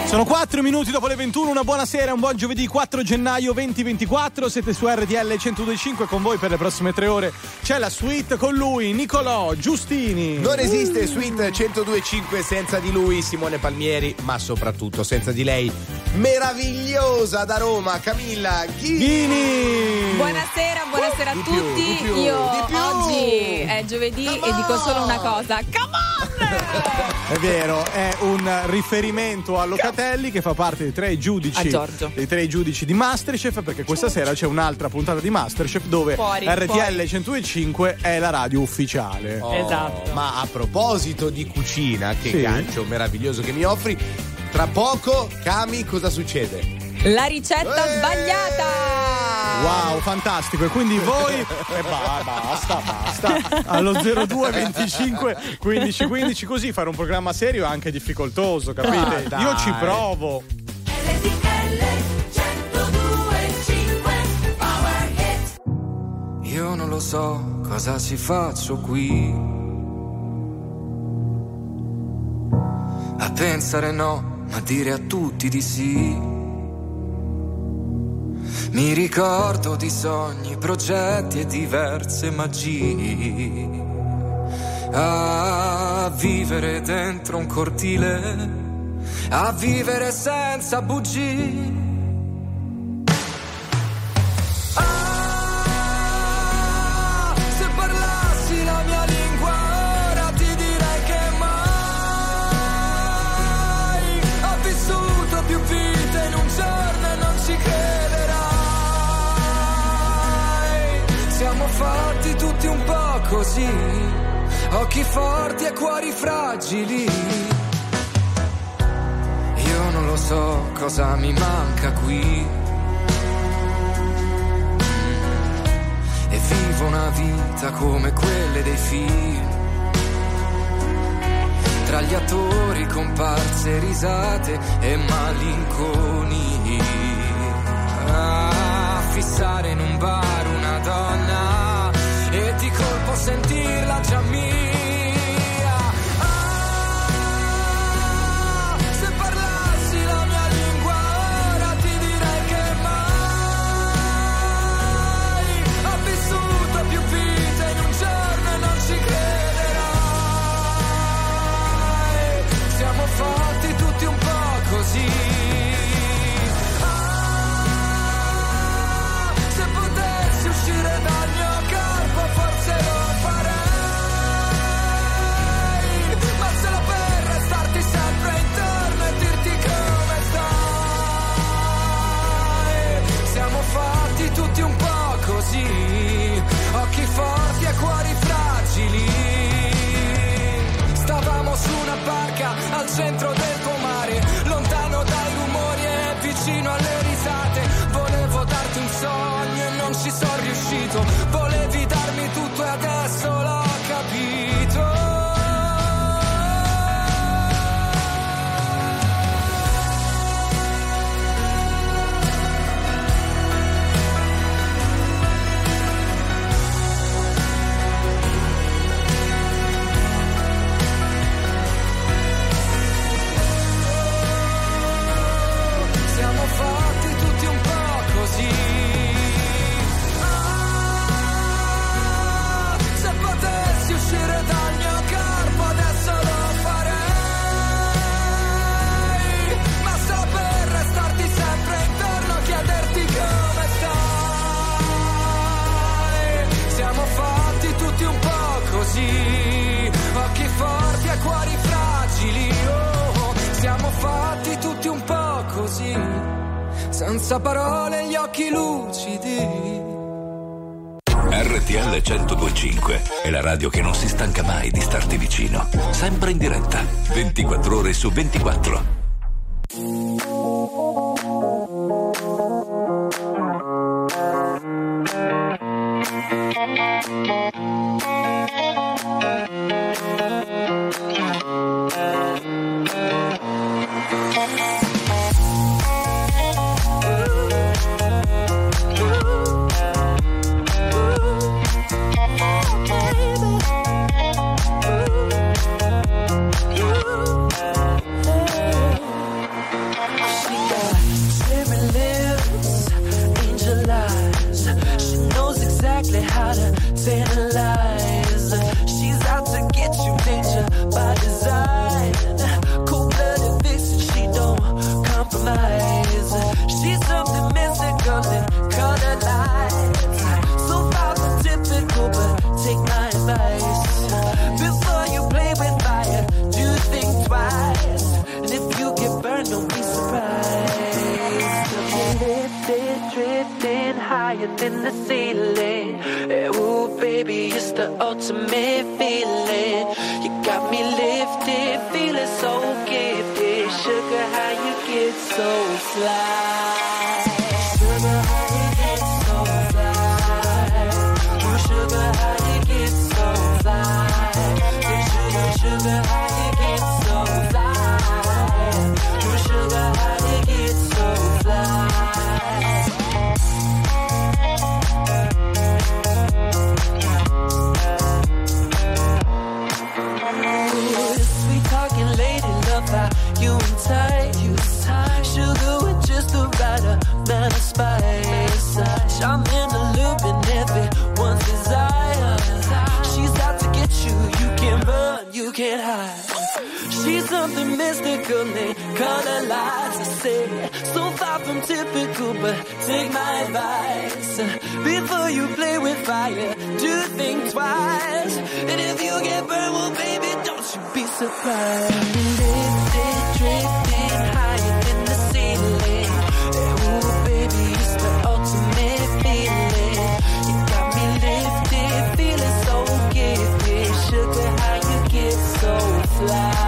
Sono 4 minuti dopo le 21, una buona sera, un buon giovedì 4 gennaio 2024, siete su RTL 102.5 con voi per le prossime 3 ore. C'è la suite con lui, Nicolò Giustini. Non esiste suite 102.5 senza di lui, Simone Palmieri, ma soprattutto senza di lei, meravigliosa da Roma, Camilla Ghini. Buonasera a tutti. Di più. Oggi è giovedì e dico solo una cosa: come on! È vero, è un riferimento a Locatelli che fa parte dei 3 giudici. A Giorgio. Dei 3 giudici di Masterchef, perché questa sera c'è un'altra puntata di Masterchef dove RTL 102.5 è la radio ufficiale. Esatto. Ma a proposito di cucina, che Sì. gancio meraviglioso che mi offri, tra poco, Cami, cosa succede? La ricetta sbagliata! Wow, fantastico. E quindi voi basta allo 02 25 15 15, così fare un programma serio è anche difficoltoso, capite? Dai. Io ci provo. Io non lo so cosa ci faccio qui, a pensare no, ma dire a tutti di sì. Mi ricordo di sogni, progetti e diverse magie, a vivere dentro un cortile, a vivere senza bugie. Ah, se parlassi la mia lingua ora ti direi che mai ho vissuto più vite in un giorno e non ci crederai. Siamo fatti tutti un po' così, occhi forti e cuori fragili. Io non lo so cosa mi manca qui, e vivo una vita come quelle dei film, tra gli attori, comparse, risate e malinconia. A fissare in un bar una donna e di colpo sentirla già mia. Ah, se parlassi la mia lingua ora ti direi che mai ho vissuto più vite in un giorno e non ci crederai. Siamo fatti tutti un po' così. Se potessi uscire dal mio corpo forse lo farei, ma solo per restarti sempre intorno e dirti come stai. Siamo fatti tutti un po' così, occhi forti e cuori fragili. Stavamo su una barca al centro del pomare, lontano dai rumori e vicino alle risate. Volevo darti un sogno e non ci sono riuscito, volevi darmi tutto e adesso l'ho capito. Siamo fatti tutti un po' così. Ah, se potessi uscire dal mio corpo adesso lo farei, ma solo per restarti sempre intorno, chiederti come stai. Siamo fatti tutti un po' così, occhi forti e cuori fragili. Oh, siamo fatti tutti un po' così, senza parole gli occhi lucidi. RTL 102.5 è la radio che non si stanca mai di starti vicino, sempre in diretta, 24 ore su 24. exactly how to tantalize. She's out to get you, danger by design. Cold-blooded vixen, she don't compromise. She's something mystical and color lights. So far from typical, but take my advice. Before you play with fire, do think twice. And if you get burned, don't be surprised. Lifted, drifting higher than the ceiling. Ooh, baby, it's the ultimate feeling. You got me lifted, feeling so gifted. Sugar, how you get so fly? Sugar, how you get so fly? Oh, sugar, how you get so fly? Sugar, sugar, how you get so fly? Oh, sugar, how you get so fly? You and tight, sugar with just the right amount of spice. Charmin a loop in everyone's desire. She's out to get you, you can't run, you can't hide. She's something mystical, they color lights. I say, so far from typical, but take my advice. Before you play with fire, do think twice. And if you get burned, well baby, don't you be surprised. Drifting higher than the ceiling. Ooh, baby, it's the ultimate feeling. You got me lifted, feeling so gifted. Sugar, how you get so fly?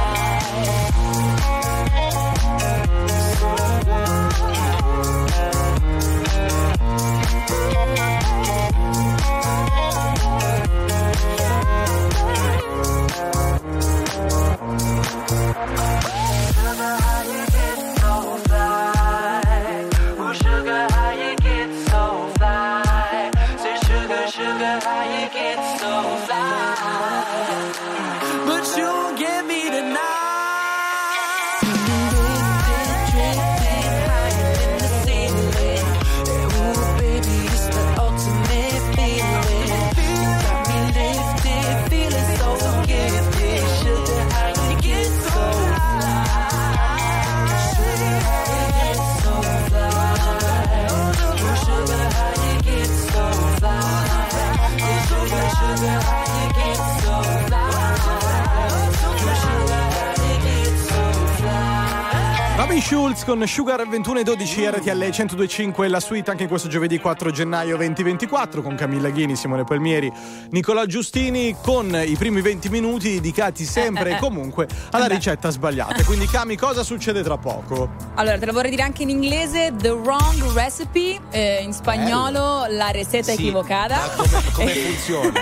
Schulz con Sugar 21:12 RTL 102.5, la suite anche in questo giovedì 4 gennaio 2024 con Camilla Ghini, Simone Palmieri, Nicolò Giustini, con i primi 20 minuti dedicati sempre e comunque alla ricetta sbagliata. Quindi Cami, cosa succede tra poco? Allora, te lo vorrei dire anche in inglese, the wrong recipe, in spagnolo la receta equivocata. Come funziona?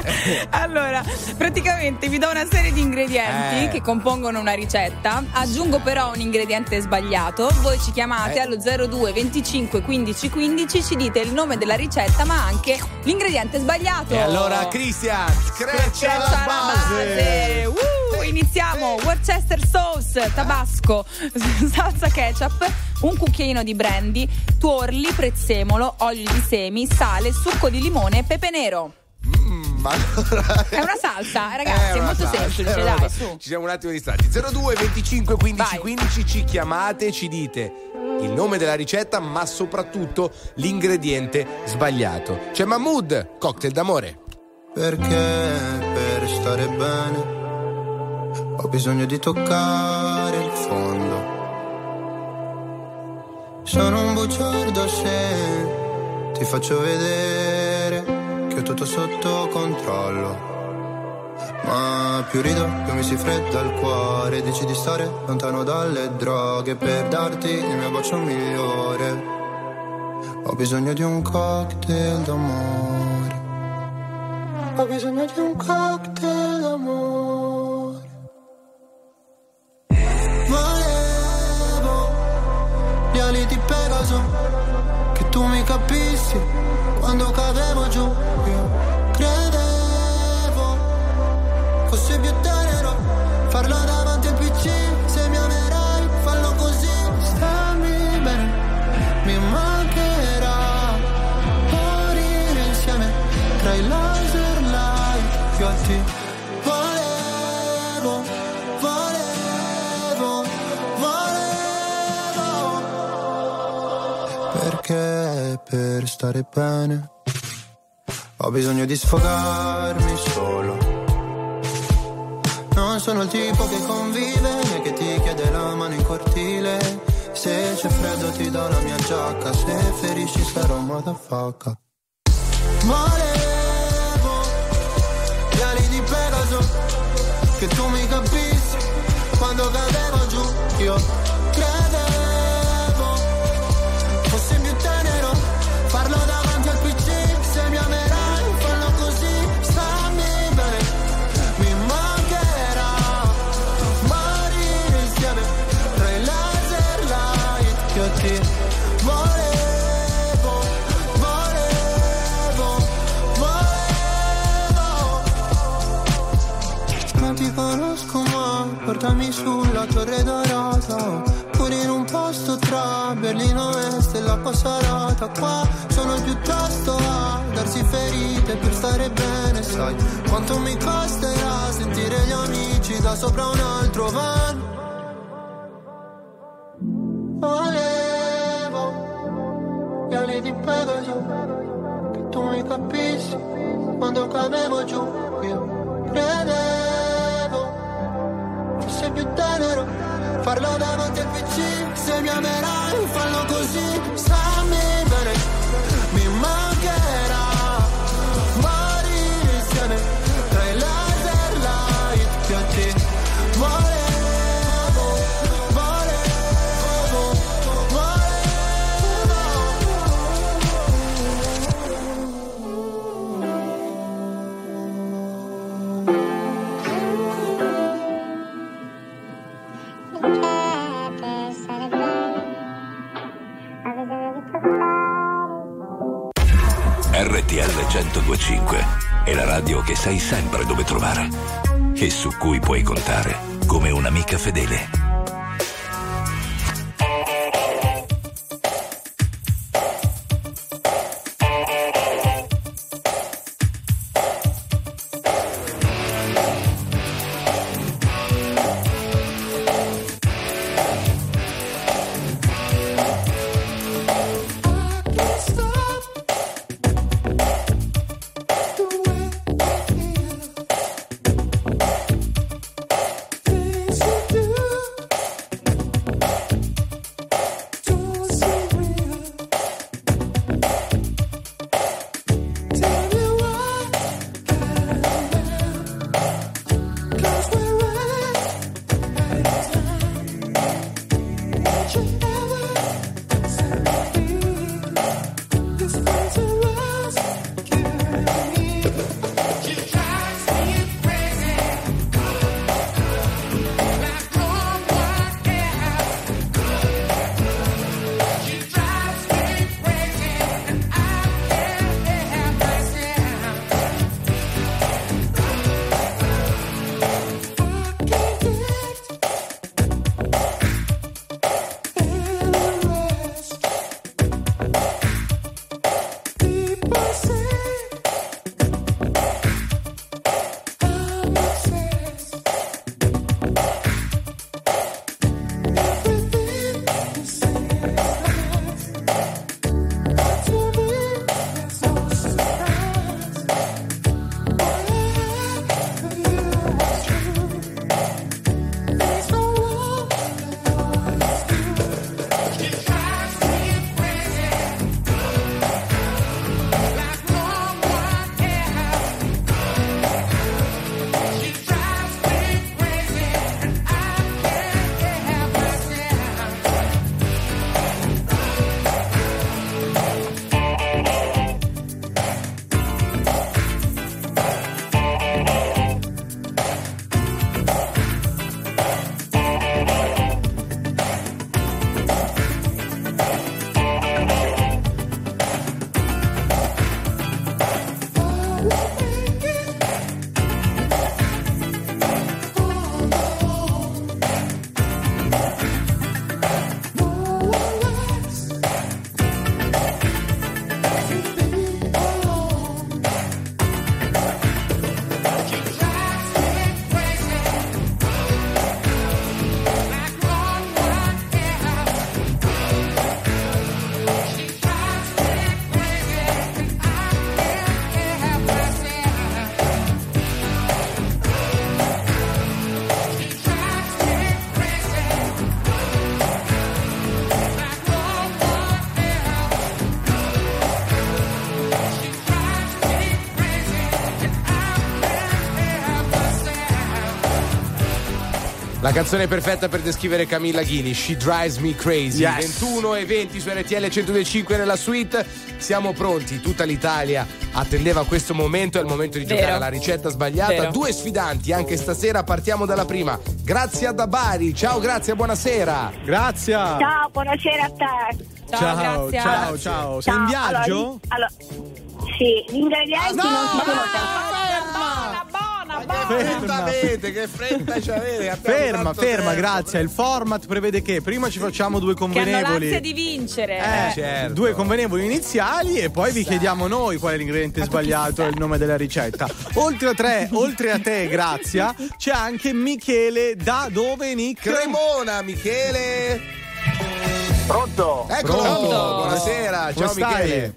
Allora, praticamente vi do una serie di ingredienti che compongono una ricetta, aggiungo però un ingrediente sbagliato, voi ci chiamate allo 02 25 15 15, ci dite il nome della ricetta ma anche l'ingrediente sbagliato. E allora Cristian, screccia la base. Iniziamo. Worcester sauce, tabasco, salsa ketchup, un cucchiaino di brandy, tuorli, prezzemolo, olio di semi, sale, succo di limone e pepe nero. Allora... È una salsa, ragazzi, è molto semplice, dai, su. Ci siamo un attimo distratti. 02 25 15 15, ci chiamate, ci dite il nome della ricetta, ma soprattutto l'ingrediente sbagliato. C'è Mahmood, cocktail d'amore. Perché per stare bene ho bisogno di toccare il fondo. Sono un bugiardo se ti faccio vedere che ho tutto sotto controllo. Ma più rido, più mi si fredda il cuore. Dici di stare lontano dalle droghe per darti il mio bacio migliore. Ho bisogno di un cocktail d'amore. Ho bisogno di un cocktail d'amore. Volevo gli ali di Pegaso, che tu mi capissi quando cadevo giù. Io credevo fosse più tenero farlo davanti al PC. Se mi amerai, fallo così. Stammi bene, mi mancherà morire insieme. stare bene. Ho bisogno di sfogarmi solo. Non sono il tipo che convive né che ti chiede la mano in cortile. Se c'è freddo ti do la mia giacca, se ferisci sarò un motherfucker. Volevo gli ali di Pegaso, che tu mi capissi quando cadevo giù. Io credevo fossi più tenero, parlo davanti al PC. Se mi amerai fallo così, stammi bene. Mi mancherà morire insieme tra i laser light. Io ti volevo. Non ti conosco ma portami sulla Torre Dorata, pure in un posto tra Berlino Est e la Passarata. Qua sono piuttosto a darsi ferite per stare bene. Sai quanto mi costerà sentire gli amici da sopra un altro van. Volevo gli ali di Pegaso, che tu mi capissi quando cadevo giù. Io credevo fosse più tenero, farlo davanti al PC. Se mi amerai fallo così, stammi bene. Mi mancherà morire insieme tra i laser light. Io ti volevo. RTL 102.5 è la radio che sai sempre dove trovare e su cui puoi contare come un'amica fedele. La canzone perfetta per descrivere Camilla Ghini, She Drives Me Crazy. Yes. 21:20 su RTL 102.5 nella suite. Siamo pronti, tutta l'Italia attendeva questo momento, è il momento di giocare alla ricetta sbagliata. Vero. 2 sfidanti anche stasera, partiamo dalla prima. Grazia da Bari, ciao Grazia, buonasera. Grazie. Ciao, buonasera a te. Ciao, Grazia. ciao. Sei in viaggio? Allora, sì, gli ingredienti non si sono Che fretta c'avete? Ferma, Grazia. Il format prevede che prima ci facciamo 2 Che hanno convenevoli. l'ansia di vincere. Certo. 2 convenevoli iniziali e poi vi chiediamo noi qual è l'ingrediente sbagliato e il nome della ricetta. Oltre a te, Grazia, c'è anche Michele. Da dove, Nick? Cremona, Michele. Pronto? Eccolo. Pronto. Buonasera, ciao Come stai?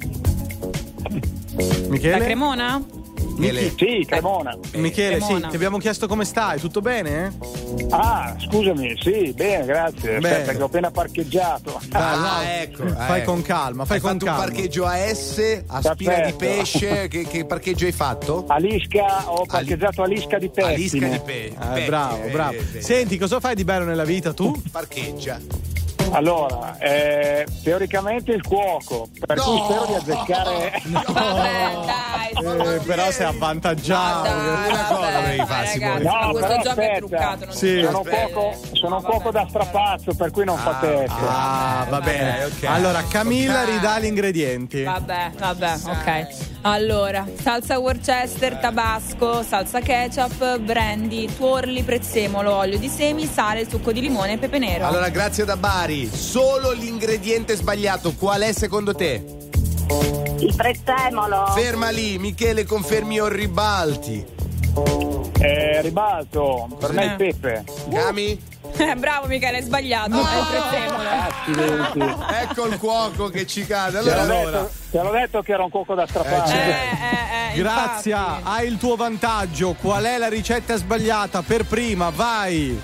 Michele? Da Cremona? Michele. Sì, Cremona. Michele, Cremona. sì, ti abbiamo chiesto come stai, tutto bene? Ah, scusami, sì, bene, grazie. Bene. Aspetta, che ho appena parcheggiato. Ecco. Fai con calma, Hai fatto un parcheggio a S, a Spina di Perfetto. Pesce. Che parcheggio hai fatto? A Lisca, ho parcheggiato a Lisca di A Lisca Pettine. di Pesce. Bravo. Senti, cosa fai di bello nella vita tu? Parcheggia. Allora, teoricamente il cuoco, per cui spero di azzeccare. Vabbè, dai. Però sei avvantaggiato. Una cosa devi fare, ragazzi, Simone. ma No, questo però gioco è aspetta. truccato. Non Sì. Sono un cuoco da strapazzo, per cui non fate effetto. Va bene. ok. Allora, Camilla ridà gli ingredienti. Vabbè, ok. Allora, salsa Worcester, tabasco, salsa ketchup, brandy, tuorli, prezzemolo, olio di semi, sale, succo di limone e pepe nero. Allora, grazie da Bari. Solo l'ingrediente sbagliato, qual è secondo te? il prezzemolo. Ferma lì, Michele, confermi o ribalti? Ribalto, per me il pepe. Cami? Bravo Michele, è sbagliato. È il prezzemolo. Ecco il cuoco che ci cade. Te Allora, l'ho detto che era un cuoco da strapazzo. Grazia, infatti. hai il tuo vantaggio. Qual è la ricetta sbagliata? Per prima, vai.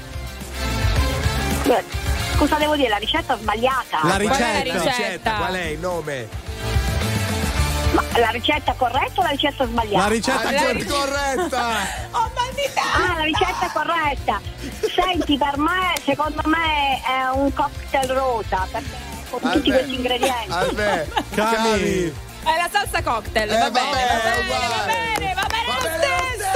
Cosa devo dire? La ricetta sbagliata. La Qual è la ricetta. ricetta? qual è il nome? Ma la ricetta corretta o la ricetta sbagliata? La ricetta Corretta! Oh, maldita! Ah, la ricetta corretta. Senti, per me, secondo me è un cocktail rosa, perché con tutti questi ingredienti. Aspetta, Cami. È la salsa cocktail, va bene, va bene lo stesso!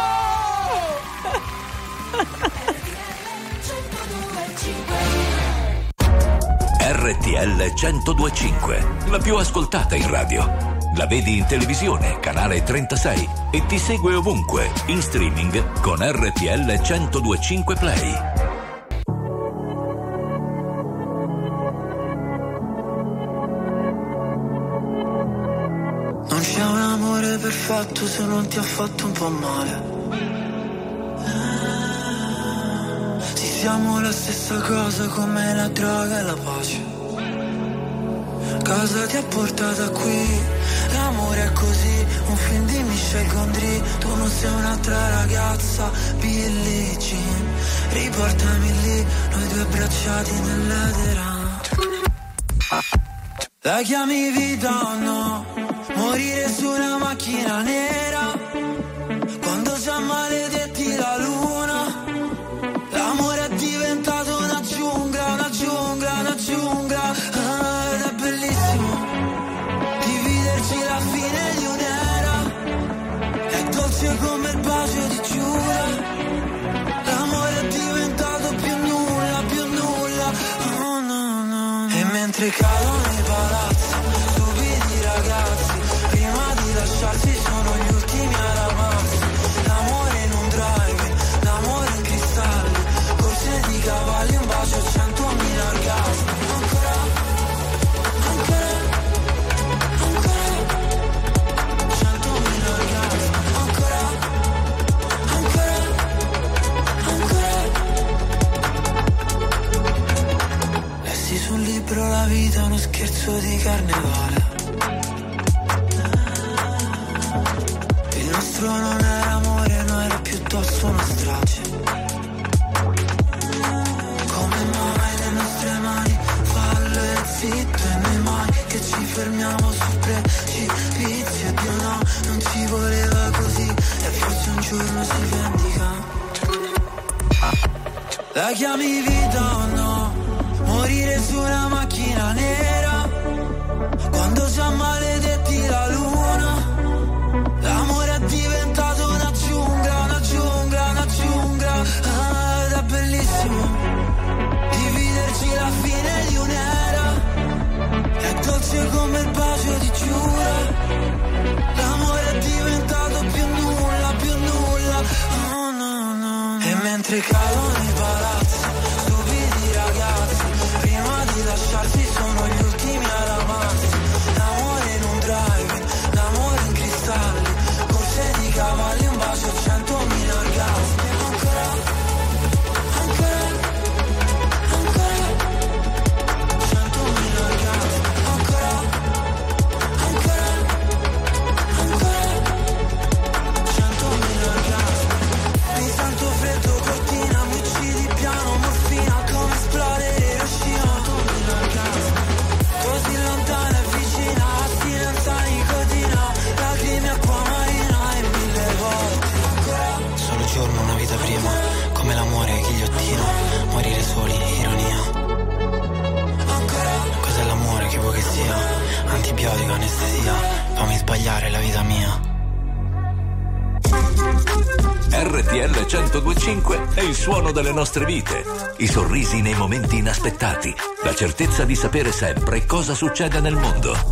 RTL 102.5, la più ascoltata in radio. La vedi in televisione, canale 36 e ti segue ovunque, in streaming con RTL 102.5 Play. Non c'è un amore perfetto se non ti ha fatto un po' male. Sì, siamo la stessa cosa come la droga e la pace. Cosa ti ha portata qui? L'amore è così, un film di Michel Gondry. Tu non sei un'altra ragazza, Billie Jean. Riportami lì, noi due abbracciati nell'edera. La chiami vita o no? Morire su una macchina nera quando già maledetti la luna. L'amore è diventato una giungla, una giungla, una giungla. Ed è bellissimo dividerci la fine di un'era. È dolce come il bacio di Giura. L'amore è diventato più nulla, più nulla. Oh no, no. E mentre cadono i palazzi, stupidi ragazzi, prima di lasciarsi sono gli ultimi ad amarsi. L'amore in un drive, l'amore in cristalli, corse di cavalli, un bacio, 100.000 orgasmi. Ancora, ancora, ancora, 100.000 orgasmi. Ancora, ancora, ancora. Lessi sul libro la vita è uno scherzo di carnevale. Il nostro non era amore, no, era piuttosto una strage. Come mai le nostre mani fallo e zitto e noi mai che ci fermiamo sul precipizio. Dio no, non ci voleva così e forse un giorno si vendica. La chiami vita o no? Morire su una macchina nera, quando siamo maledetti la luna. L'amore è diventato una giungla, una giungla, una giungla. Ah, ed è bellissimo dividerci la fine di un'era. È dolce come il bacio di Giura. L'amore è diventato più nulla, più nulla. Oh, no, no. E mentre cadono i palazzi, stupidi ragazzi, prima di lasciarsi sono gli ultimi ad amarsi. L'amore in un drive, l'amore in cristalli, corse di cavalli, un bacio, 100.000 orgasmi. Ancora, ancora, ancora, 100.000 orgasmi. Ancora, ancora, ancora, 100.000 orgasmi. Mi sento freddo, cortina, mi uccidi piano, morfina, come esplodere Hiroshima. 100.000 orgasmi. Così lontana e vicina, astinenza, nicotina, lacrime, acqua marina e 1000 volte. Solo giorno, una vita prima, come l'amore, ghigliottina, morire soli, ironia. Cos'è l'amore, che vuoi che sia? Antibiotico, anestesia, fammi sbagliare la vita mia. RTL 102.5 è il suono delle nostre vite, i sorrisi nei momenti inaspettati, la certezza di sapere sempre cosa succede nel mondo.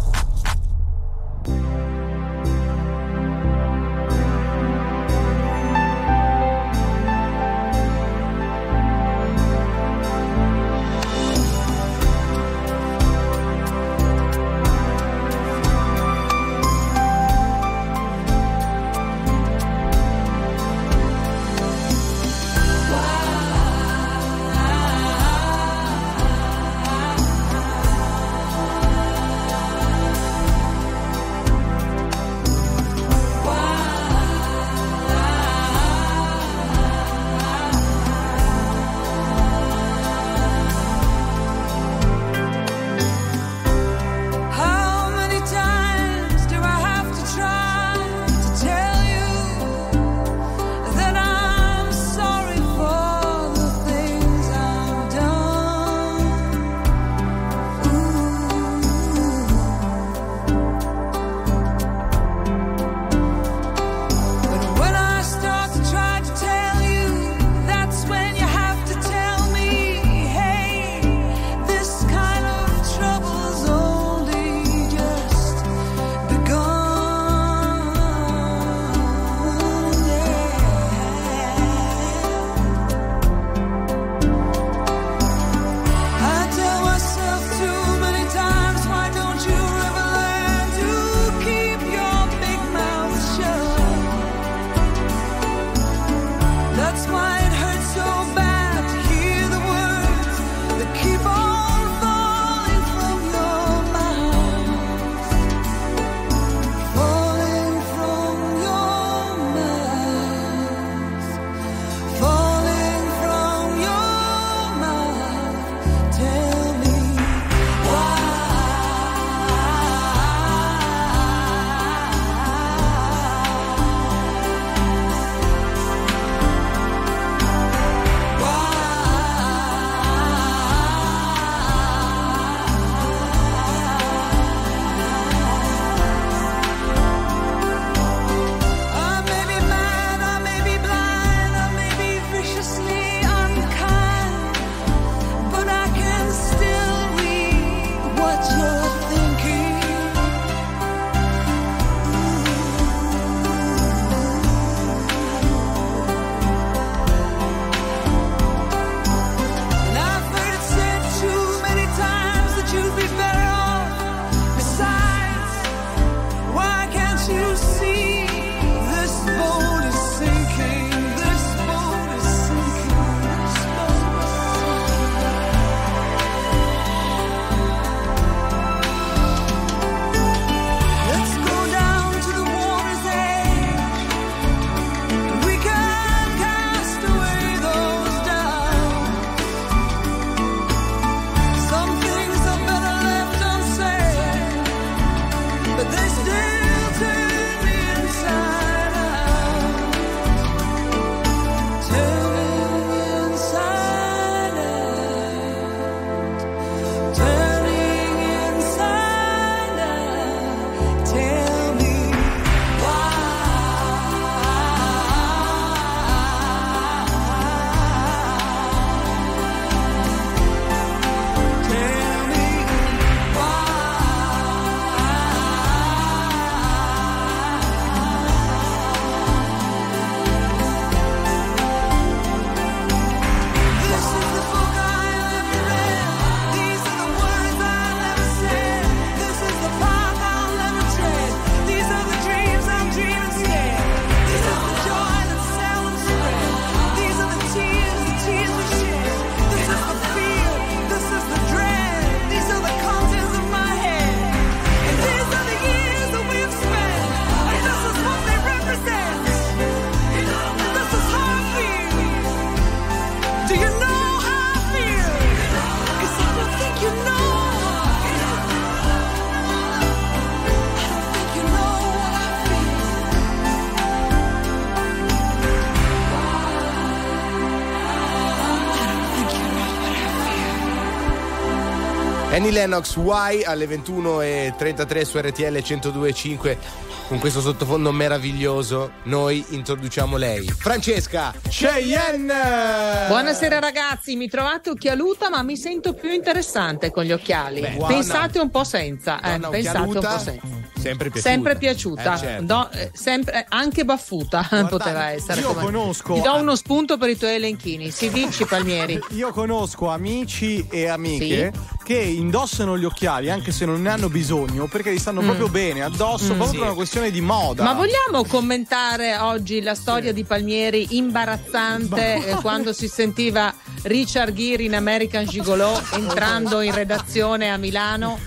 Annie Lennox, Why, alle 21:33 su RTL 102.5. Con questo sottofondo meraviglioso noi introduciamo lei, Francesca Cheyenne. Buonasera ragazzi, mi trovate occhialuta ma mi sento più interessante con gli occhiali. Pensate un po' senza, pensate un po' senza. Sempre piaciuta. Certo. Sempre anche baffuta. Guarda, poteva essere. Io conosco. Ti do uno spunto per i tuoi elenchini. Si dici, Palmieri. Io conosco amici e amiche che indossano gli occhiali anche se non ne hanno bisogno perché li stanno proprio bene addosso, proprio per una questione di moda. Ma vogliamo commentare oggi la storia di Palmieri imbarazzante quando si sentiva Richard Gere in American Gigolo entrando in redazione a Milano?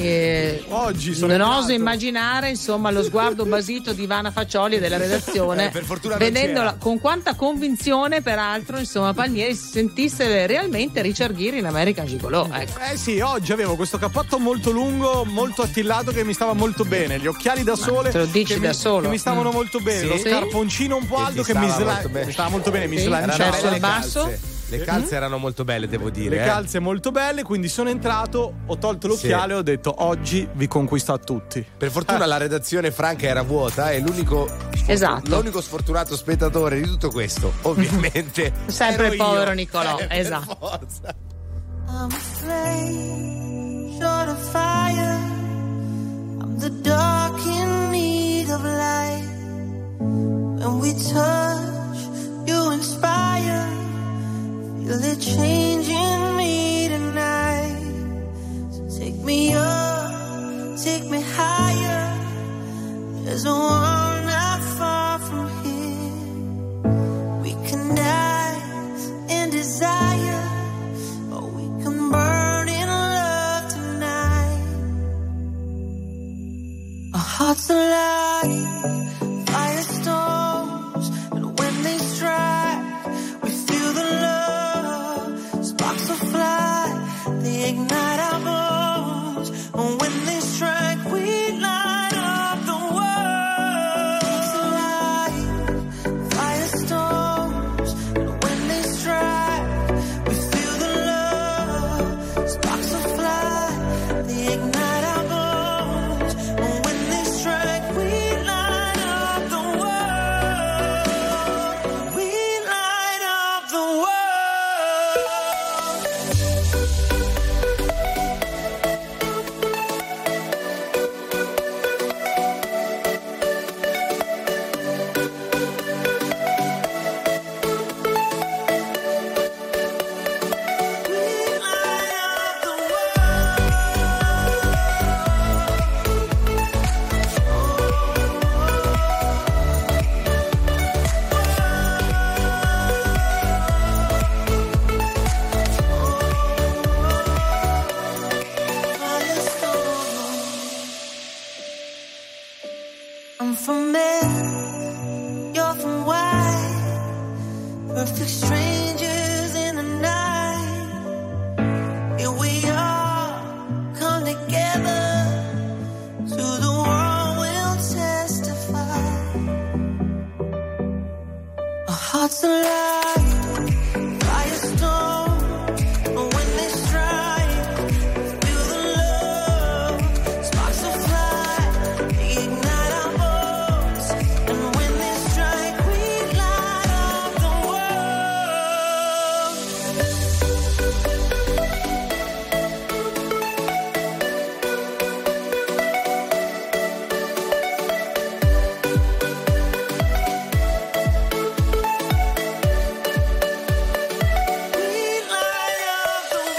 Oggi non oso immaginare insomma lo sguardo basito di Ivana Faccioli della redazione, per fortuna vedendola con quanta convinzione peraltro insomma Palmieri si sentisse realmente Richard Gere in American Gigolo, ecco. Sì, oggi avevo questo cappotto molto lungo, molto attillato che mi stava molto bene, gli occhiali da sole te lo dici da solo che mi stavano molto bene, lo scarponcino un po' alto che mi stava molto bene, mi slanciava verso il basso. Le calze erano molto belle, devo dire. Le calze molto belle, quindi sono entrato, ho tolto l'occhiale e ho detto oggi vi conquisto a tutti. Per fortuna la redazione franca era vuota e l'unico sfortunato spettatore di tutto questo, ovviamente, sempre il povero io. Nicolò, esatto. I'm a flame, short of fire. I'm the dark in need of light. When we touch, you inspire. Feel it changing me tonight. So take me up, take me higher. There's a world not far from here. We can dance in desire, or we can burn in love tonight. Our hearts alive, firestorms, and when they strike, we feel the love. Sparks will fly, they ignite our bones, and when they strike, we light up the world. Hearts alive, firestorms, and when they strike, we feel the love. Sparks will fly, they ignite our bones, and when they strike, we light up the world. We light up the world. I'm from men, you're from white. Perfect strangers in the night. Here we are, come together. To the world we'll testify. Our hearts alive, firestorm. But when they strike, feel the love. Sparks will fly, they ignite our bones. And when they strike, we light up the world. We light up the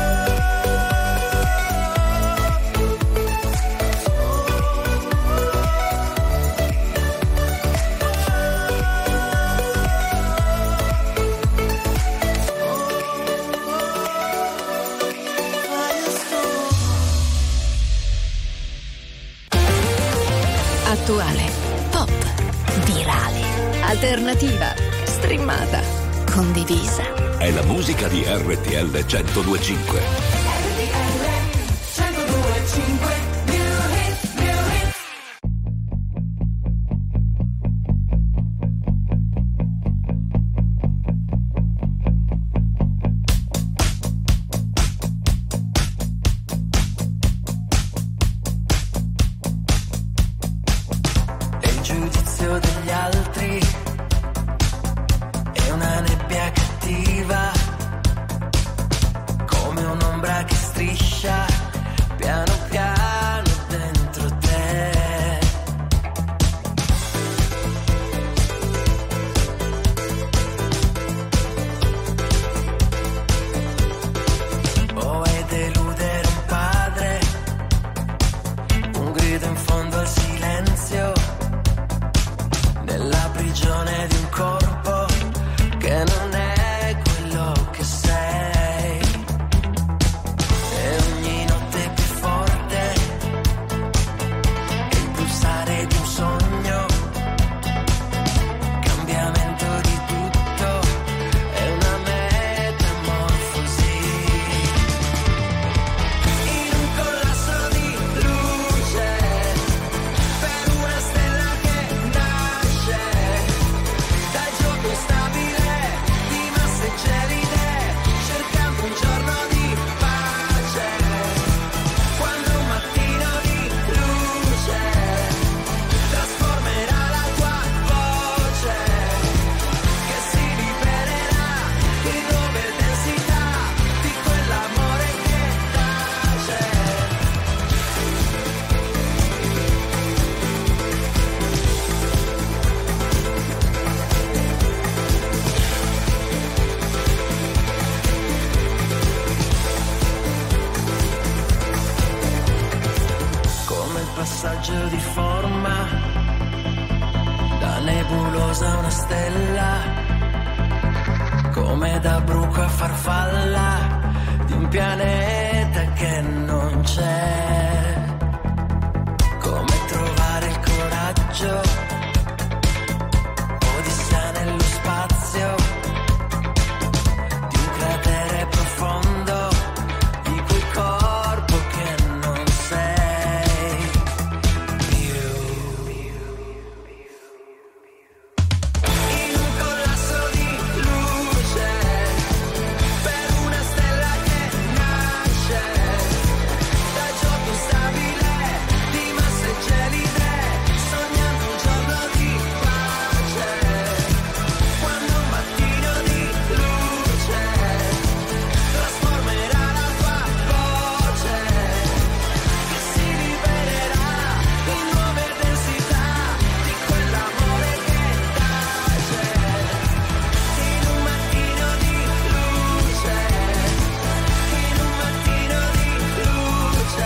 Attuale, pop, virale, alternativa, streamata, condivisa. È la musica di RTL 102.5. giudizio degli altri è una nebbia cattiva, come un'ombra che striscia piano piano dentro te. Oh, è deludere un padre, un grido in fondo al silenzio, nella prigione di un corpo che non è quello che sei. E ogni notte più forte è il pulsare di un sogno, cambiamento di tutto, è una metamorfosi. In un collasso di luce, per una stella che nasce dal gioco instabile di masse gelide, cercando un giorno di pace, quando un mattino di luce trasformerà la tua voce, che si libererà in nuove densità di quell'amore che tace. Come il passaggio di forma da nebulosa a una stella, come da bruco a farfalla di un pianeta che non c'è, come trovare il coraggio, odissea nello spazio di un cratere profondo, di quel corpo che non sei più. In un collasso di luce, per una stella che nasce dal gioco instabile di masse gelide, sognando un giorno di pace, quando un mattino di luce trasformerà la tua voce, che si libererà in nuove densità di quell'amore che tace. In un mattino di luce, in un mattino di luce.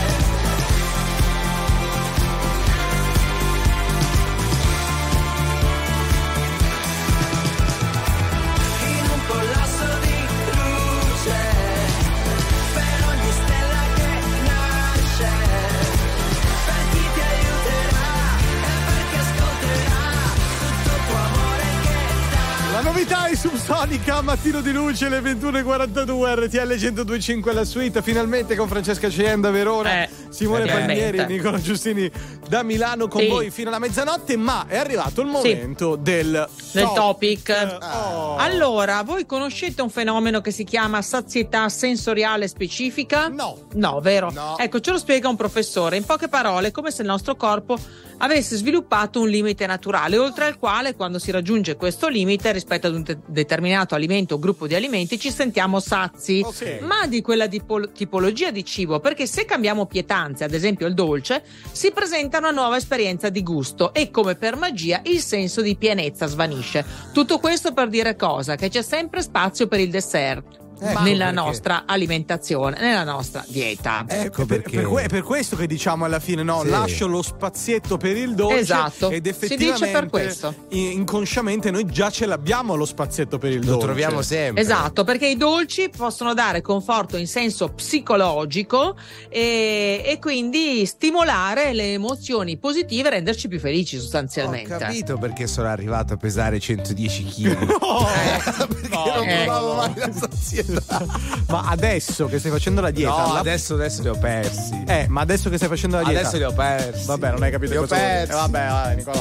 In un collasso di luce, per ogni stella che nasce, per chi ti aiuterà e perché ascolterà tutto tuo amore che dà. La novità è Subsonica, mattino di luce, le 21:42, RTL 102.5 la suite, finalmente con Francesca Cien da Verona, Simone Palmieri e Nicola Giustini da Milano con voi fino alla mezzanotte, ma è arrivato il momento del topic. Allora, voi conoscete un fenomeno che si chiama sazietà sensoriale specifica? No, vero? No. Ecco, ce lo spiega un professore. In poche parole, è come se il nostro corpo avesse sviluppato un limite naturale, oltre al quale, quando si raggiunge questo limite rispetto ad un determinato alimento o gruppo di alimenti, ci sentiamo sazi, ma di quella tipologia di cibo, perché se cambiamo pietanze, ad esempio il dolce, si presenta una nuova esperienza di gusto e, come per magia, il senso di pienezza svanisce. Tutto questo per dire cosa? Che c'è sempre spazio per il dessert. Nella nostra alimentazione, nella nostra dieta. Ecco perché è per questo che diciamo alla fine lascio lo spazietto per il dolce. Esatto. Ed effettivamente si dice per questo. Inconsciamente noi già ce l'abbiamo lo spazietto per il dolce. Lo troviamo sempre. Esatto, perché i dolci possono dare conforto in senso psicologico e quindi stimolare le emozioni positive e renderci più felici sostanzialmente. Ho capito perché sono arrivato a pesare 110 kg. Perché non provavo mai la sazietà. Ma adesso che stai facendo la dieta? No, adesso li ho persi. Ma adesso che stai facendo la dieta? Adesso li ho persi. Vabbè, non hai capito li ho persi. Vabbè, vai, Nicolò.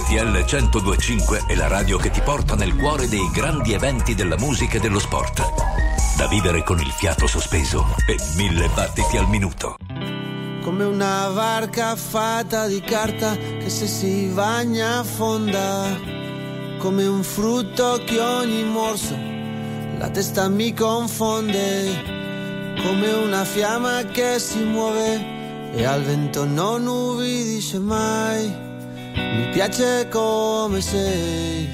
RTL 102.5 è la radio che ti porta nel cuore dei grandi eventi della musica e dello sport. Da vivere con il fiato sospeso e 1000 battiti al minuto. Come una barca fatta di carta che se si bagna affonda. Come un frutto che ogni morso la testa mi confonde. Come una fiamma che si muove e al vento non ubbidisce mai. Mi piace come sei.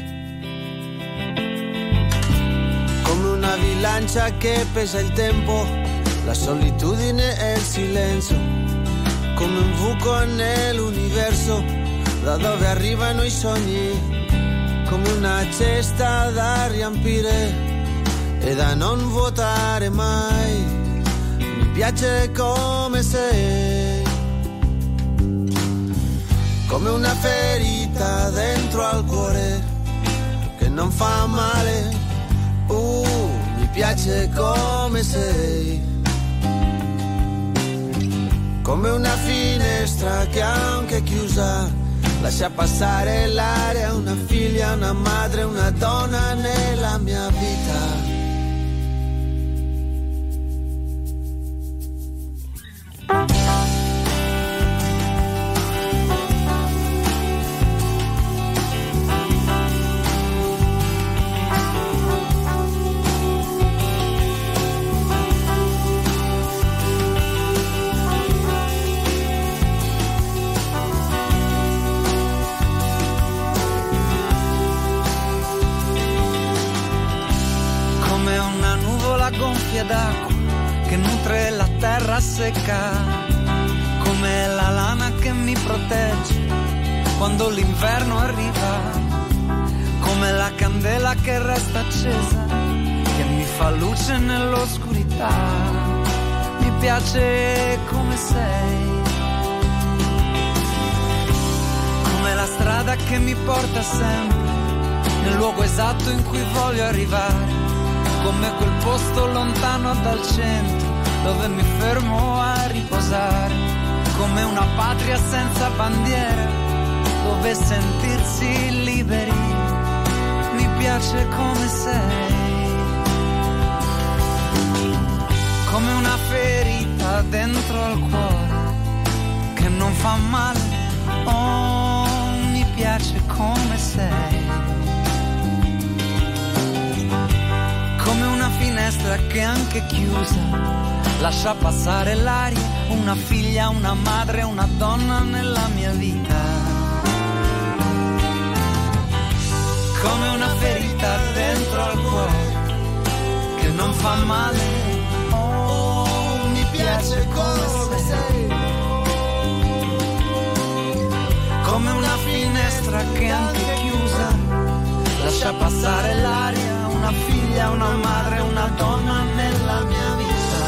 Come una bilancia che pesa il tempo, la solitudine e il silenzio. Come un buco nell'universo da dove arrivano i sogni. Come una cesta da riempire e da non vuotare mai. Mi piace come sei. Come una ferita dentro al cuore che non fa male. Mi piace come sei. Come una finestra che anche chiusa lascia passare l'aria. Una figlia, una madre, una donna nella mia vita. D'acqua che nutre la terra secca, come la lana che mi protegge quando l'inverno arriva, come la candela che resta accesa, che mi fa luce nell'oscurità. Mi piace come sei, come la strada che mi porta sempre nel luogo esatto in cui voglio arrivare. Come quel posto lontano dal centro dove mi fermo a riposare. Come una patria senza bandiera dove sentirsi liberi. Mi piace come sei. Come una ferita dentro al cuore che non fa male. Mi piace come sei. Come una finestra che anche chiusa lascia passare l'aria. Una figlia, una madre, una donna nella mia vita. Come una ferita dentro al cuore che non fa male. Mi piace come sei. Come una finestra che anche chiusa lascia passare l'aria. Una figlia, una madre, una donna nella mia vita.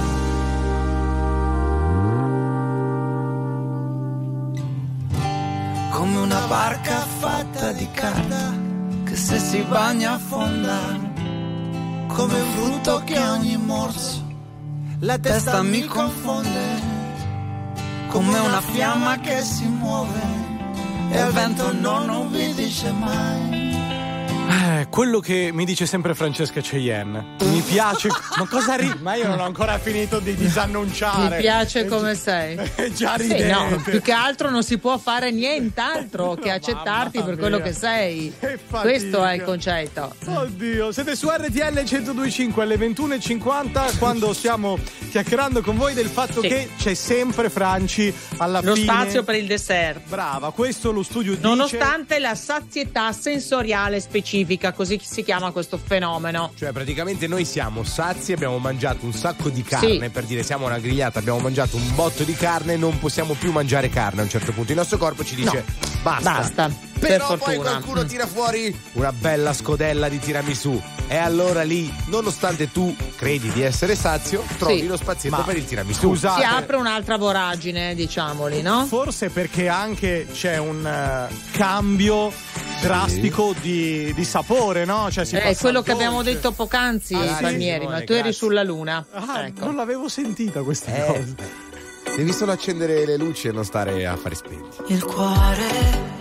Come una barca fatta di carta che se si bagna affonda. Come un frutto che ogni morso la testa mi confonde. Come una fiamma che si muove e al vento non ubbidisce mai. Quello che mi dice sempre Francesca Cheyenne. Mi piace. Ma cosa Ma io non ho ancora finito di disannunciare. Mi piace come sei. Già ridente. Sì, no, più che altro non si può fare nient'altro che accettarti per quello che sei. Questo è il concetto. Oddio, siete su RTL 102.5 alle 21.50 quando stiamo chiacchierando con voi del fatto che c'è sempre Franci alla lo fine. Lo spazio per il dessert. Brava, questo lo studio dice. Nonostante la sazietà sensoriale specifica, così si chiama questo fenomeno. Cioè praticamente noi siamo sazi, abbiamo mangiato un sacco di carne, per dire siamo una grigliata, abbiamo mangiato un botto di carne, non possiamo più mangiare carne a un certo punto. Il nostro corpo ci dice basta. Però poi qualcuno tira fuori una bella scodella di tiramisù e allora lì, nonostante tu credi di essere sazio, trovi lo spazietto per il tiramisù. Scusate, si apre un'altra voragine, diciamoli, no? Forse perché anche c'è un cambio drastico di sapore, no? Cioè è quello che abbiamo detto poc'anzi, Palmieri, ma tu eri sulla luna. Ecco. Non l'avevo sentita questa cosa. Devi solo accendere le luci e non stare a fare spenti. Il cuore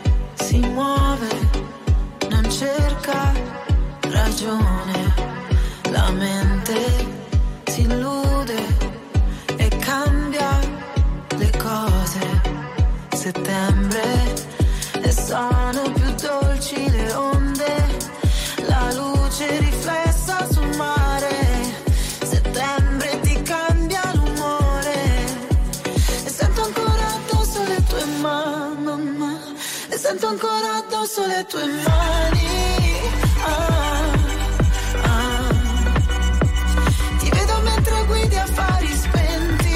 si muove, non cerca ragione, la mente si illude e cambia le cose. Settembre e sono più dolci le onde, la luce riflessa sul mare. Settembre ti cambia l'umore e sento ancora addosso le tue mani, e sento ancora addosso le tue mani. Ti vedo mentre guidi affari spenti.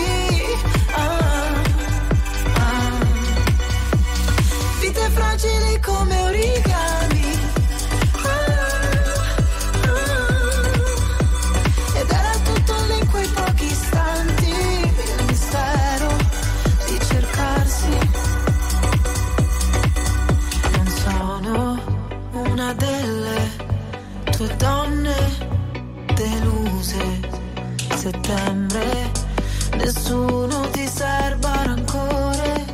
Vite fragili come origami. Ed era tutto lì in quei pochi istanti, il mistero di cercarsi. Non sono una delle tue donne deluse. Settembre, nessuno ti serba rancore.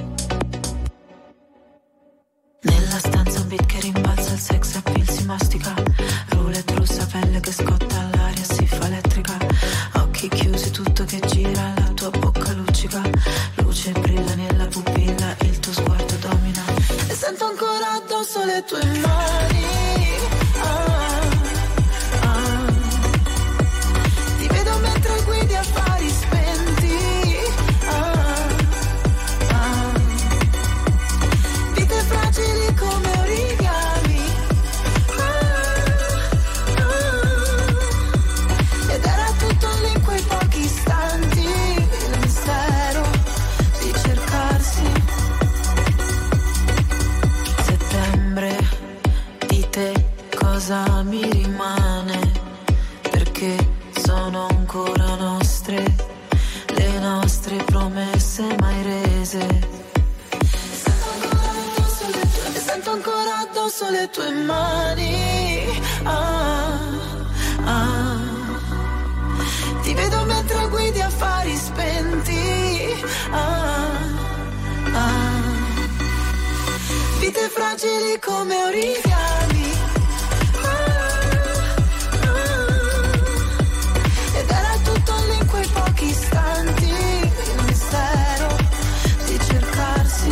Nella stanza un beat che rimbalza, il sex appeal si mastica. Roulette russa, pelle che scotta, l'aria si fa elettrica. Occhi chiusi, tutto che gira, la tua bocca luccica. Luce brilla nella pupilla, il tuo sguardo domina. E sento ancora addosso le tue mani. Ti vedo mentre guidi affari spenti. Vite fragili come origami. Ed era tutto lì in quei pochi istanti, il mistero di cercarsi. Settembre, di te cosa mi rimane? Perché sono ancora nostre, le nostre promesse mai rese. Sento ancora addosso le tue mani. Ti vedo mentre guidi affari spenti. Vite fragili come origami. Ed era tutto lì in quei pochi istanti, il mistero di cercarsi.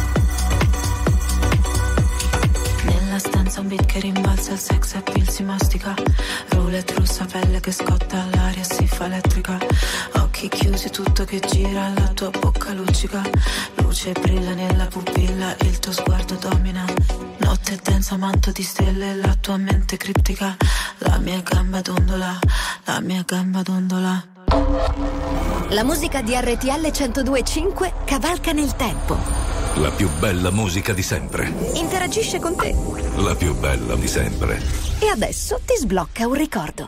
Nella stanza un beat che rimbalza, il sex appeal si mastica. Roulette russa, pelle che scotta, l'aria si fa elettrica. Occhi chiusi, tutto che gira, la tua bocca luccica. Luce brilla nella pupilla, il tuo sguardo domina. Notte densa, manto di stelle, la tua mente criptica. La mia gamba dondola, la mia gamba dondola. La musica di RTL 102.5 cavalca nel tempo. La più bella musica di sempre. Interagisce con te. La più bella di sempre. E adesso ti sblocca un ricordo.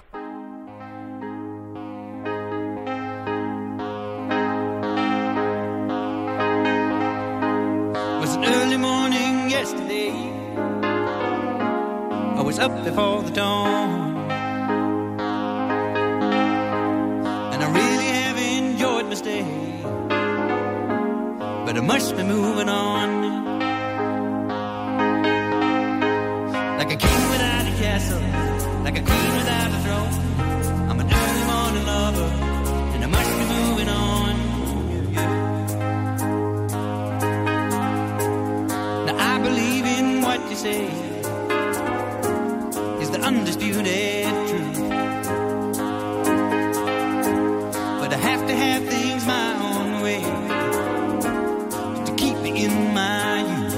It was an early morning yesterday. I was up before the dawn, and I really have enjoyed my stay, but I must be moving on. Like a king without a castle, like a queen without a throne. I'm an early morning lover, and I must be moving on. Now I believe in what you say is the undisputed truth, but I have to have things my own way to keep me in my youth.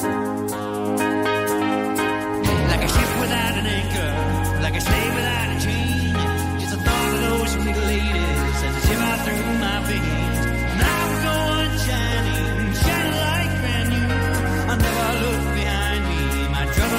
Like a ship without an anchor, like a slave without a chain. Just the thought of those sweet ladies sends a shiver through my veins. And I will go on shining, shining like brand new. I'll never look behind me, my trouble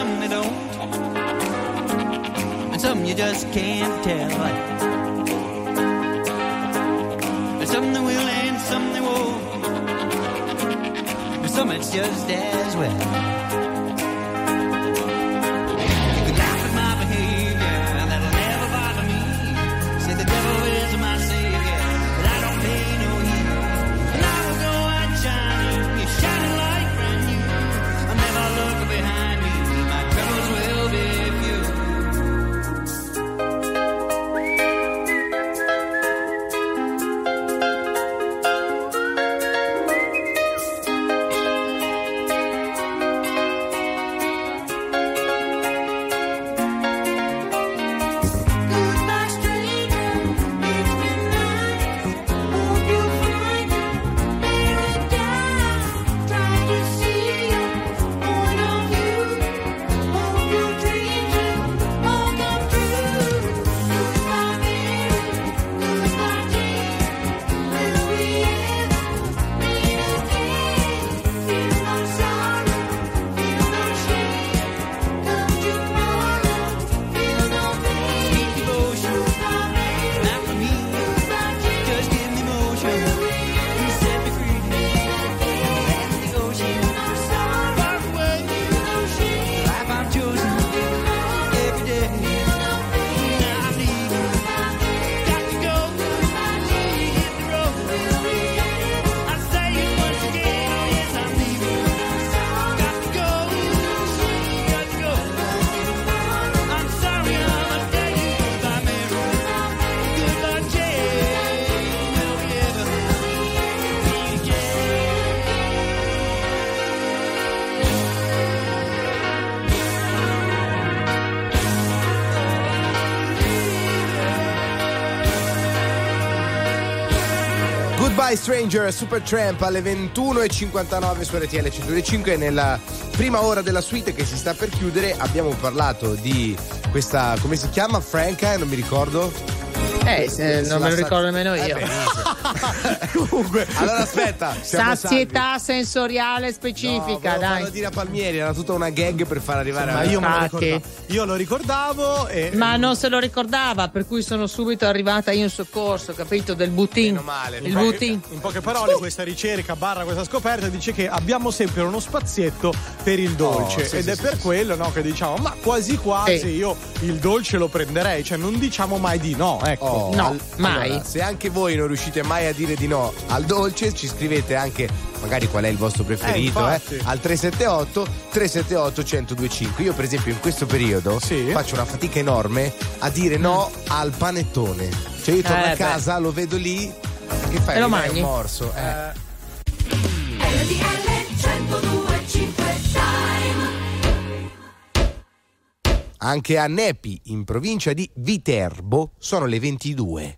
some they don't, and some you just can't tell. And some they will and some they won't, and some it's just as well. You can laugh at my behavior, that'll never bother me. Say the devil is my savior, but I don't pay no heed. And I will go out shining, you're shining like brand new. I'll never look behind me, my troubles will be few. Goodbye Stranger, Supertramp alle 21:59 su RTL 102.5. Nella prima ora della suite che si sta per chiudere abbiamo parlato di questa, come si chiama? Franca, non mi ricordo. Non me lo ricordo nemmeno io. Comunque, allora aspetta. Sazietà sensoriale specifica, dai. Farlo dire a Palmieri, era tutta una gag per far arrivare a io lo ricordavo ma non se lo ricordava, per cui sono subito arrivata io in soccorso, capito, del butin. Male, il butin. In poche parole, questa ricerca questa scoperta dice che abbiamo sempre uno spazietto per il dolce ed è per quello, no, che diciamo ma quasi io il dolce lo prenderei, cioè non diciamo mai di no, ecco. Mai. Allora, se anche voi non riuscite mai a dire di no al dolce, ci scrivete anche magari qual è il vostro preferito al 378 1025. Io per esempio in questo periodo faccio una fatica enorme a dire no al panettone, cioè io torno a casa, lo vedo lì, che fai? E lo mangi? Un morso. Anche a Nepi, in provincia di Viterbo, sono le 22.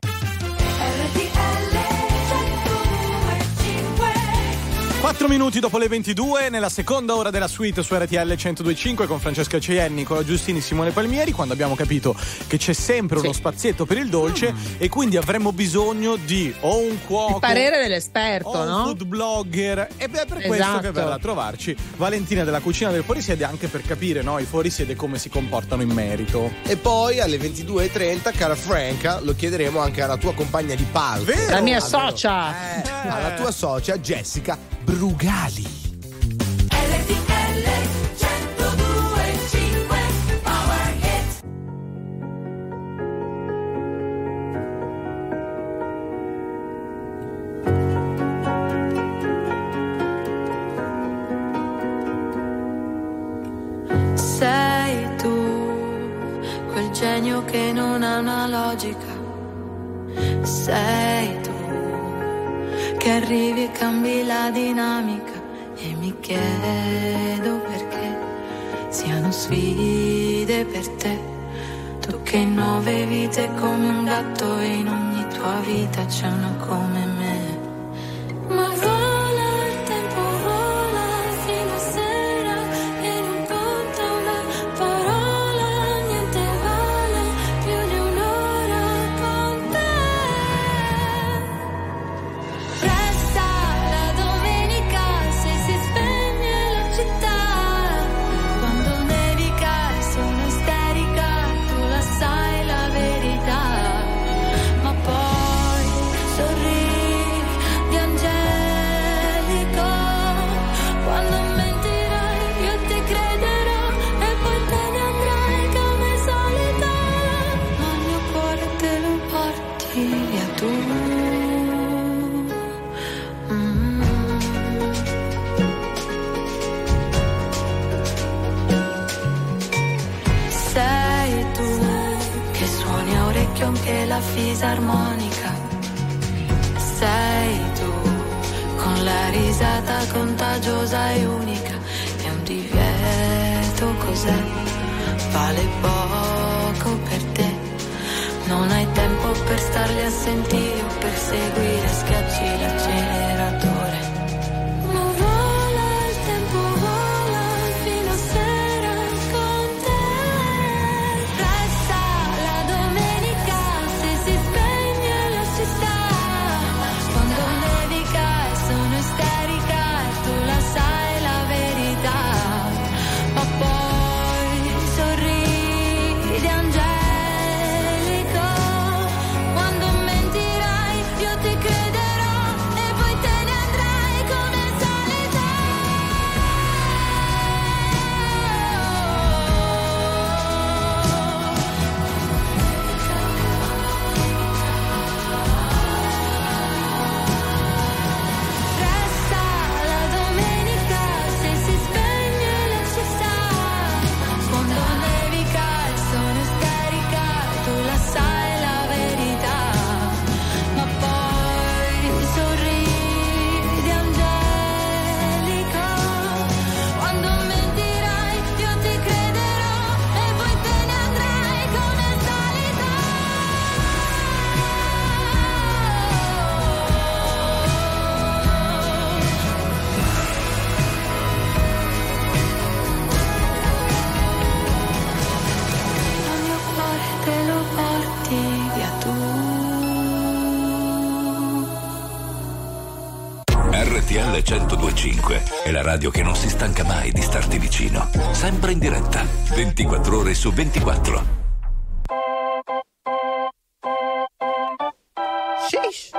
4 minuti dopo le 22, nella seconda ora della suite su RTL 102.5 con Francesca Ceienni, Nicola Giustini, Simone Palmieri, quando abbiamo capito che c'è sempre uno spazietto per il dolce e quindi avremmo bisogno di o un cuoco, il parere dell'esperto, o un food blogger, e beh, per questo che verrà a trovarci Valentina della Cucina del Fuorisede, anche per capire i fuorisede come si comportano in merito. E poi alle 22:30, cara Franca, lo chiederemo anche alla tua compagna di palco, la mia socia, alla tua socia Jessica Brugali. Sei tu quel genio che non ha una logica. Sei tu che arrivi e cambi la dinamica e mi chiedo perché siano sfide per te. Tu che in 9 vite come un gatto e in ogni tua vita c'è una come me. Ma vola il tempo, vola fino a sera e non conta una parola, niente vale più di un'ora con te. Resta la domenica se si spegne la città, quando una risata contagiosa e unica, è un divieto, cos'è? Vale poco per te, non hai tempo per starli a sentire o per seguire, schiacci l'acceleratore. Ma vola il tempo, vola fino a sera con te. Resta la domenica se si spegne la città. Quando nevica e sono isterica e tu la sai la verità. Ma poi sorridi angelico. Quando mentirai io ti crederò e poi te ne andrai come al solito. Resta la domenica se si spegne la città. Quando nevica e sono isterica tu la sai la verità. Ma poi sorridi angelico. Quando mentirai io ti crederò e poi te ne andrai come al solito. Il mio cuore te lo porti via tu. RTL 1025 è la radio che non si stanca mai di starti vicino. Sempre in diretta, 24 ore su 24. Sheesh.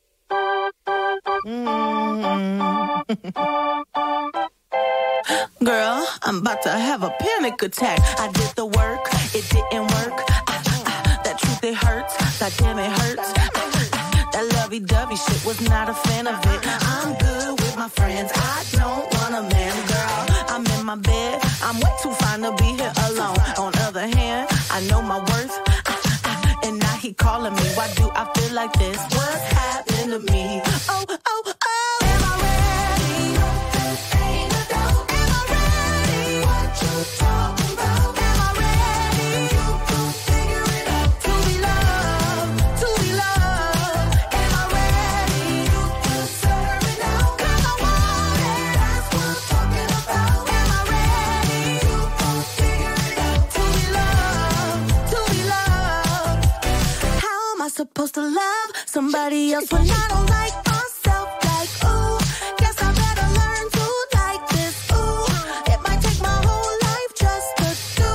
Girl, I'm about to have a panic attack. I did the work, it didn't work. That truth, it hurts. That damn, it hurts. That lovey-dovey shit, was not a fan of it. I'm good with my friends. I don't want a man, girl. I'm in my bed. I'm way too fine to be here alone. On other hand, I know my worth. And now he calling me. Why do I feel like this? What's happened to me? Oh, oh, oh. Am I ready? Am I ready? What you talking about? Am I ready? You gon' figure it out. To be loved, to be loved. Am I ready? You deserve it now. 'Cause I want it. That's what I'm talking about. Am I ready? You gon' figure it out. To be loved, to be loved. How am I supposed to love somebody else when I don't like myself? Like, ooh, guess I better learn to like this. Ooh, it might take my whole life just to do.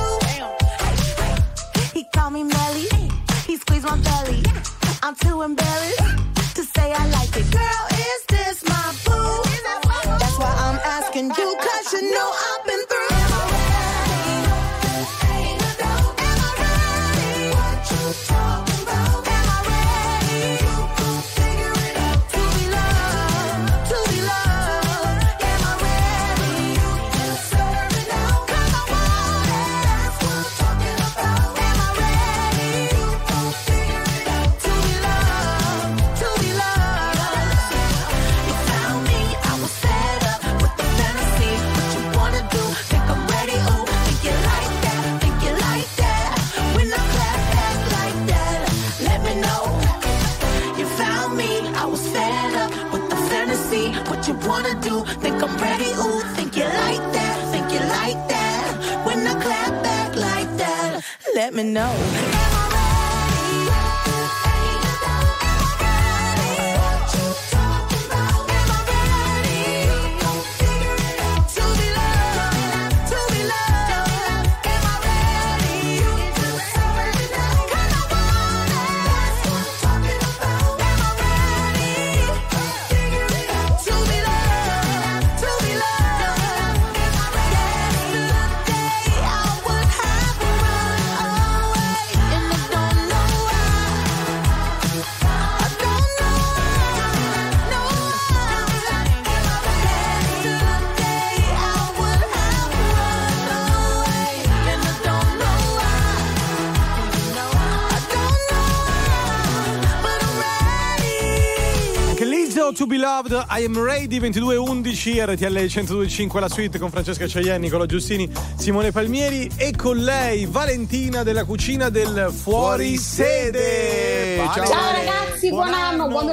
He called me Melly, he squeezed my belly. I'm too embarrassed to say I like it. Girl, is this my boo? That's why I'm asking you, 'cause you know I've been through. Am I ready? Am I ready? What you talking about? Am I ready? You gon' figure it out. To be loved, to be loved. Am I ready? You deserve it now. 'Cause I want it. That's what I'm talking about. Am I ready? You gon' figure it out. To be loved, to be loved. You found me, I was fed up with the fantasy. What you wanna do? Think I'm ready? Ooh, think you like that? Think you like that? When I clap back like that, let me know. You found me, I was fed up with the fantasy. What you wanna do? Think I'm ready? Ooh, think you like that? Think you like that? When I clap back like that, let me know. Am I ready? What you talking about? Am I ready? You gon' figure it out. To be loved, to be loved. Am I ready? You deserve it now. 'Cause I want it. That's what I'm talking about. Am I ready? Figure it out. To be loved, to be loved. Am I ready? Yesterday I would have run away. So To Be Loved, I Am Ready, 22:11, RTL 102.5 la suite con Francesca Ciaiani, Nicola Giustini, Simone Palmieri e con lei Valentina della cucina del Fuorisede. Ciao ragazzi, buon anno, buon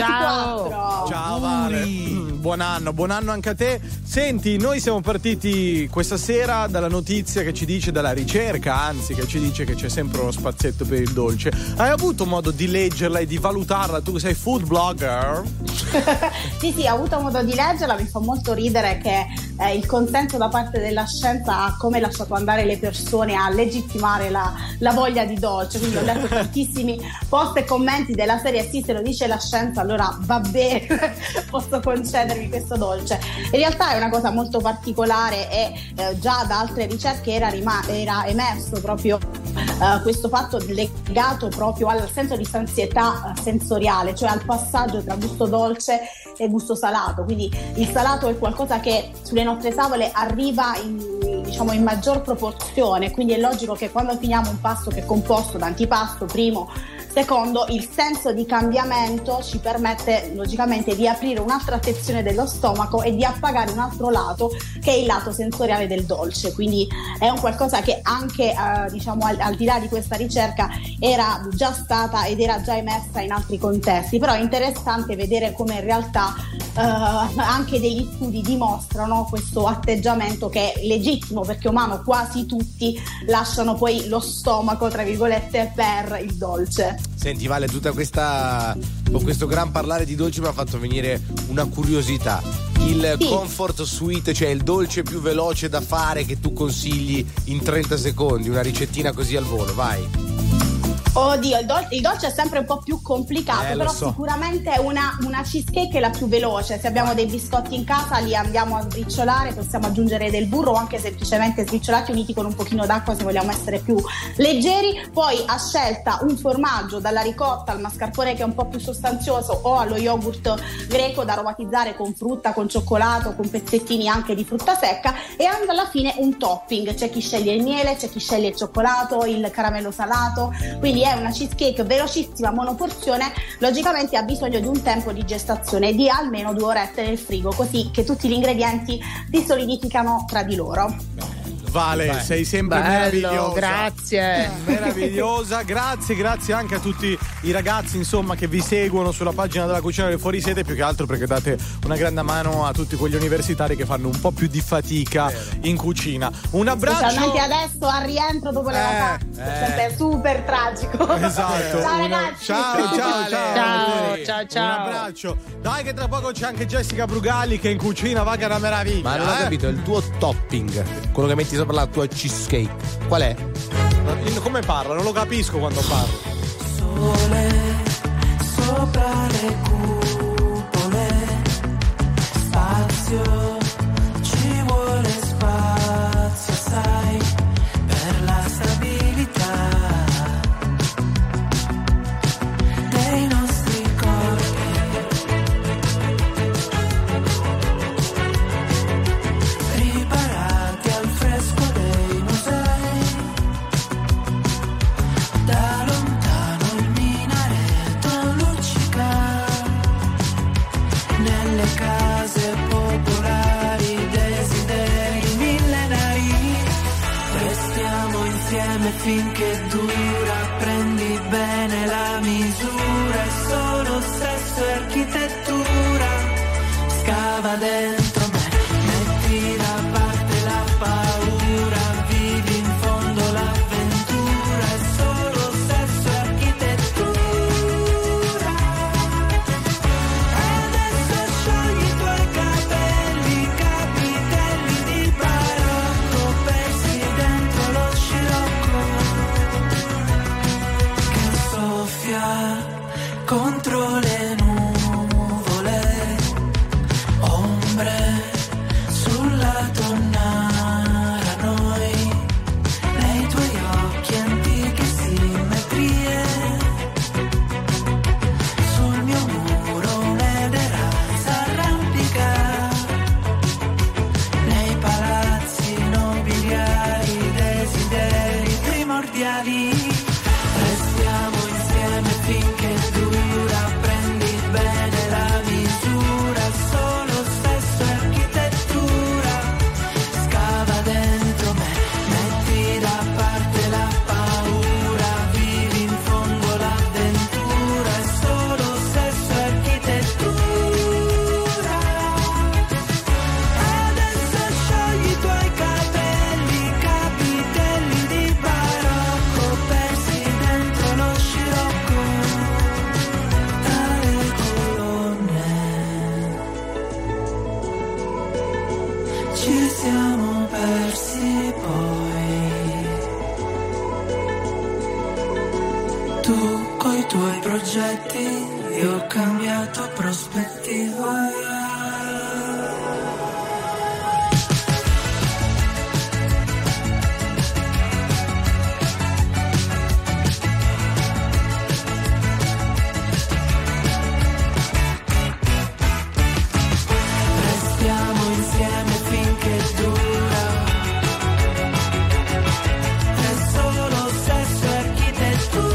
2024. Ciao Vale. Buon anno anche a te. Senti, noi siamo partiti questa sera dalla notizia che ci dice, dalla ricerca anzi, che ci dice che c'è sempre uno spazietto per il dolce. Hai avuto modo di leggerla e di valutarla? Tu che sei food blogger? Sì, ho avuto modo di leggerla. Mi fa molto ridere che il consenso da parte della scienza ha come lasciato andare le persone a legittimare la voglia di dolce. Quindi ho letto tantissimi post e commenti della serie: sì, se lo dice la scienza allora va bene, posso concedermi questo dolce. In realtà è una cosa molto particolare e già da altre ricerche era emerso proprio questo fatto legato proprio al senso di sazietà sensoriale, cioè al passaggio tra gusto dolce e gusto salato. Quindi il salato è qualcosa che sulle nostre tavole arriva in maggior proporzione, quindi è logico che quando finiamo un pasto che è composto da antipasto, primo, secondo, il senso di cambiamento ci permette logicamente di aprire un'altra sezione dello stomaco e di appagare un altro lato, che è il lato sensoriale del dolce. Quindi è un qualcosa che anche al di là di questa ricerca era già stata ed era già emersa in altri contesti. Però è interessante vedere come in realtà anche degli studi dimostrano questo atteggiamento, che è legittimo perché umano, quasi tutti lasciano poi lo stomaco tra virgolette per il dolce. Senti Vale, tutta con questo gran parlare di dolci mi ha fatto venire una curiosità. Il comfort sweet, cioè il dolce più veloce da fare che tu consigli in 30 secondi, una ricettina così al volo, vai. Oddio, il dolce è sempre un po' più complicato, però sicuramente una cheesecake è la più veloce. Se abbiamo dei biscotti in casa li andiamo a sbriciolare, possiamo aggiungere del burro o anche semplicemente sbriciolati uniti con un pochino d'acqua se vogliamo essere più leggeri. Poi a scelta un formaggio, dalla ricotta al mascarpone che è un po' più sostanzioso, o allo yogurt greco da aromatizzare con frutta, con cioccolato, con pezzettini anche di frutta secca, e anche alla fine un topping. C'è chi sceglie il miele, c'è chi sceglie il cioccolato, il caramello salato. Quindi è una cheesecake velocissima, monoporzione. Logicamente ha bisogno di un tempo di gestazione di almeno 2 orette nel frigo, così che tutti gli ingredienti si solidificano tra di loro. Vale, sei sempre meravigliosa. Grazie. Meravigliosa, grazie anche a tutti i ragazzi, insomma, che vi seguono sulla pagina della cucina del Fuorisede, più che altro perché date una grande mano a tutti quegli universitari che fanno un po' più di fatica in cucina. Un abbraccio. Specialmente adesso al rientro dopo le vacanze, sempre super tragico. Esatto. Ciao ragazzi. Ciao. Un abbraccio. Dai che tra poco c'è anche Jessica Brugali che in cucina va, che è una meraviglia. Ma non ho capito, il tuo topping, quello che metti sopra la tua cheesecake, qual è? Come parla? Non lo capisco quando parla. Sole sopra le cupole, spazio, ci vuole spazio, sai, per la stabilità dei nostri corpi. Riparati al fresco dei musei, da lontano il minareto luccica, nelle case popolari desideri millenari. Restiamo insieme finché dura, prendi bene la misura, è solo sesso e architettura, scava dentro me, metti da parte la paura, vivi in fondo l'avventura, è solo sesso e architettura. Adesso sciogli i tuoi capelli, capitelli di barocco, persi dentro lo scirocco che soffia contro le nuvole, ombre tuoi progetti, io ho cambiato prospettiva. Restiamo insieme finché dura. È solo sesso e architettura.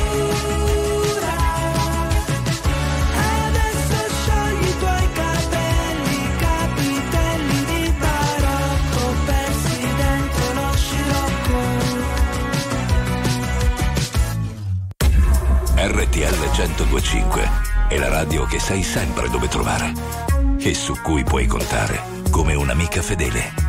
Adesso sciogli i tuoi capelli, capitelli di barocco, persi dentro lo scirocco. RTL 1025 è la radio che sai sempre dove trovare e su cui puoi contare come un'amica fedele.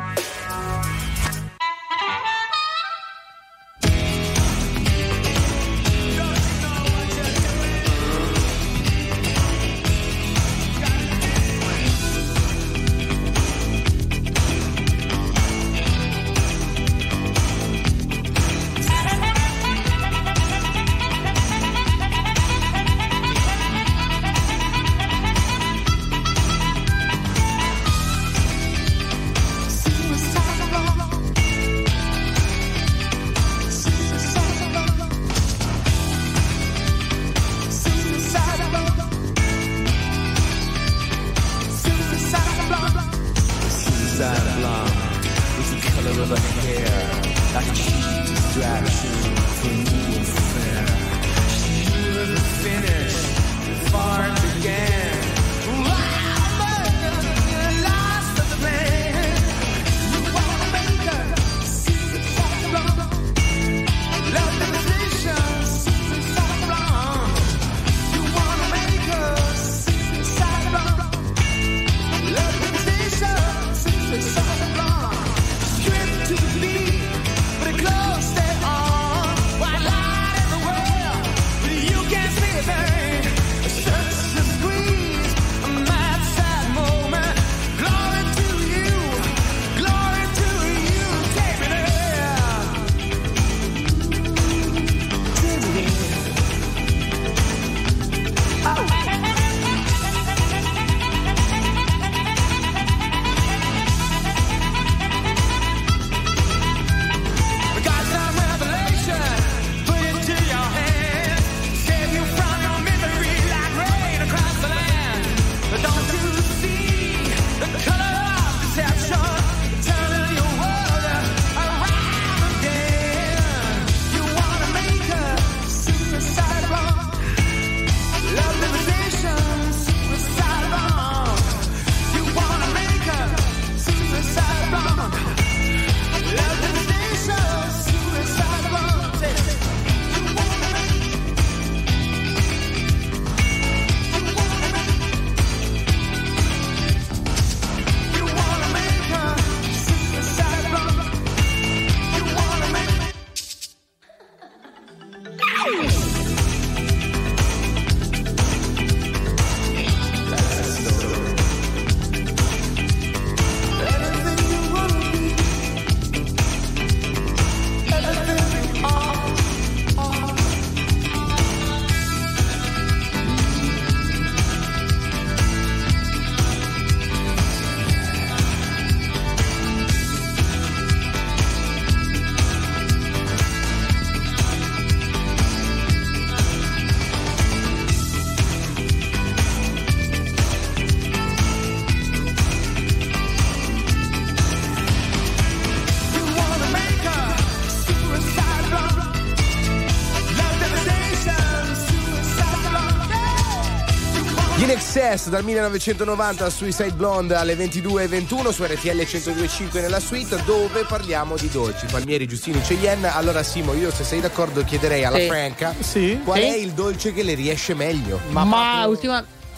INXS dal 1990, Suicide Blonde alle 22:21 su RTL 102.5 nella suite, dove parliamo di dolci. Palmieri, Giustini, Cheyenne. Allora Simo, io se sei d'accordo chiederei alla Franca qual è il dolce che le riesce meglio. Ma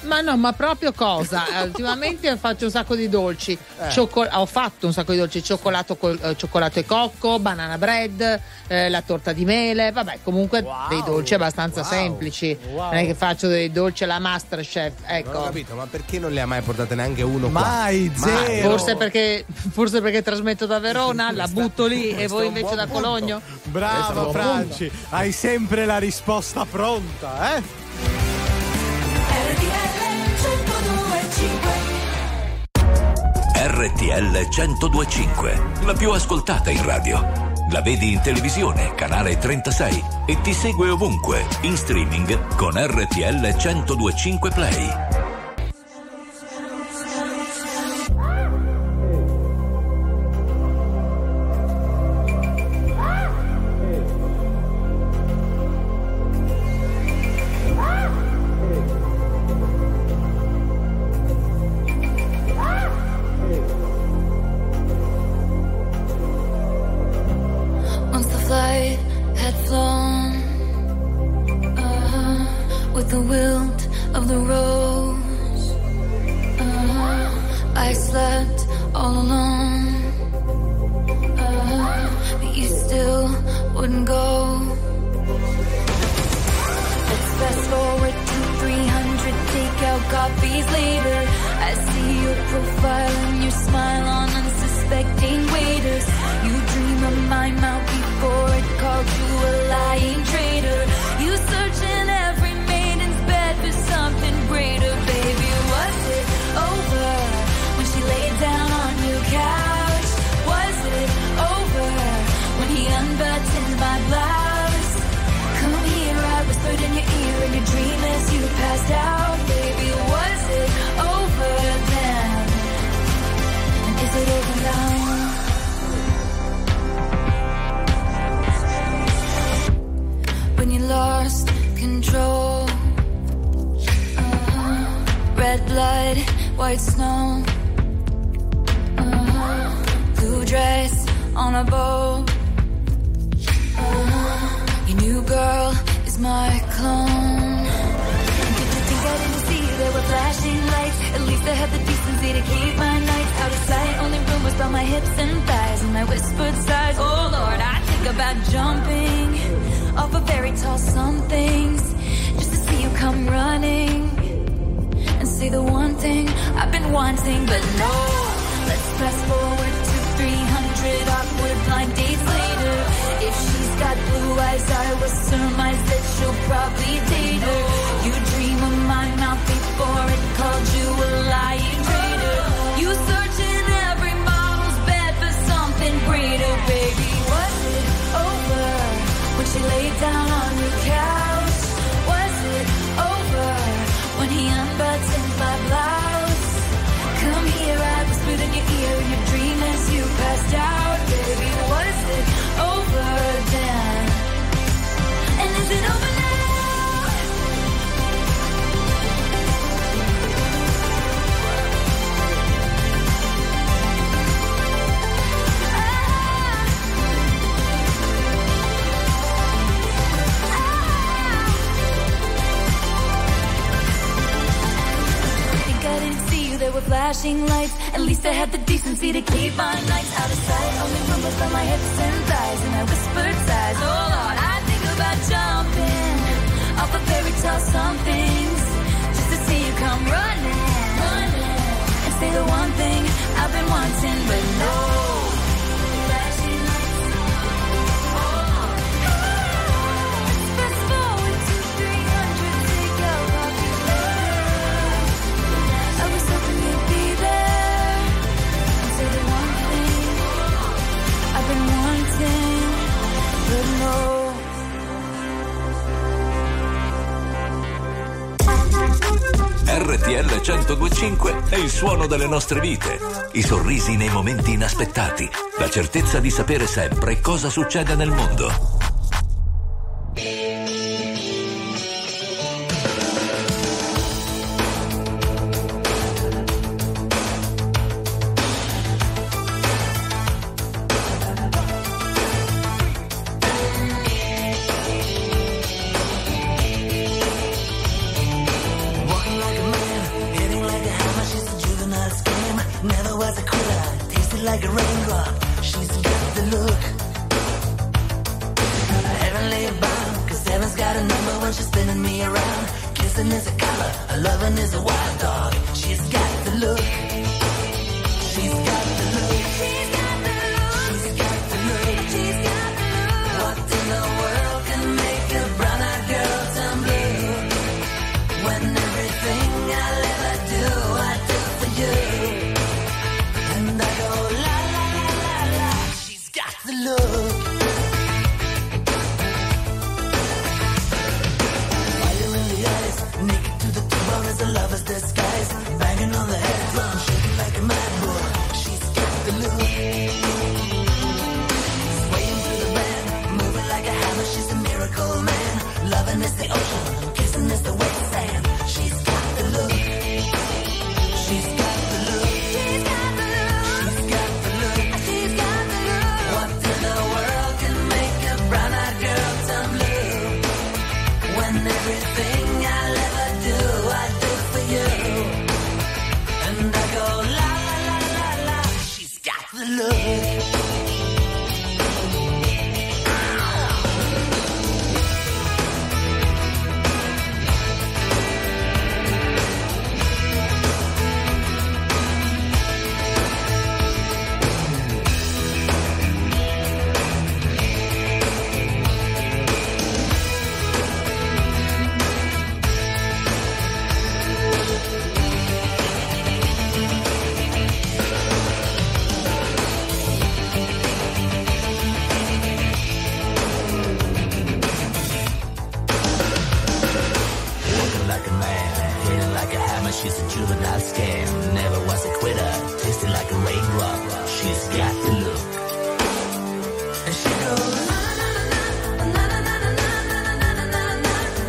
Ma no, ma proprio cosa? Ultimamente faccio un sacco di dolci. Ho fatto un sacco di dolci: cioccolato e cocco, banana bread, la torta di mele. Vabbè, comunque dei dolci abbastanza semplici. Non è che faccio dei dolci alla Masterchef. Ecco. Non ho capito, ma perché non le ha mai portate neanche uno mai, qua? Zero. Forse perché trasmetto da Verona, la butto lì e voi invece da Cologno. Bravo Franci, hai sempre la risposta pronta, RTL 102.5, la più ascoltata in radio. La vedi in televisione, canale 36 e ti segue ovunque, in streaming con RTL 102.5 Play. Flashing lights, at least I had the decency to keep my nights out of sight. Only rumbles on my hips and thighs, and I whispered sighs. Oh Lord, I think about jumping off a fairy tale somethings, just to see you come running, and say the one thing I've been wanting, but no. Flashing lights. Fast forward to 300, take out coffee later. I was hoping you'd be there and say the one thing I've been wanting, but no. RTL 102.5 è il suono delle nostre vite, i sorrisi nei momenti inaspettati, la certezza di sapere sempre cosa succede nel mondo. Walking like a man like a raindrop. She's got the look. Heavenly bound, 'cause heaven's got a number when she's spinning me around. Kissing is a color, her loving is a wild dog. She's got the look. She's got the look. She's got the look. She's got the look. She's got the look. What in the world can make a brown-eyed girl turn blue? When everything I'll ever do, I do for you. And I go la la la la la. She's got the look. Fire in the eyes, naked to the bone as a lover's disguise. Banging on the head drum, shaking like a mad bull. She's got the look. Swaying through the band, moving like a hammer. She's a miracle man. Loving is the ocean, kissing is the wet sand. She's got the look. She's got the look. She's got the look. She's got the look. She's got the look. What in the world can make a brown-eyed girl turn blue? When everything I'll ever do, I do for you. And I go la la la la la. She's got the look. Like a man, hitting like a hammer, she's a juvenile scam. Never was a quitter, tasting like a raindrop. She's got the look. And she goes na na na na na na na na na na na na.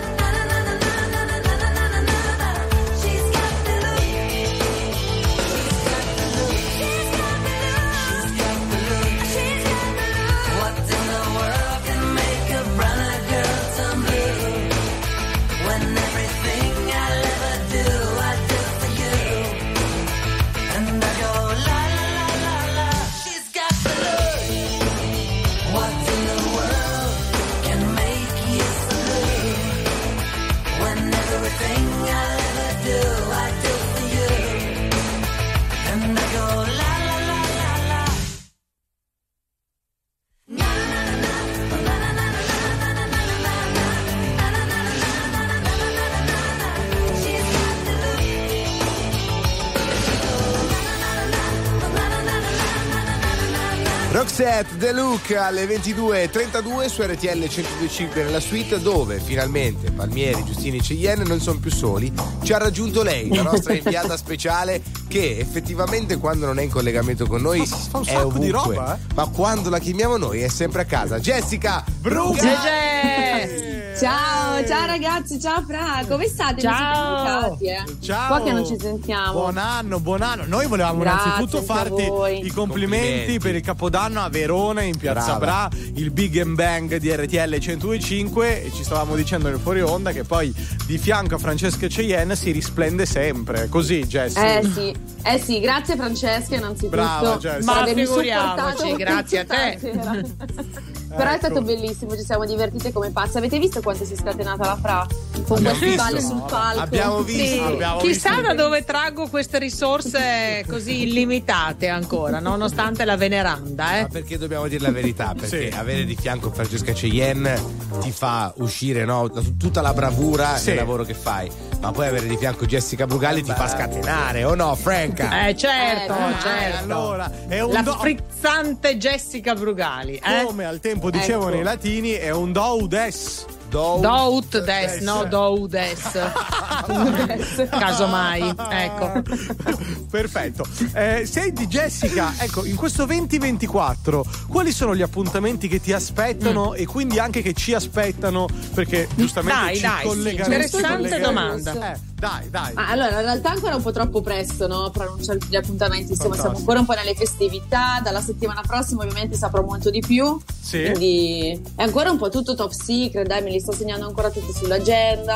She's got the look. She's got the look. She's got the look. She's got the look. She's got the look. What in the world can make a brown-eyed girl turn blue? When everything I'll ever do, I do for you. And I go la la la la la. She's got the look. What in the world can make you so blue? When everything I'll ever do, I do for you. And I go la la la la la. Na na na na na na na na na na na na. She's got the look. Roxette, The Look alle 22:32 su RTL 102.5 nella suite, dove finalmente Palmieri, Giustini e Cheyenne non sono più soli. Ci ha raggiunto lei, la nostra inviata speciale, che effettivamente quando non è in collegamento con noi fa un è sacco di ovunque, roba, ma quando la chiamiamo noi è sempre a casa. Jessica Brugali! Ciao ragazzi, ciao Fra, come state? Ciao. Mi siete mancati, Ciao. Qua che non ci sentiamo. Buon anno. Noi volevamo Grazie innanzitutto anche a farti voi. i complimenti per il Capodanno a Verona in Piazza Brava. Bra, il Big and Bang di RTL 102.5, e ci stavamo dicendo nel fuori onda che poi di fianco a Francesca Cheyenne si risplende sempre. Così, Jess. Sì, grazie Francesca innanzitutto. Brava, Jess. per Ma avermi figuriamoci, supportato grazie a te. stasera. Però è stato bellissimo, ci siamo divertite come pazzi. Avete visto quanto si è scatenata la Fra? Con questi balli sul palco. Abbiamo visto. Chissà da dove traggo queste risorse così illimitate ancora, nonostante la veneranda. Ma perché dobbiamo dire la verità? Perché avere di fianco Francesca Cheyenne ti fa uscire, no, tutta la bravura del lavoro che fai, ma poi avere di fianco Jessica Brugali ti fa scatenare, o no, Franca? Certo. Allora, è un la frizzante Jessica Brugali. Come al tempo dicevano i latini, è un do des. Dout des, no do des. Casomai, ecco. Perfetto. Senti Jessica, ecco, in questo 2024 quali sono gli appuntamenti che ti aspettano e quindi anche che ci aspettano? Perché giustamente interessante domanda. Dai. Allora, in realtà è ancora un po' troppo presto, no? Per annunciare tutti gli appuntamenti. Insomma, siamo ancora un po' nelle festività. Dalla settimana prossima, ovviamente, saprò molto di più. Sì. Quindi è ancora un po' tutto top secret. Dai, me li sto segnando ancora tutti sull'agenda.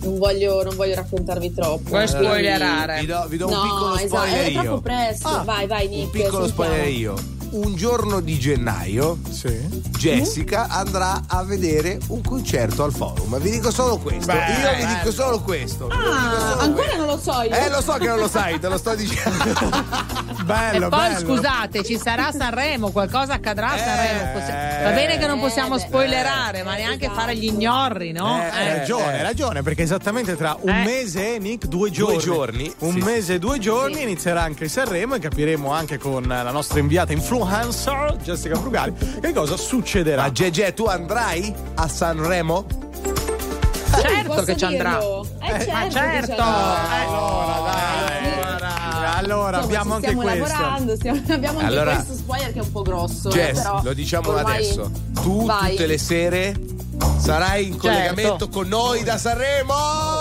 non voglio raccontarvi troppo. Vuoi spoilerare? Vi do un No, piccolo spoiler è io. troppo presto. Vai, Nick. Un piccolo sentiamo. spoiler io. Un giorno di gennaio Jessica andrà a vedere un concerto al Forum. Vi dico solo questo. Io vi dico solo questo. Ancora non lo so io. Lo so che non lo sai, te lo sto dicendo. E poi scusate, ci sarà Sanremo, qualcosa accadrà a Sanremo. Va bene che non possiamo spoilerare, ma neanche fare gli ignorri, no? Hai ragione, perché esattamente tra un mese, Nick, 2 giorni. Un mese e 2 giorni inizierà anche il Sanremo e capiremo anche con la nostra inviata influencer Jessica Frugali che cosa succederà. Ma Gege, tu andrai a Sanremo? Certo che ci andrà. Ma certo. Allora abbiamo anche stiamo questo. Lavorando, abbiamo anche questo spoiler che è un po' grosso. Jess, però lo diciamo ormai... adesso. Tu Vai. tutte le sere sarai in collegamento con noi da Sanremo.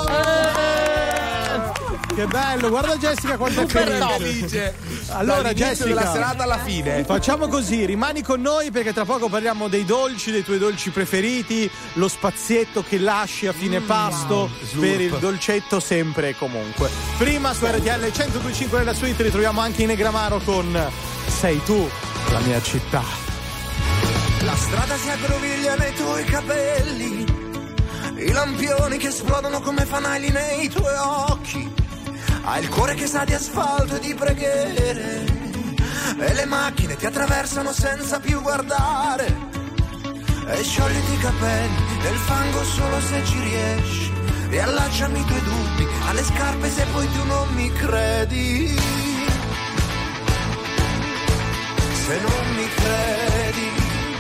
Che bello, guarda Jessica quanto è felice. Allora Jessica, della serata alla fine. Facciamo così, rimani con noi perché tra poco parliamo dei dolci, dei tuoi dolci preferiti, lo spazietto che lasci a fine pasto per il dolcetto sempre e comunque. Prima su RTL 102.5 nella suite ritroviamo anche in Negramaro con Sei tu, la mia città. La strada si aggroviglia nei tuoi capelli, i lampioni che esplodono come fanali nei tuoi occhi. Hai il cuore che sa di asfalto e di preghiere, e le macchine ti attraversano senza più guardare. E sciogliti i capelli nel fango solo se ci riesci, e allacciami i tuoi dubbi alle scarpe se poi tu non mi credi. Se non mi credi,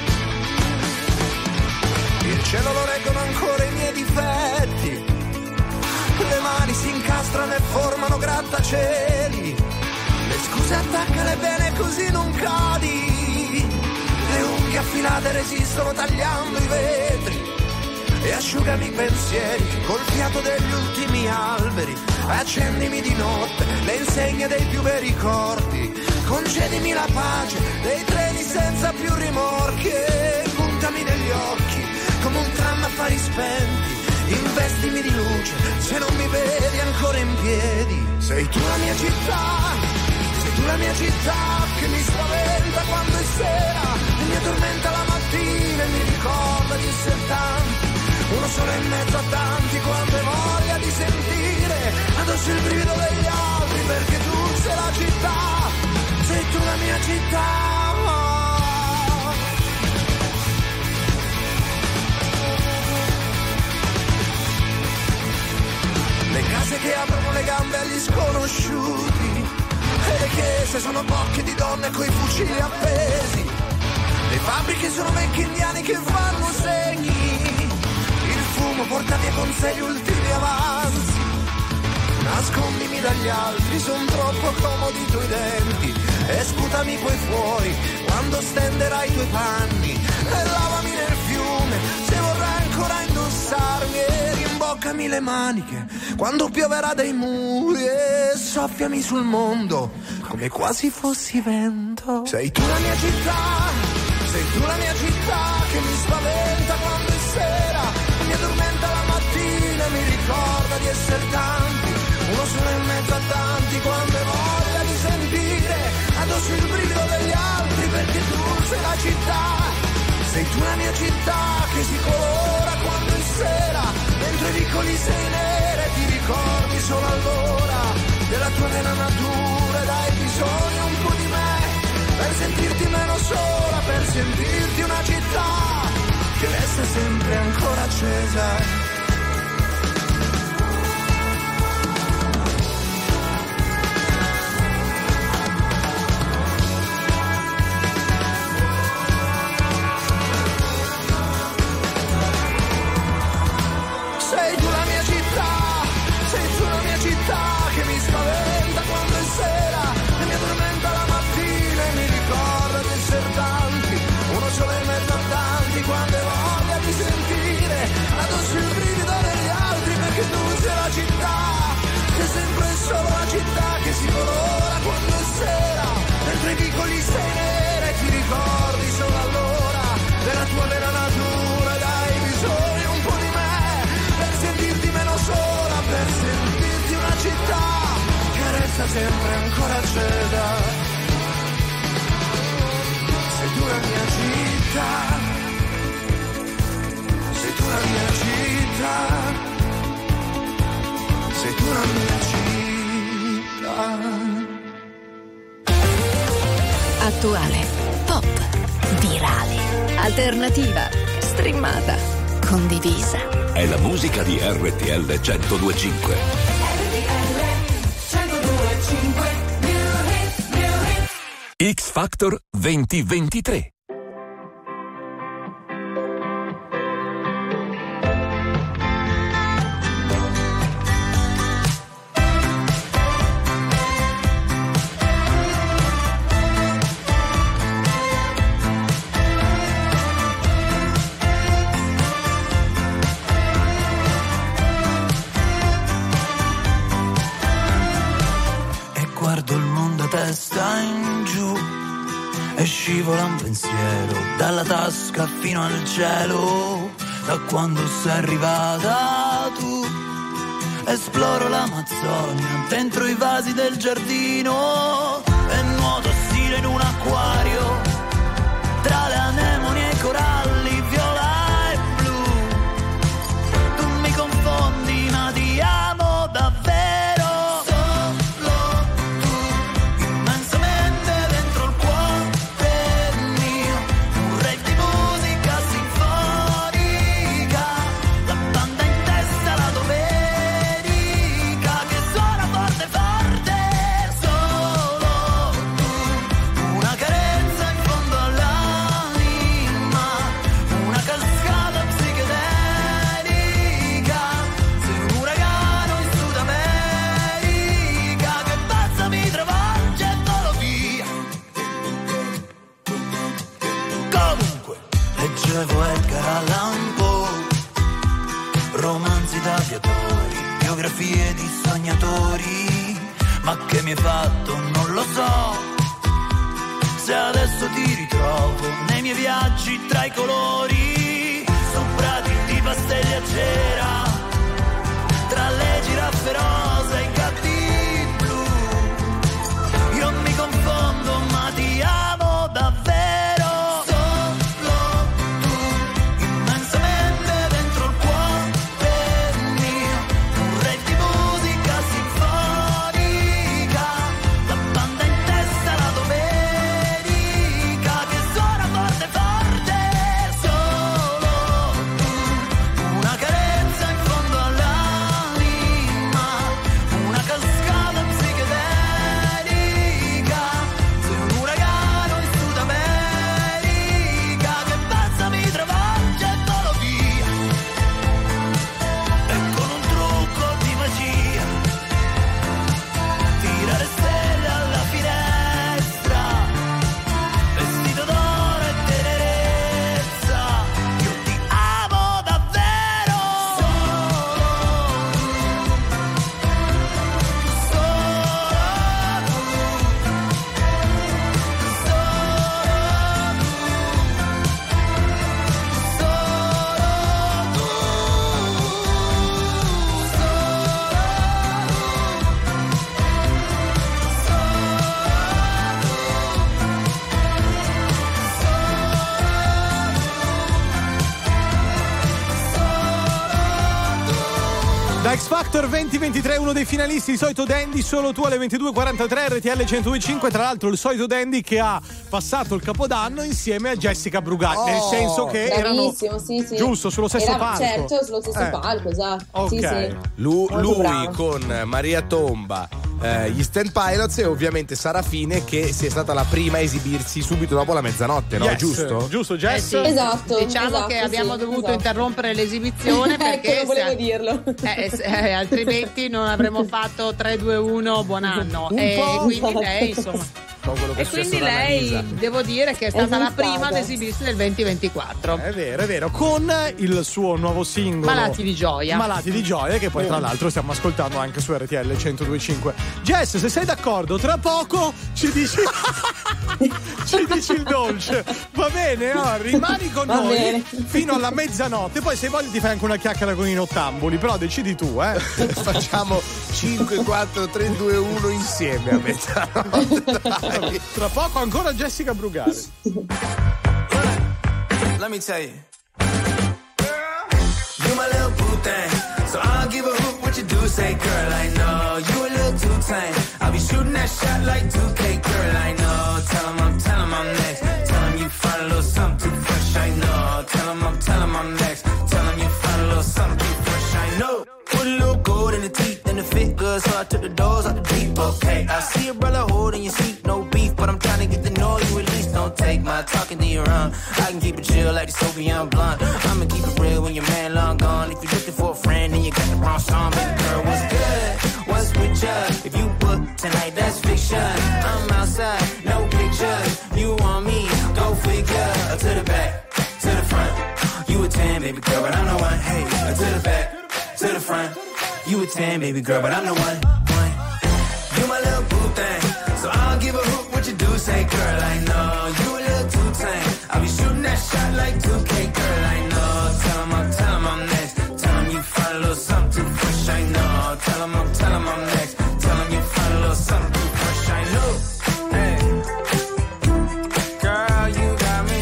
il cielo lo reggono ancora i miei difetti. Le mani si incastrano e formano grattacieli. Le scuse attaccale bene così non cadi. Le unghie affilate resistono tagliando i vetri. E asciugami i pensieri col fiato degli ultimi alberi. Accendimi di notte le insegne dei più bei ricordi. Concedimi la pace dei treni senza più rimorchi. E puntami negli occhi come un tram a fari spenti. Investimi di luce se non mi vedi ancora in piedi. Sei tu la mia città, sei tu la mia città che mi spaventa quando è sera e mi addormenta la mattina e mi ricorda di essere tanti. Uno solo in mezzo a tanti quando hai voglia di sentire addosso il brivido degli altri, perché tu sei la città, sei tu la mia città. Le case che aprono le gambe agli sconosciuti, e le chiese sono bocche di donne coi fucili appesi. Le fabbriche sono vecchi indiani che fanno segni. Il fumo porta via con sé gli ultimi avanzi. Nascondimi dagli altri, son troppo comodi i tuoi denti. E sputami poi fuori quando stenderai i tuoi panni. E lavami nel fiume se vorrai ancora indossarmi. E rimboccami le maniche quando pioverà dai muri. E soffiami sul mondo come quasi fossi vento. Sei tu la mia città, sei tu la mia città che mi spaventa quando è sera e mi addormenta la mattina e mi ricorda di essere tanti. Uno solo in mezzo a tanti quando hai voglia di sentire addosso il brivido degli altri, perché tu sei la città, sei tu la mia città che si colora quando è sera, dentro i vicoli sei nera e ti ricordi solo allora della tua vera natura. Dai bisogno un po' di me per sentirti meno sola, per sentirti una città che resta sempre ancora accesa. Quando hai voglia di sentire addosso il sempre ancora gelida. Sei tu la mia città, sei tu la mia città, sei tu la mia città. Attuale, pop, virale, alternativa, streamata, condivisa. È la musica di RTL 102.5. X Factor 2023. Testa in giù e scivola un pensiero dalla tasca fino al cielo. Da quando sei arrivata tu esploro l'Amazzonia dentro i vasi del giardino e nuoto stile in un acquario tra le anemoni e i coralli viola e blu. Tu mi confondi ma ti amo davvero. Edgar Allan Poe, romanzi d'aviatori, biografie di sognatori, ma che mi hai fatto non lo so, se adesso ti ritrovo nei miei viaggi tra i colori, su prati di pastelli a cera, tra le giraffe rosa e i gatti blu, io mi confondo ma ti amo davvero. Da X Factor 2023, uno dei finalisti, il solito Dandy, solo tu alle 22.43 RTL 102.5. Tra l'altro il solito Dandy che ha passato il Capodanno insieme a Jessica Brugatti, nel senso che erano sì. giusto sullo stesso palco. Certo, sullo stesso palco, esatto. Okay. Sì. Lui con Maria Tomba, gli Stand Pilots e ovviamente Sarafine, che sia stata la prima a esibirsi subito dopo la mezzanotte, no? Yes. Giusto, Jess? Sì. Esatto. Diciamo che abbiamo dovuto interrompere l'esibizione perché ecco, volevo dirlo. Altrimenti non avremmo fatto 3-2-1 buon anno. Un po'. Quindi lei, insomma, po' quello che E è successo quindi ad lei, Annalisa. devo dire che è stata la Esultata. prima ad esibirsi nel 2024. È vero, con il suo nuovo singolo Malati di gioia. Malati di gioia, che poi tra l'altro stiamo ascoltando anche su RTL 102.5. Jess, se sei d'accordo, tra poco ci dici ci dici il dolce. Va bene, no? Rimani con Va noi bene. fino alla mezzanotte, poi se voglio ti fai anche una chiacchiera con i nottambuli, però decidi tu, Facciamo 5, 4, 3, 2, 1 insieme a mezzanotte. Dai. Tra poco ancora Jessica Brugare. Let me tell you. You my little boo thing. So I don't give a hoot what you do. Say, girl, I know you a little too tame. I'll be shooting that shot like 2K, girl, I know. Tell 'em I'm next. Tell 'em you find a little something too fresh, I know. Tell 'em I'm next. Tell 'em you find a little something too fresh, I know. Put a little gold in the teeth and the fit good, so I took the doors out the deep, okay. I see a brother holding your seat, no beef, but I'm trying to get to know you at least. Don't take my talking to your own. I can keep it chill like the Soviet blunt. I'ma keep it real when your man long gone. If you're looking for a friend and you got the wrong song, baby girl, what's good? What's with you? If you book tonight, that's fiction. I'm outside, no pictures. You want me? Go figure. To the back, to the front. You a 10, baby girl, but I'm the one. Hey, to the back, to the front. You a 10, baby girl, but I'm the one. You my little boo thing, so I don't give a hoot what you do. Say, girl, I know you a little too tame. I'll be shooting that shot like 2K, girl, I know. Tell 'em I'm next. Tell 'em you find a little something too fresh, I know. Tell 'em I'm next. Tell 'em you find a little something too fresh, I know. Hey, girl, you got me.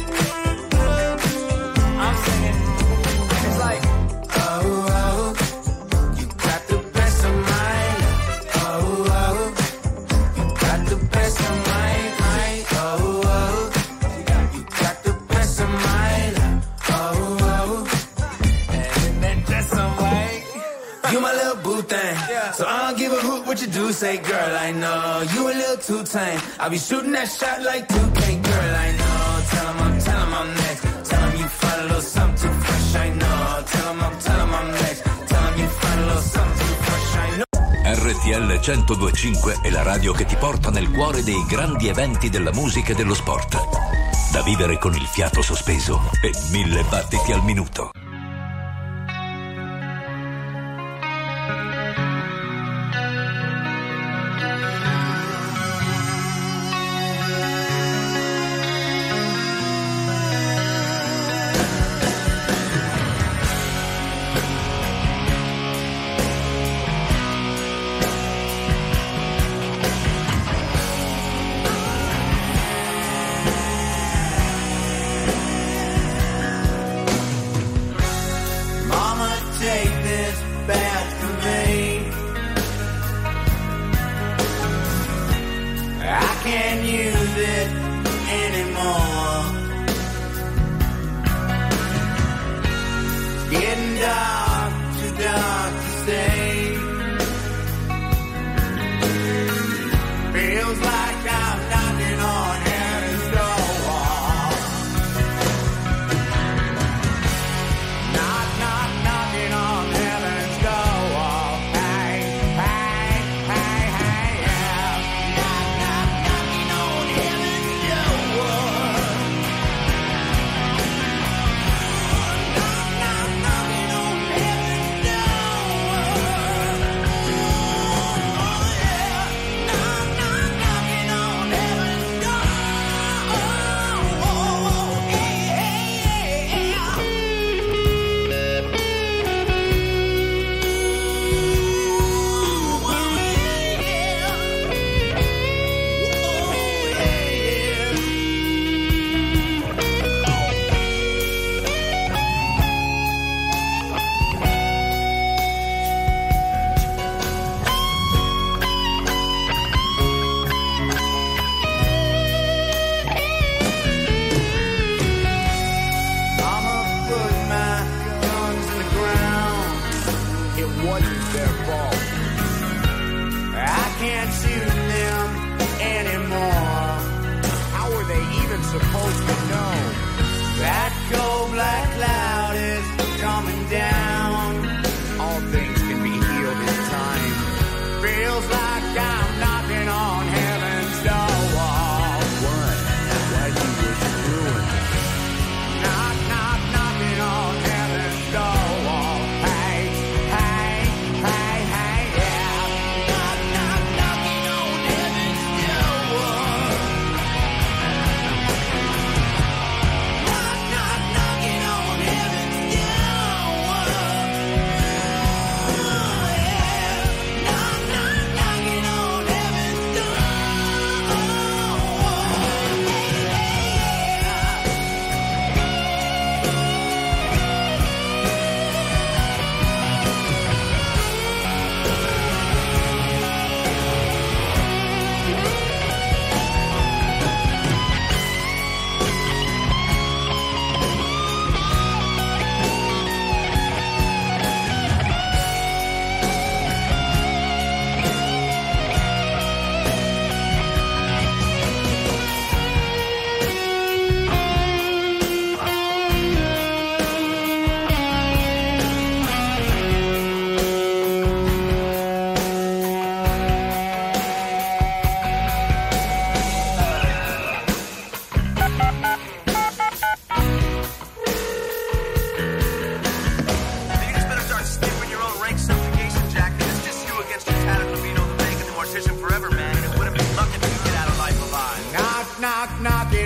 I'm singing. It's like, oh, you got the best of mine. Oh, you got the best of mine. Oh, you got the best of mine. Oh, and then that's some way. You my little boo thing, so I don't give a hoot what you do. Say, girl, I know you a little too tame. I'll be shooting that shot like 2K, girl, I know. Tell 'em I'm next. Tell 'em you find a little something too fresh, I know. Tell 'em I'm next. Tell 'em you find a little something too fresh, I know. RTL 102.5 è la radio che ti porta nel cuore dei grandi eventi della musica e dello sport. Da vivere con il fiato sospeso e 1000 battiti al minuto. Mama, take this back from me. I can't use it anymore. Getting dark, too dark to stay. Feels like I'm knocking on heaven's door. Knock, knock, knocking on heaven's door. Hey, hey, hey, hey, yeah. Knock, knock, knocking on heaven's door. Knock, knock, knocking on heaven's door. Oh, yeah. Knock, knock, knocking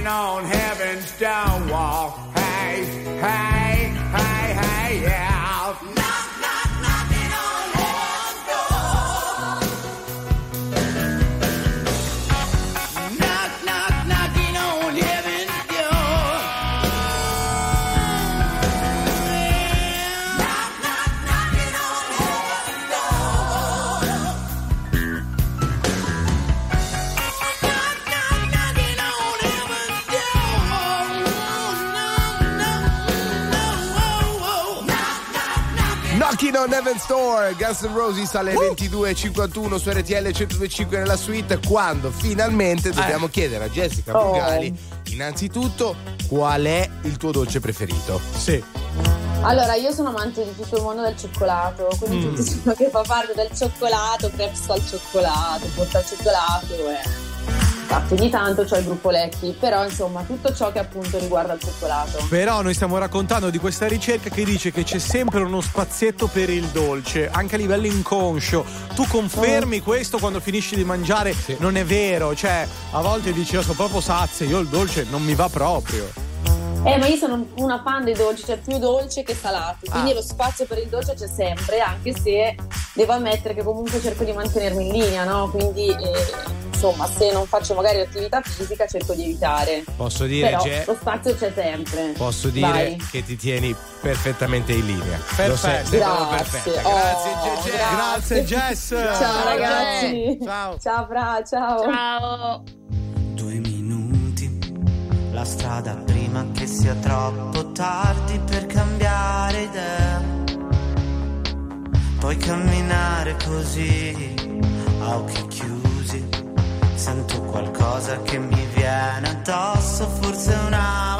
knocking on heaven's stone wall. Hey, hey, hey, hey, yeah. Knock, knock, knocking on heaven's door. Knock, knock, knocking on heaven's door. Knock, knock, knocking on heaven's door. Knocking on Heaven's Door, Guns N' Roses alle 22.51 su RTL 102.5 nella suite, quando finalmente dobbiamo chiedere a Jessica Bugali innanzitutto qual è il tuo dolce preferito. Sì. Allora, io sono amante di tutto il mondo del cioccolato, quindi tutto ciò che fa parte del cioccolato, crepes al cioccolato, torta al cioccolato infatti ogni tanto c'ho il gruppo Lecchi, però insomma tutto ciò che appunto riguarda il cioccolato. Però noi stiamo raccontando di questa ricerca che dice che c'è sempre uno spazietto per il dolce, anche a livello inconscio. Tu confermi questo quando finisci di mangiare? Sì. Non è vero, cioè a volte dici io sono proprio sazia, io il dolce non mi va proprio. Ma io sono una fan dei dolci, cioè più dolce che salati, quindi lo spazio per il dolce c'è sempre, anche se devo ammettere che comunque cerco di mantenermi in linea, no? Quindi insomma, se non faccio magari attività fisica cerco di evitare. Posso dire, però lo spazio c'è sempre. Posso dire che ti tieni perfettamente in linea. Perfetto. Grazie. Grazie Jess. Ciao ragazzi. Ciao. Ciao Fra, ciao. Ciao. 2 minuti, la strada prima che sia troppo tardi per cambiare idea. Puoi camminare così, a occhi chiusi. Sento qualcosa che mi viene addosso, forse una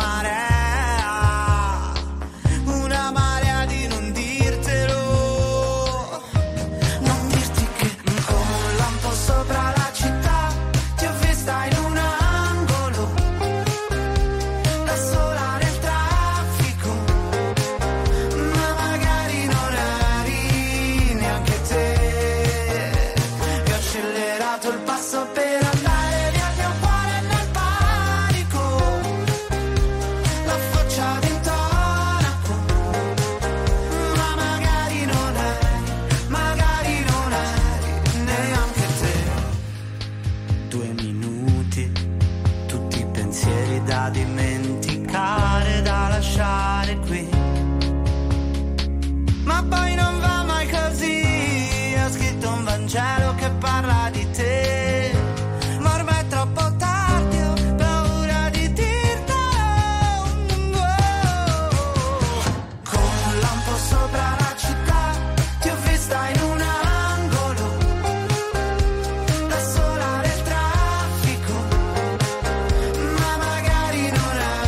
marea di non dirtelo. Non dirti che come un lampo sopra la città ti ho vista in un angolo, da sola nel traffico, ma magari non eri neanche te. E ho accelerato il passo per da dimenticare, da lasciare qui. Ma poi non va mai così. Ho scritto un Vangelo che parla di te, ma ormai è troppo tardi, ho paura di dirtelo. Con un lampo sopra la città ti ho vista in un angolo, da sola nel traffico, ma magari non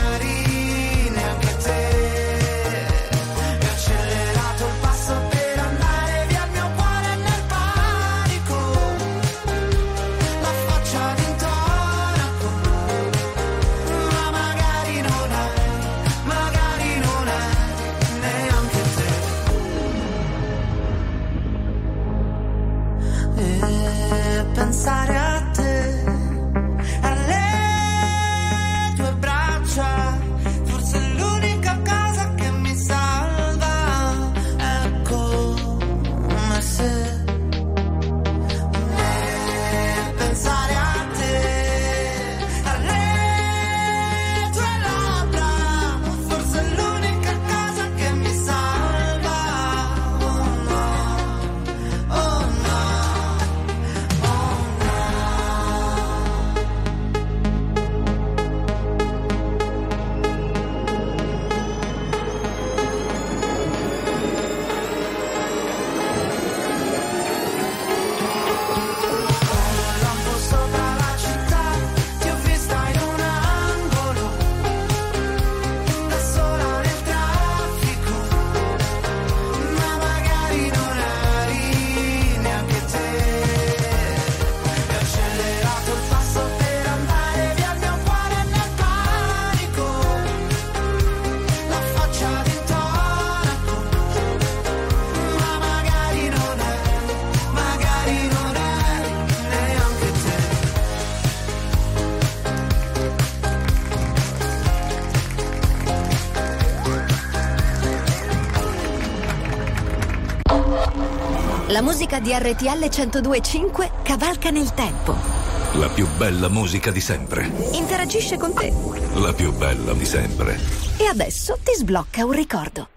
La musica di RTL 102.5 cavalca nel tempo. La più bella musica di sempre. Interagisce con te. La più bella di sempre. E adesso ti sblocca un ricordo.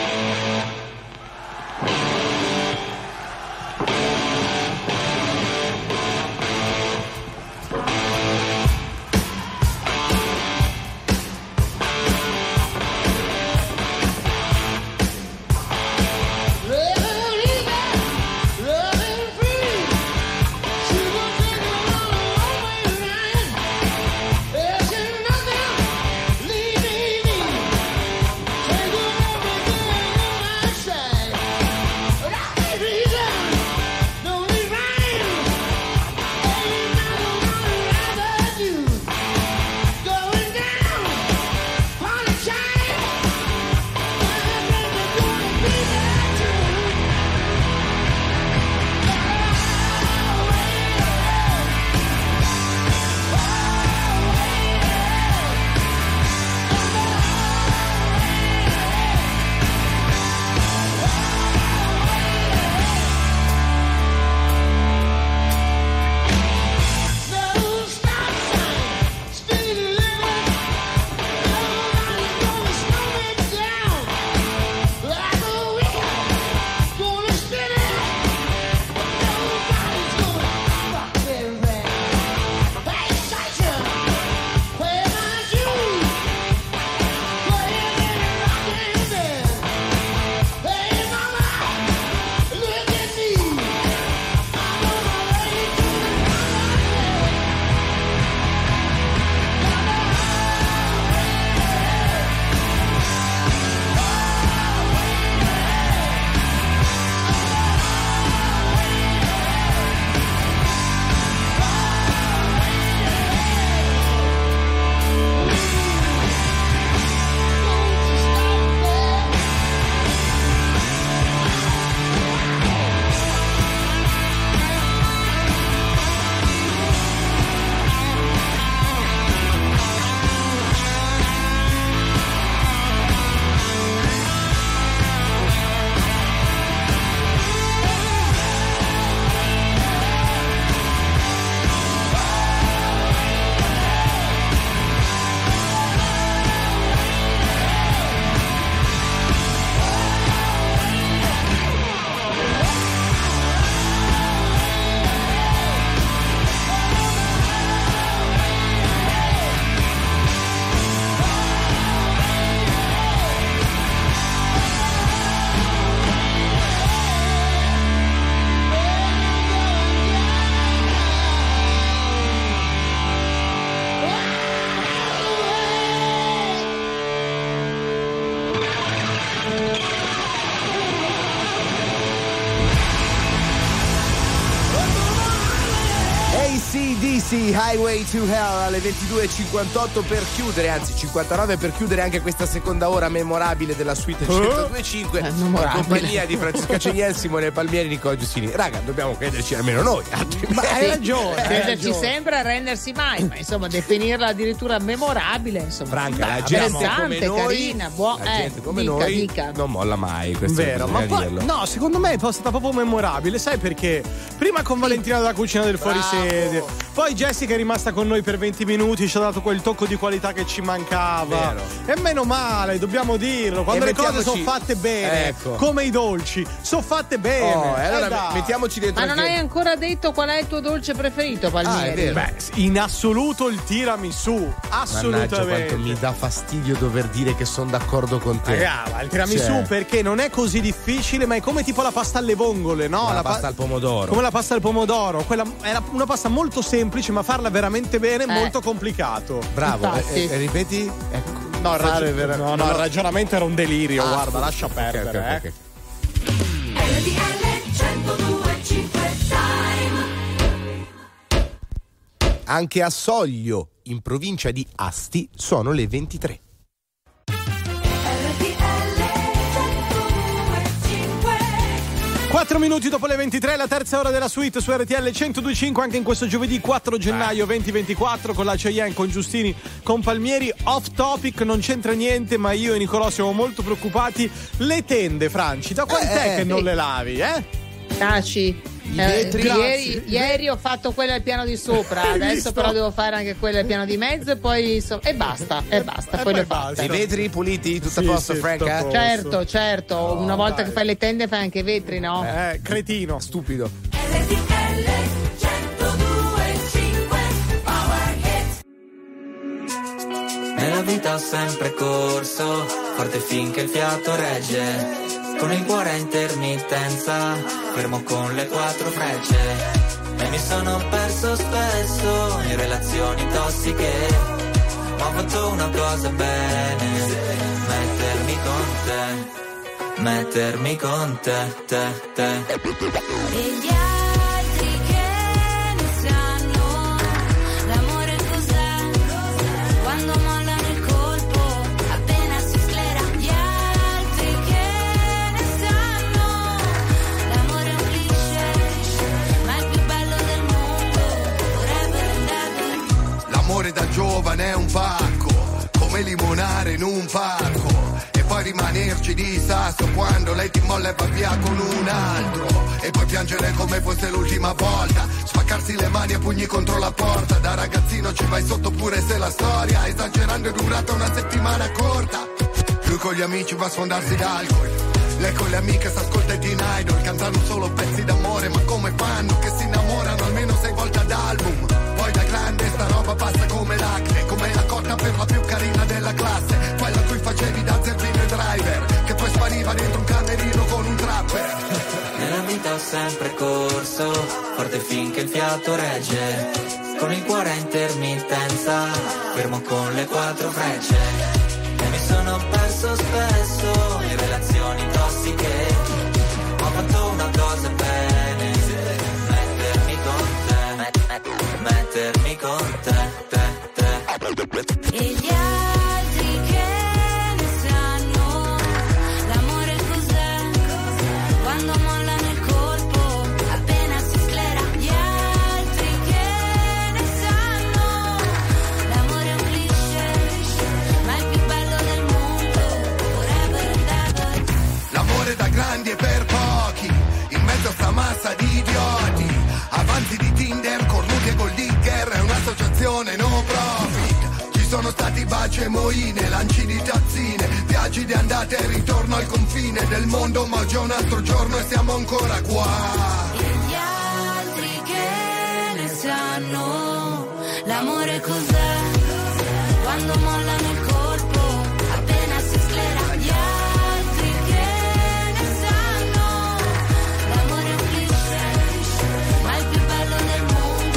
Highway to Hell alle 22.58 per chiudere, anzi 59 per chiudere anche questa seconda ora memorabile della suite 102.5 in compagnia di Francesca Cegniel, Simone Palmieri, Nicola Giustini. Raga, dobbiamo crederci almeno noi. Ma hai ragione, crederci sempre a rendersi mai, ma insomma definirla addirittura memorabile, insomma. Franca, la gente come noi, carina, la gente come noi non molla mai, questo vero, ma poi, no, secondo me è stata proprio memorabile, sai perché? Prima con Valentina della cucina del fuorisede, poi Jessica è rimasta con noi per 20 minuti, ci ha dato quel tocco di qualità che ci mancava. Vero. E meno male, dobbiamo dirlo, quando le cose sono fatte bene, ecco, come i dolci, sono fatte bene. Allora mettiamoci dentro. Ma non hai ancora detto qual è il tuo dolce preferito, Palmieri? Beh, in assoluto il tiramisù, assolutamente. Mannaggia, quanto mi dà fastidio dover dire che sono d'accordo con te. Il tiramisù perché non è così difficile, ma è come tipo la pasta alle vongole, no? La pasta al pomodoro. Come la pasta al pomodoro, quella era una pasta molto semplice, ma farla veramente bene è molto complicato. Bravo, ripeti? Ecco. No, il ragionamento era un delirio, guarda, lascia perdere. Okay. Anche a Soglio, in provincia di Asti, sono le 23. 4 minuti dopo le 23, la terza ora della suite su RTL 102.5 anche in questo giovedì 4 gennaio 2024 con la Cheyenne, con Giustini, con Palmieri. Off topic, non c'entra niente, ma io e Nicolò siamo molto preoccupati. Le tende, Franci, da quant'è che non le lavi, Taci. Ieri ho fatto quella al piano di sopra, adesso però devo fare anche quella al piano di mezzo e poi e basta, poi le fatte. I vetri puliti, tutto a posto, Franca? Certo, una volta che fai le tende fai anche i vetri, no? Cretino, stupido. Nella vita ho sempre corso, forte finché il fiato regge. Con il cuore a intermittenza, fermo con le 4 frecce. E mi sono perso spesso in relazioni tossiche. Ma ho fatto una cosa bene, mettermi con te. E gli altri che ne sanno, l'amore cos'è? Quando mollano il colpo, appena si sclera. Gli altri che ne sanno, l'amore è un cliché, ma è il più bello del mondo, forever and ever. L'amore da giovane è un pacco, come limonare in un parco. E poi rimanerci di sasso quando lei ti molla e va via con un altro. E poi piangere come fosse l'ultima volta, spaccarsi le mani a pugni contro la porta. Da ragazzino ci vai sotto pure se la storia, esagerando, è durata una settimana corta. Lui con gli amici va a sfondarsi d'alcol, lei con le amiche s'ascolta i Teen Idol. Cantano solo pezzi d'amore, ma come fanno che si innamorano almeno 6 volte ad album. Poi da grande sta roba passa come l'acne, come la cotta per la più carina della classe, quella a cui facevi da zerbino e driver, che poi spariva dentro un camerino con un trapper. Nella vita ho sempre corso, forte finché il fiato regge. Con il cuore a intermittenza, fermo con le 4 frecce. E mi sono perso spesso in relazioni tossiche. Ma ho fatto una cosa bene, mettermi con te. E gli altri che ne sanno, l'amore cos'è? Quando mollano il colpo, appena si sclera. Gli altri che ne sanno, l'amore è un cliché, ma è il più bello del mondo, forever and ever. L'amore da grandi e per pochi, in mezzo a sta massa di idioti. Avanti di Tinder, cornuti e gold digger, è un'associazione no profit. Ci sono stati baci e moine, lanci di tazzine, viaggi di andata e ritorno al confine del mondo, ma oggi è un altro giorno e siamo ancora qua. E gli altri che ne sanno, l'amore cos'è? Quando mollano il colpo, appena si sclera. Gli altri che ne sanno, l'amore è un cliché, ma è il più bello del mondo,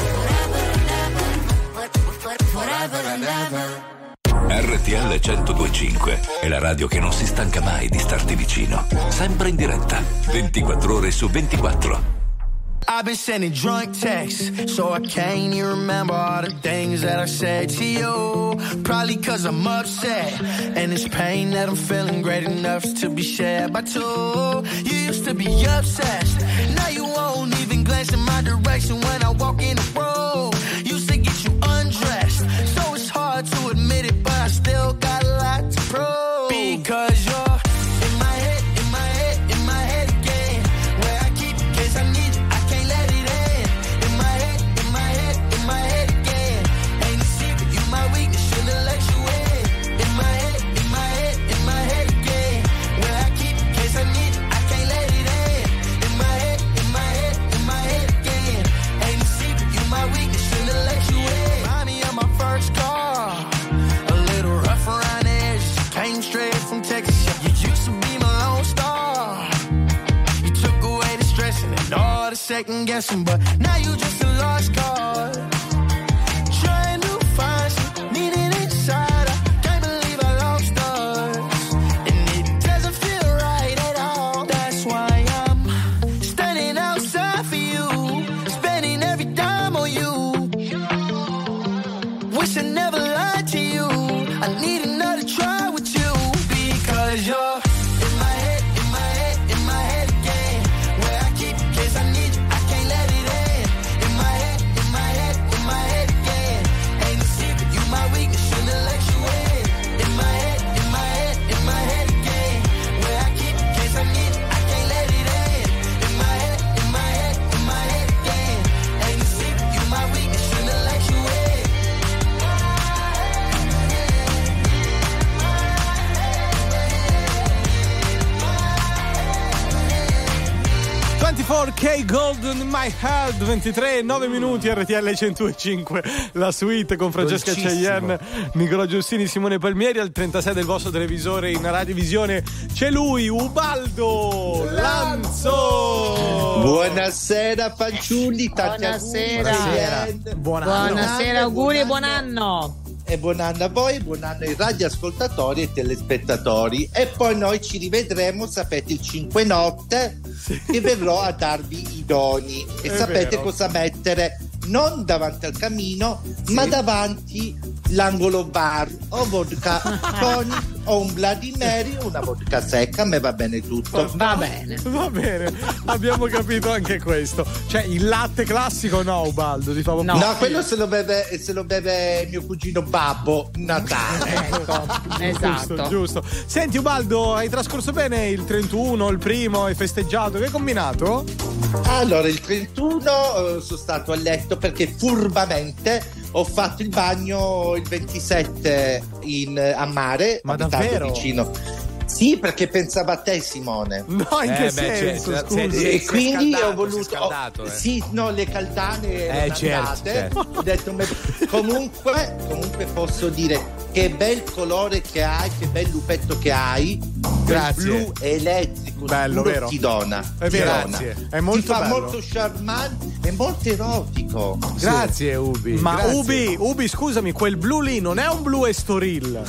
forever and ever. RTL 102.5 è la radio che non si stanca mai di starti vicino, sempre in diretta, 24 ore su 24. I've been sending drunk texts, so I can't even remember all the things that I said to you. Probably 'cause I'm upset, and it's pain that I'm feeling great enough to be shared by two. You used to be obsessed, now you won't even glance in my direction when I walk in the room. Used to get you undressed, so it's hard to admit it, but I still got a lot to prove. Because you're in my head, in my head, in my head again. Where I keep in case I need it, I can't let it in. In my head, in my head, in my head again. Ain't a secret, you my weakness, shouldn't let you in. In my head, in my head, in my head again. Where I keep in case I need it, I can't let it in. In my head, in my head, in my head again. Ain't a secret, you my weakness, shouldn't let you in. Remind me of my first car, a little rough around the edges. Came straight from Texas, you used to be my lone star. You took away the stressing and all the second guessing, but now you just a lost cause. Trying to find some meaning inside, I can't believe I lost us. And it doesn't feel right at all. That's why I'm standing outside for you, spending every dime on you. Wish I never lied to you, I need another try with you. Because you're in my head, in my head, in my head again. Where I keep in case I need you, I can't let it in. In my head, in my head, in my head again. Ain't a secret, you my weakness, shouldn't let you in. In my head, in my head, in my head again. Where I keep in case I need you, I can't let it in. In my head, OK Golden in My Head, 23:09 RTL 105, la suite con Francesca Cheyenne, Nicola Giustini, Simone Palmieri. Al 36 del vostro televisore in radiovisione c'è lui, Ubaldo Lanzo. Buonasera fanciulli, tanti Buonasera. Buonasera, auguri e buon anno. E buon anno a voi, buon anno ai radioascoltatori e telespettatori. E poi noi ci rivedremo, sapete, il 5 notte che verrò a darvi i doni. E sapete cosa mettere non davanti al camino, ma davanti l'angolo bar, o vodka tonic o un Bloody Mary o una vodka secca. A me va bene tutto. Va bene, abbiamo capito anche questo. Cioè il latte classico no, Ubaldo, ti fa un po'. No, quello se lo beve mio cugino Babbo Natale. Ecco, esatto. Giusto. Senti Ubaldo, hai trascorso bene il 31, il primo, hai festeggiato, che hai combinato? Allora, il 31 sono stato a letto perché furbamente ho fatto il bagno il 27 a mare, ma davvero? Vicino. Sì, perché pensavo a te, Simone. No, in che senso? E quindi ho voluto. Scaldato, Sì, no, le caldane erano andate. Ho detto, comunque posso dire che bel colore che hai, che bel lupetto che hai. Grazie. Blu elettrico, bello, vero? Ti dona. È vero, grazie. È molto ti fa bello. molto charmante e molto erotico. Grazie, Ubi. Ma grazie. Ubi, scusami, quel blu lì non è un blu Estoril.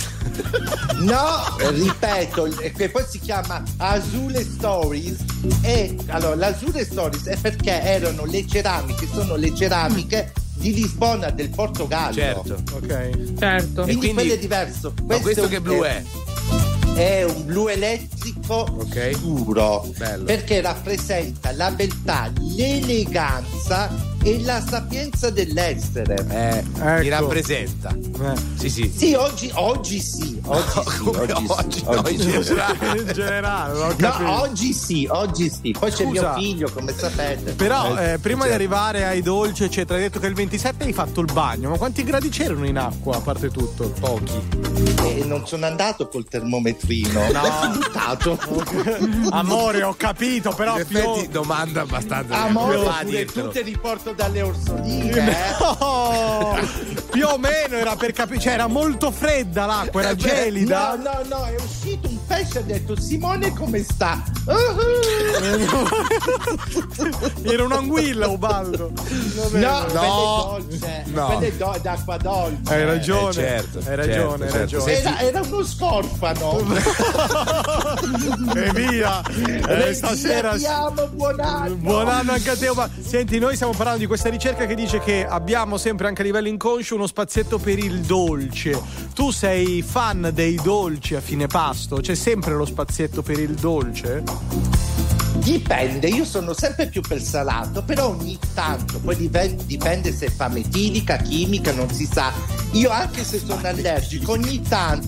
No, ripeto, che poi si chiama Azure Stories. E allora l'Azure Stories è perché erano le ceramiche, sono le ceramiche di Lisbona, del Portogallo. Certo. Ok. Certo. Quindi quello è diverso. Questo che blu è? È un blu elettrico scuro, bello. perché rappresenta la beltà, l'eleganza e la sapienza dell'essere. Ecco. Mi rappresenta. Sì. Oggi sì. In generale, l'ho capito. No, oggi sì. Poi c'è mio figlio, come sapete. Però prima di arrivare ai dolci, eccetera, hai detto che il 27 hai fatto il bagno. Ma quanti gradi c'erano in acqua, a parte tutto? Pochi. Non sono andato col termometrino. No. Buttato. Amore, ho capito, però in effetti domanda abbastanza. Amore, tu ti riporto dalle orsoline. No, più o meno era per capire, cioè era molto fredda l'acqua, era gelida. No, è uscito un pesce e ha detto: Simone, come sta? Era un'anguilla, Ubaldo. Quelle d'acqua dolce. Hai ragione. Certo, hai ragione. Era uno scorfano. E via. Stasera buon anno. Buon anno anche a te. Senti, noi stiamo parlando di questa ricerca che dice che abbiamo sempre, anche a livello inconscio, uno spazietto per il dolce. Tu sei fan dei dolci a fine pasto? C'è sempre lo spazietto per il dolce? Dipende, io sono sempre più per salato, però ogni tanto, poi dipende se è fame etilica, chimica, non si sa. Io anche se sono allergico, ogni tanto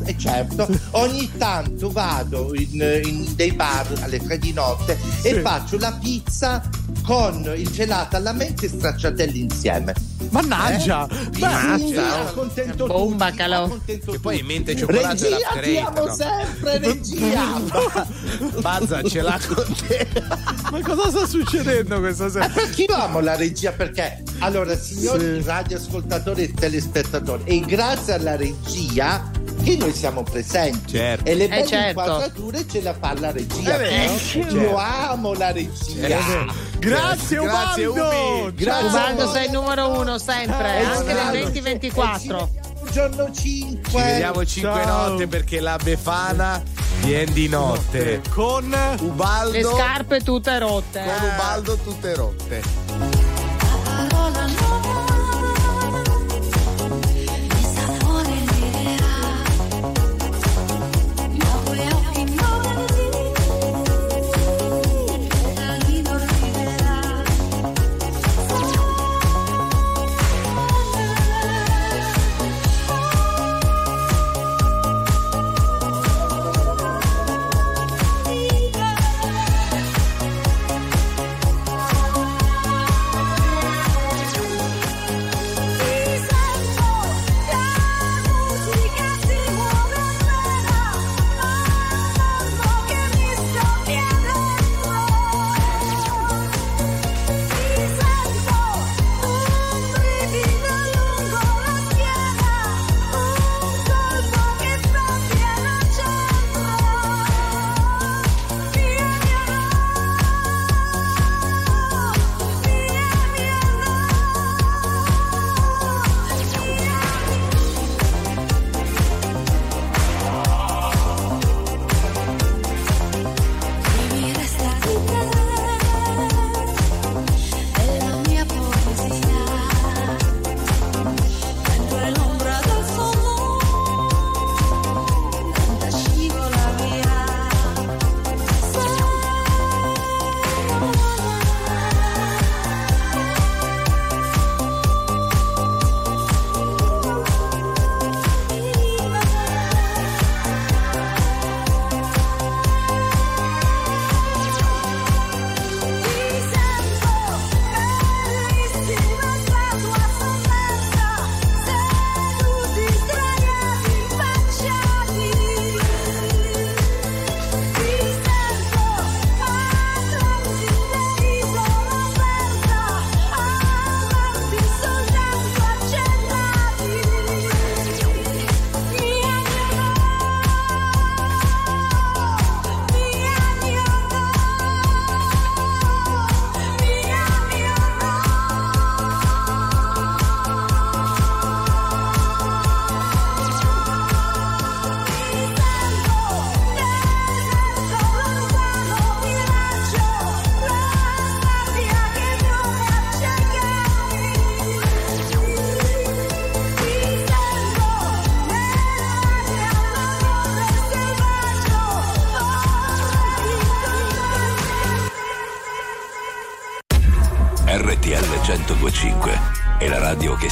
vado in dei bar alle 3 di notte e faccio la pizza con il gelato alla menta e stracciatelli insieme. Mannaggia! Contento bomba tutti, calò. Che poi mente e cioccolato regia, ti amo sempre, regia. Bazza ce l'ha con te. Ma cosa sta succedendo questa sera? Perché io amo la regia? Perché allora, signori radioascoltatori e telespettatori, è grazie alla regia che noi siamo presenti. Certo. E le belle inquadrature ce la fa la regia. Io amo la regia. Grazie Ubaldo. Grazie Ubaldo, sei il numero uno sempre, anche nel 2024. Giorno 5. Ci vediamo 5 notte perché la Befana viene di notte. Con Ubaldo. Le scarpe tutte rotte. Con Ubaldo tutte rotte.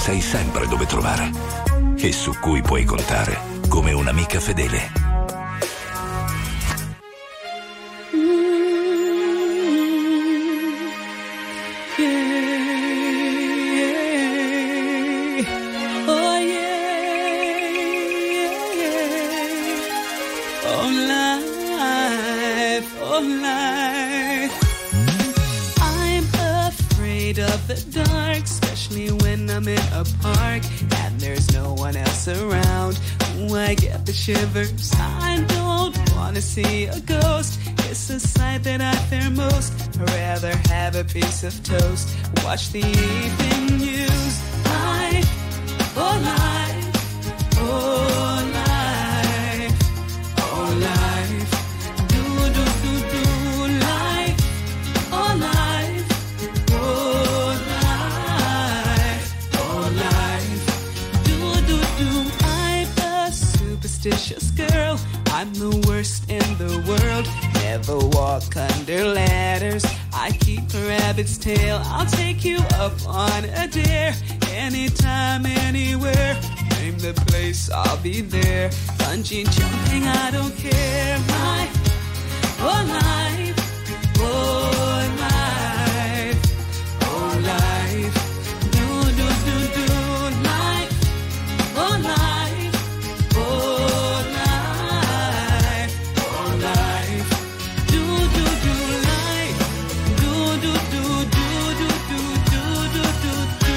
sai sempre dove trovare e su cui puoi contare come un'amica fedele. The dark, especially when I'm in a park and there's no one else around. Ooh, I get the shivers. I don't wanna see a ghost. It's a sight that I fear most. I'd rather have a piece of toast. Watch the evening news. Life, oh life, oh life, oh life. Do do do do life, oh life, oh life, oh life. Do do do. I'm a superstitious girl. I'm the worst in the world. Never walk under ladders. I keep a rabbit's tail. I'll take you up on a dare. Anytime, anywhere. Name the place, I'll be there. Bungee jumping, I don't care. Life, oh life, oh life, oh life. Do do do do life, oh life, oh life, oh life. Do do do life, do do do do do do do do do do.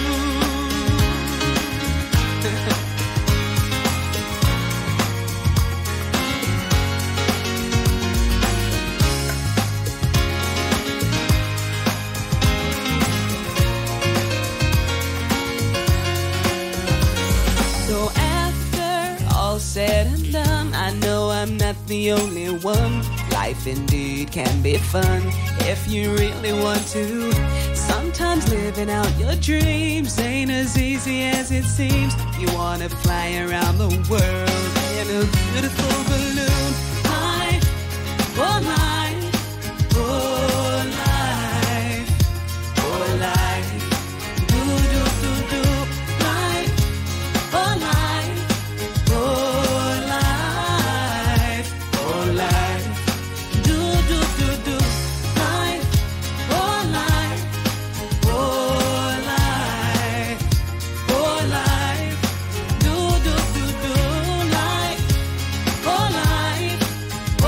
So after all said and done, I know I'm not the only one. Life indeed can be fun if you really want to. Sometimes living out your dreams ain't as easy as it seems. You wanna fly around the world in a beautiful balloon. Life, oh life, oh life, oh life. Do do do do life, oh life, oh life, oh life. Do do do do life, oh life, oh life, oh life. Do do do do life, oh life, oh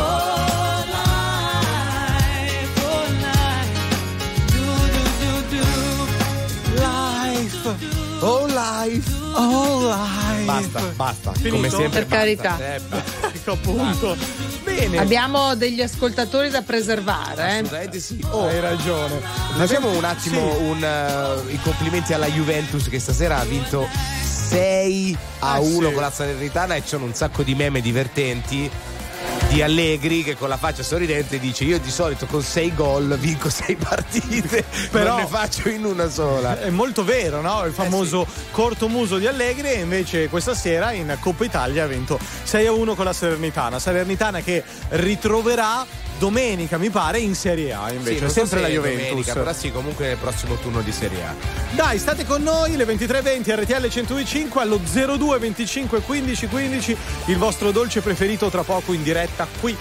life, oh life. Do do do do Life, oh life, oh life. Basta, Finito? come sempre. Per carità. Ecco appunto. Bene. Abbiamo degli ascoltatori da preservare. Assolutamente sì. Hai ragione. Facciamo un attimo i complimenti alla Juventus che stasera ha vinto 6-1 con la Salernitana e c'è un sacco di meme divertenti di Allegri che con la faccia sorridente dice: io di solito con 6 gol vinco 6 partite, però non ne faccio in una sola. È molto vero, no? Il famoso cortomuso di Allegri, e invece questa sera in Coppa Italia ha vinto 6-1 con la Salernitana che ritroverà domenica, mi pare, in Serie A invece, non so sempre se la è Juventus. domenica, però sì, comunque nel prossimo turno di Serie A. Dai, state con noi, le 23:20 RTL 105 allo 02 25 15 15, il vostro dolce preferito tra poco in diretta qui.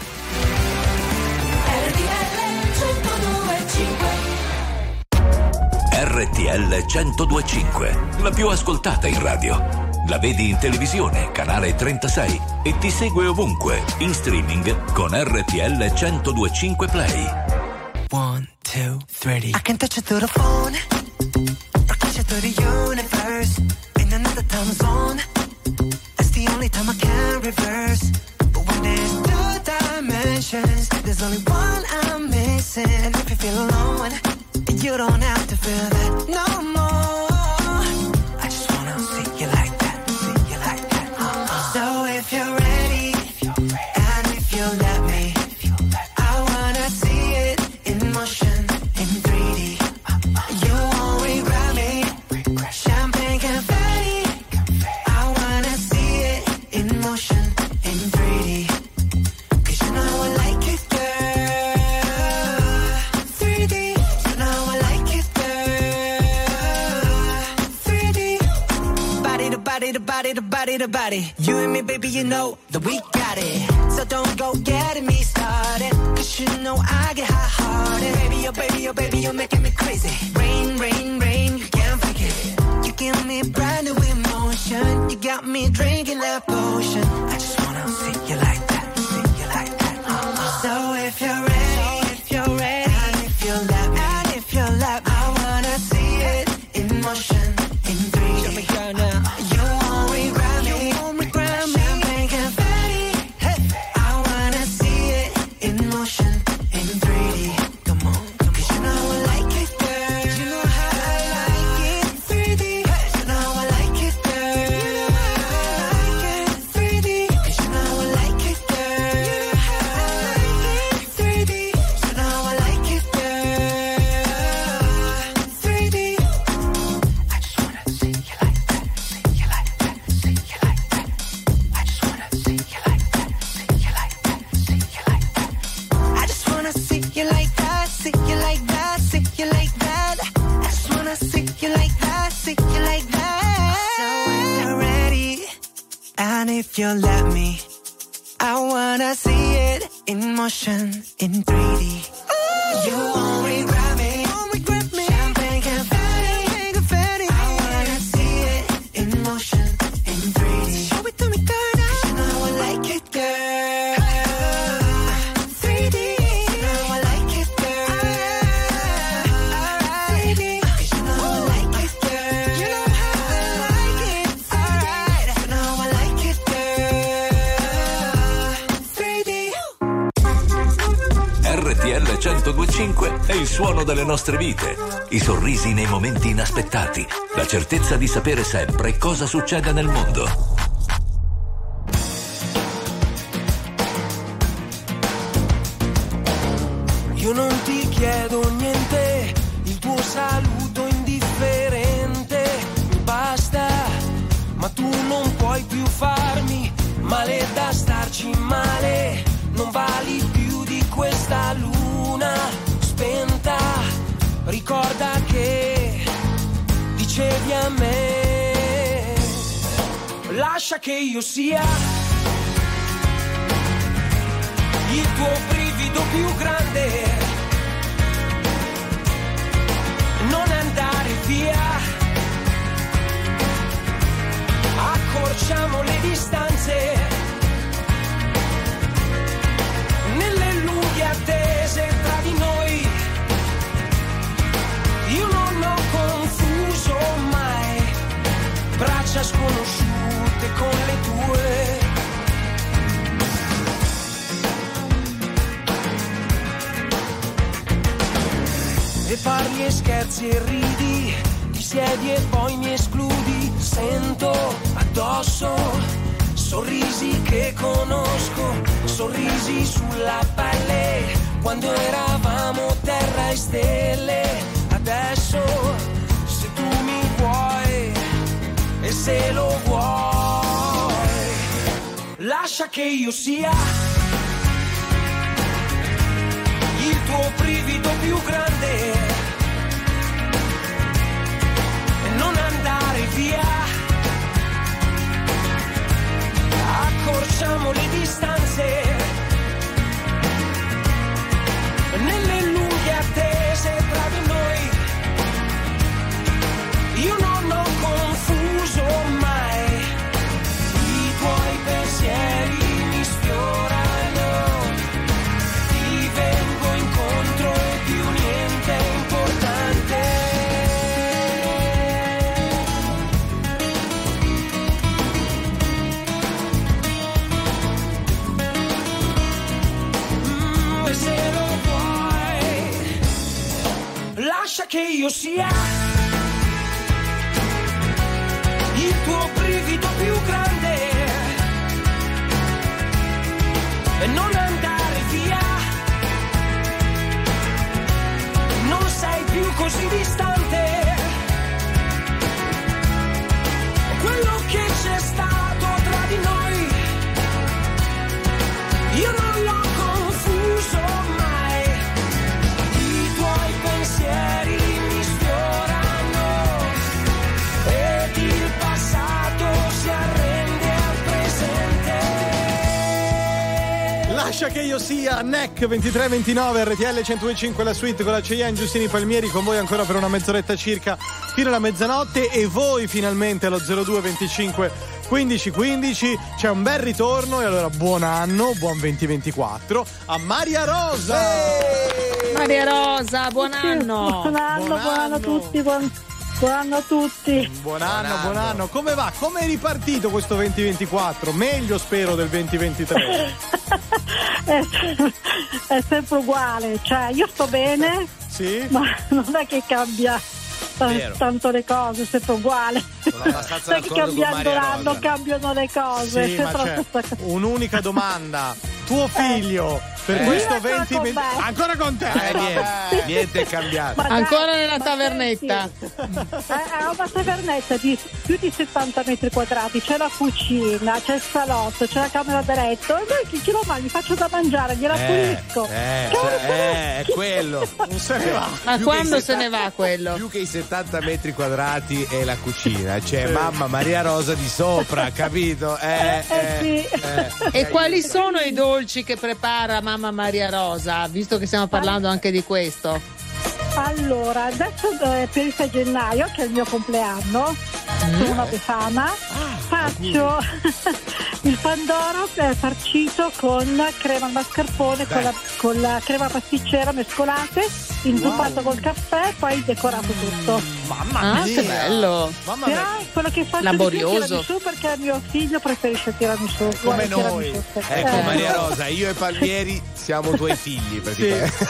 RTL 1025, la più ascoltata in radio. La vedi in televisione, canale 36 e ti segue ovunque, in streaming con RTL 1025 Play. 1, 2, 3. I can touch it through the phone, or touch it through the universe, in another time zone. That's the only time I can reverse. But when there's 2 dimensions, there's only one I'm missing. And if you feel alone, you don't have to feel that no more. I just wanna see you like that, see you like that. So if you're ready, and if you let me, I wanna see it in motion, in 3D. You won't regret me. Champagne confetti. I wanna see it in motion, in 3D. 'Cause you know I like it, girl. 3D. You know I like it, girl. body to body. You and me, baby, you know that we got it. So don't go getting me started, 'cause you know I get hot-hearted. Baby, oh baby, oh baby, you're making me crazy. Rain, rain, rain, you can't fake it. You give me brand new emotion. You got me drinking that potion. I just wanna see you like that, see you like that. So if you're ready, if you're ready, and if you let me, and if you let me, I wanna see it in motion, in 3D. Show me girl now. You won't regret me, you won't regret me. Champagne confetti, hey. I wanna see it in motion, in 3D. Come on, 'cause you know I like it, girl. You know how I like it in 3D. You know I like it, girl. You know how I like it in 3D. 'Cause you know I like it, girl. You know how I like it in 3D. You know I like it, girl. 3D. I just wanna see you like that, see you like that, see you like that. I just wanna see you like that, see you like that, see you like that. I just wanna see you like that, see you like that, see you like that. I just wanna see you like that, see you like that. So if you're ready, and if you let me, I wanna see it in motion, in 3D. You won't regret me, won't regret me. Champagne confetti, confetti. I wanna see it in motion, in 3D. Show it to me, girl. 'Cause you know I like it, girl. 3D. You know I like it, girl. 3D. 'Cause you know I like it, girl. You know how I like it. Alright. You know I like it, girl. 3D. RTL 102.5 è il suono delle nostre vite, i sorrisi nei momenti inaspettati, la certezza di sapere sempre cosa succede nel mondo. Io non ti chiedo niente, il tuo saluto indifferente mi basta, ma tu non puoi più farmi male da starci male, non vali più di questa luna spenta, ricorda che dicevi a me, lascia che io sia il tuo brivido più grande, non andare via, accorciamo le distanze, nelle lunghe attese tra di noi, io non ho confuso mai, braccia sconosciute con le tue. E parli e scherzi e ridi, ti siedi e poi mi escludi, sento addosso sorrisi che conosco, sorrisi sulla pelle, quando eravamo terra e stelle, adesso se tu mi vuoi e se lo vuoi, lascia che io sia il tuo brivido più grande e non andare via, accorciamo le distanze, nelle lunghe attese tra di noi, io non ho confuso mai, i tuoi pensieri mi sfiorano, ti vengo incontro e più niente è importante. E se lo vuoi, lascia che io sia il tuo brivido più grande e non andare via, non sei più così distante, quello che c'è stato tra di noi, io non l'ho confuso mai, i tuoi pensieri mi sfiorano ed il passato si Lascia che io sia NEC 2329 RTL 105 la suite con la Cheyenne, Giustini Palmieri con voi ancora per una mezz'oretta circa fino alla mezzanotte e voi finalmente allo 02 25 15 15 c'è un bel ritorno e allora buon anno, buon 2024 a Maria Rosa. Maria Rosa, buon anno. Buon anno a tutti. Buon anno a tutti. Buon anno. Come va? Come è ripartito questo 2024? Meglio spero del 2023. È sempre uguale, cioè io sto bene, sì? Ma non è che cambia tanto le cose, è sempre uguale. Sono abbastanza non è che cambiando l'anno cambiano le cose. Sì, ma c'è un'unica domanda. Tuo figlio per questo 2020 ancora con te? Niente è cambiato. Ancora nella tavernetta. È una tavernetta di più di 70 metri quadrati, c'è la cucina, c'è il salotto, c'è la camera da letto e noi chi lo mangi, faccio da mangiare, gliela pulisco. È quello. Non se ne va. Ma quando se ne va quello? Più che i 70 metri quadrati e la cucina, c'è mamma Maria Rosa di sopra, capito? Sì. E quali sono i dolci che prepara mamma Maria Rosa, visto che stiamo parlando anche di questo? Allora, adesso per il 6 gennaio, che è il mio compleanno, sono una befana, faccio il pandoro farcito con crema al mascarpone, con la crema pasticcera mescolate, inzuppato col caffè, poi decorato tutto. Mamma mia, che bello! Mamma Però mia. quello che faccio laborioso. di più è tiramisù, perché mio figlio preferisce tiramisù. Come noi. Ecco Maria Rosa, io e Palmieri siamo tuoi figli praticamente.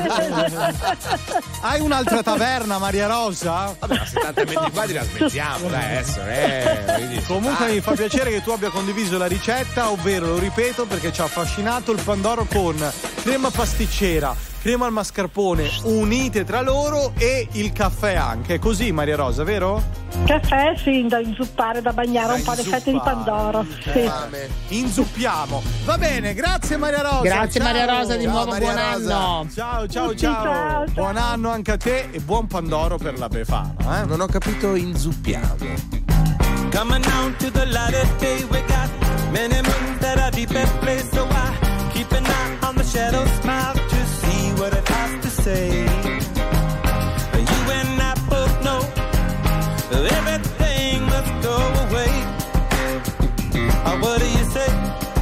Hai un'altra taverna, Maria Rosa? Vabbè, a 70 metri quadri la smettiamo, dai, adesso. Comunque mi fa piacere che tu abbia condiviso la ricetta, ovvero, lo ripeto perché ci ha affascinato, il pandoro con crema pasticcera, crema al mascarpone unite tra loro e il caffè anche. È così, Maria Rosa, vero? Caffè, sì, da inzuppare, da bagnare un po' le fette di pandoro. Sì. Inzuppiamo. Va bene, grazie Maria Rosa. Grazie, ciao. Maria Rosa, di nuovo Maria buon Rosa. anno. Ciao. Ciao. Buon anno anche a te e buon pandoro per la Befana. Non ho capito, inzuppiamo. Coming down to the light of day, we got many moons that are deep in place, so I keep an eye on the shadow smile to see what it has to say. You and I both know everything must go away. What do you say?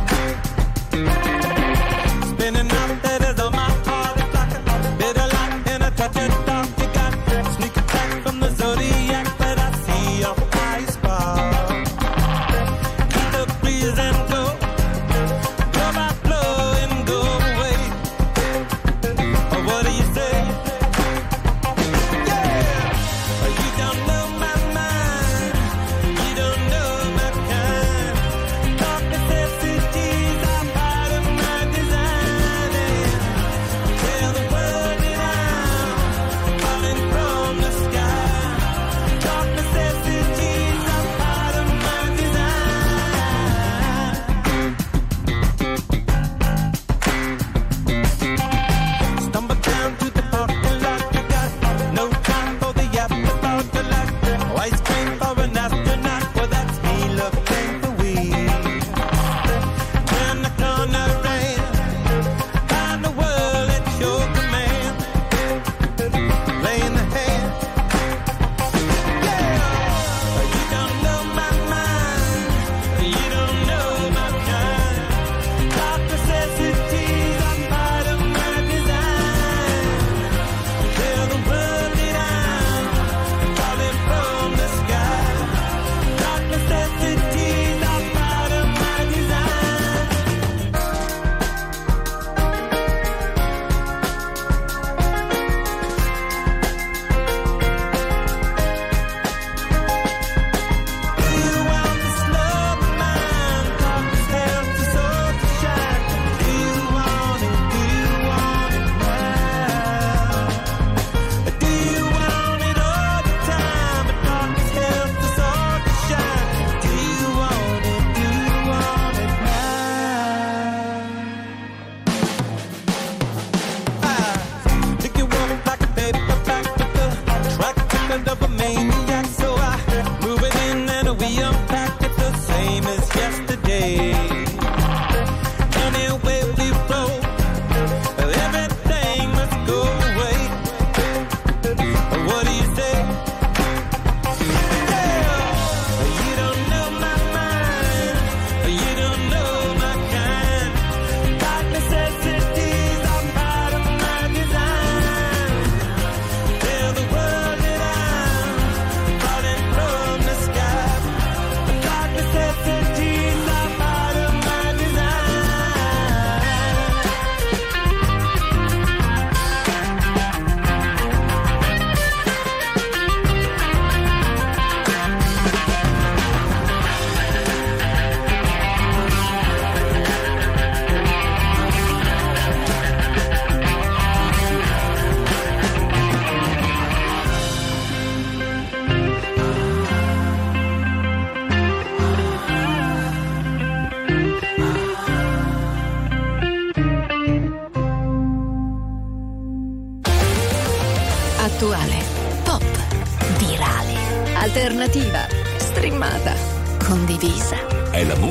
Spinning out that is on my heart, it's like a bitter light and a touch of dark. You got sneak attack from the zodiac, but I see your eyes spark. Keep the breeze and go by flow and go away. What do you say? Yeah, you don't know my mind, you don't know my kind. Darkness is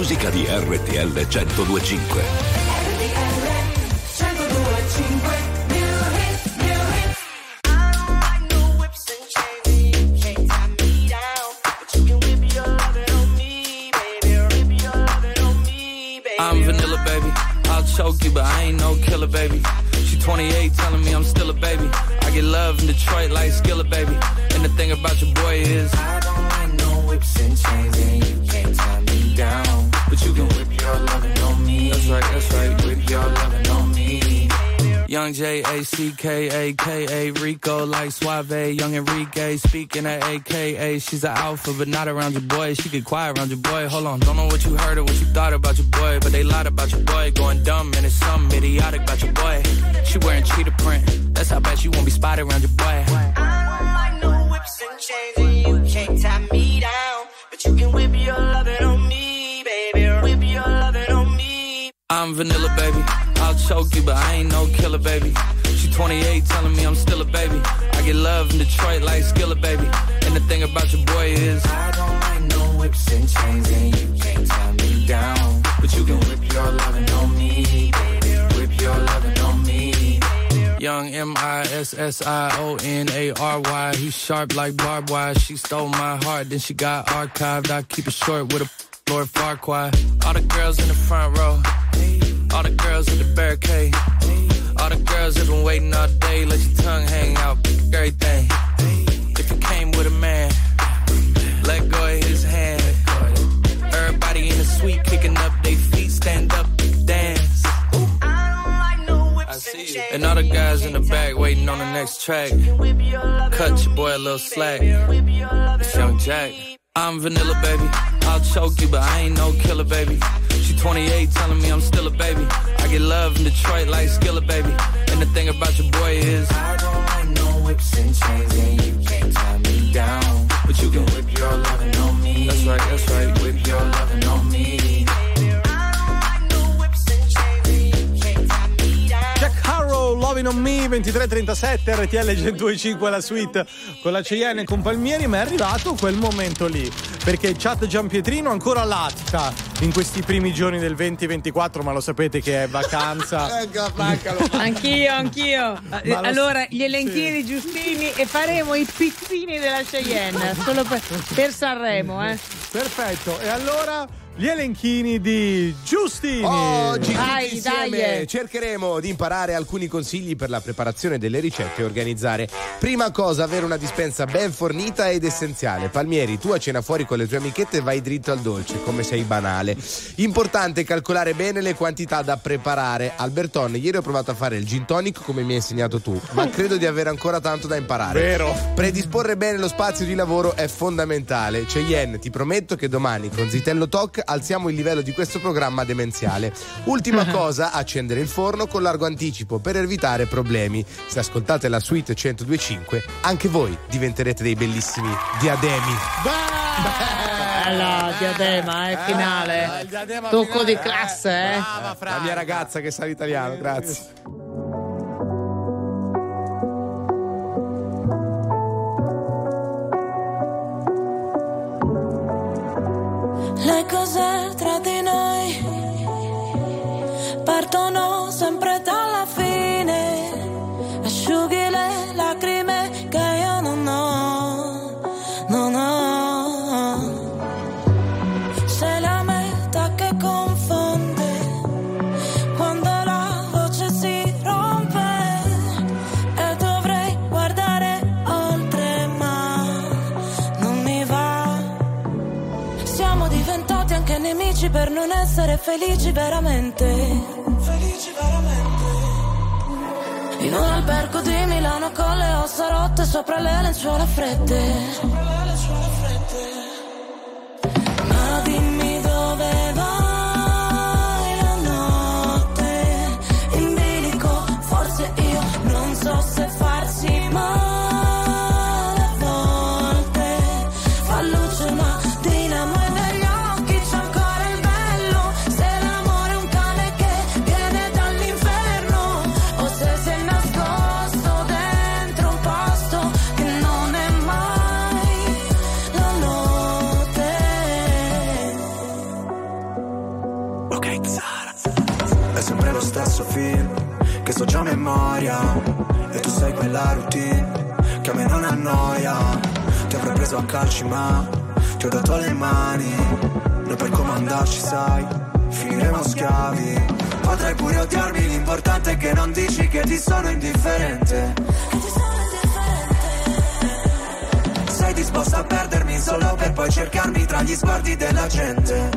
musica di RTL 102.5. I'm vanilla, baby. I'll choke you, but I ain't no killer, baby. She 28, telling me I'm still a baby. I get love in Detroit like Skillet, baby. And the thing about your boy is I don't like no whips and chains, and you can't tie me down. But you can whip your lovin' on me. That's right, whip your lovin' on me. Young J-A-C-K-A-K-A, Rico like Suave, young Enrique, speaking at AKA. She's an alpha, but not around your boy. She get quiet around your boy. Hold on, don't know what you heard or what you thought about your boy, but they lied about your boy. Going dumb, and it's something idiotic about your boy. She wearing cheetah print, that's how bad she won't be spotted around your boy. I don't like no whips and chains, and you can't tie me down. But you can whip your lovin' on me, baby. Whip your lovin' on me. I'm vanilla, baby. I'll choke you, but I ain't no killer, baby. She 28, telling me I'm still a baby. I get love in Detroit like Skillet, baby. And the thing about your boy is I don't like no whips and chains, and you can't tie me down. But you can whip your lovin' on me, baby. Whip your lovin' on me. Young M-I-S-S-I-O-N-A-R-Y. He's sharp like barbed wire. She stole my heart, then she got archived. I keep it short with a Lord Farquaad. All the girls in the front row, all the girls in the barricade, all the girls have been waiting all day. Let your tongue hang out, everything. If you came with a man, let go of his hand. Everybody in the suite kicking up their feet, stand up, dance. I see you. And all the guys in the back waiting on the next track. Cut your boy a little slack. It's Young Jack. I'm vanilla, baby. I'll choke you, but I ain't no killer, baby. She 28, telling me I'm still a baby. I get love in Detroit like Skillet, baby. And the thing about your boy is I don't like no whips and chains, and you can't tie me down. But you can whip your lovin' on me. That's right, whip your lovin' on me. Jack Harrow, Lovin' on Me, 23:37, RTL 102.5 la suite con la Cheyenne e con Palmieri, ma è arrivato quel momento lì, perché Chat Gianpietrino ancora latica in questi primi giorni del 2024, ma lo sapete che è vacanza. Anch'io. Allora, gli elenchini giustini e faremo i pizzini della Cheyenne, solo per Sanremo, Perfetto, e allora gli elenchini di Giustini. Oggi insieme cercheremo di imparare alcuni consigli per la preparazione delle ricette e organizzare. Prima cosa, avere una dispensa ben fornita ed essenziale. Palmieri, tu a cena fuori con le tue amichette vai dritto al dolce, come sei banale. Importante calcolare bene le quantità da preparare. Alberton, ieri ho provato a fare il gin tonic come mi hai insegnato tu, ma credo di avere ancora tanto da imparare. Vero. Predisporre bene lo spazio di lavoro è fondamentale. Cheyenne, ti prometto che domani con Zitello Talk alziamo il livello di questo programma demenziale. Ultima cosa, accendere il forno con largo anticipo per evitare problemi. Se ascoltate la suite 102.5, anche voi diventerete dei bellissimi diademi. Bella diadema, finale. Tocco di classe, La mia ragazza che sa l'italiano, grazie. Le cose tra di noi partono sempre dalla fine. Asciughi le lacrime che io non ho. Sei la metà che confonde quando la voce si rompe e dovrei guardare oltre, ma non mi va. Siamo diventati anche nemici per non essere felici veramente. In un albergo di Milano con le ossa rotte sopra le lenzuola fredde. Ma dimmi dove vai la notte in bilico, forse io non so se farsi male a volte. Fa luce una dinamo e negli occhi c'è ancora il bello. Se l'amore è un cane che viene dall'inferno, o se sei nascosto dentro un posto che non è mai la loro. Ok, Sara. È sempre lo stesso film che so già a memoria, e tu sai quella routine che a me non annoia. Ti avrei preso a calci ma ti ho dato le mani. Noi per comandarci sai, finiremo schiavi. Potrai pure odiarmi, l'importante è che non dici che ti sono indifferente. Sei disposta a perdermi solo per poi cercarmi tra gli sguardi della gente.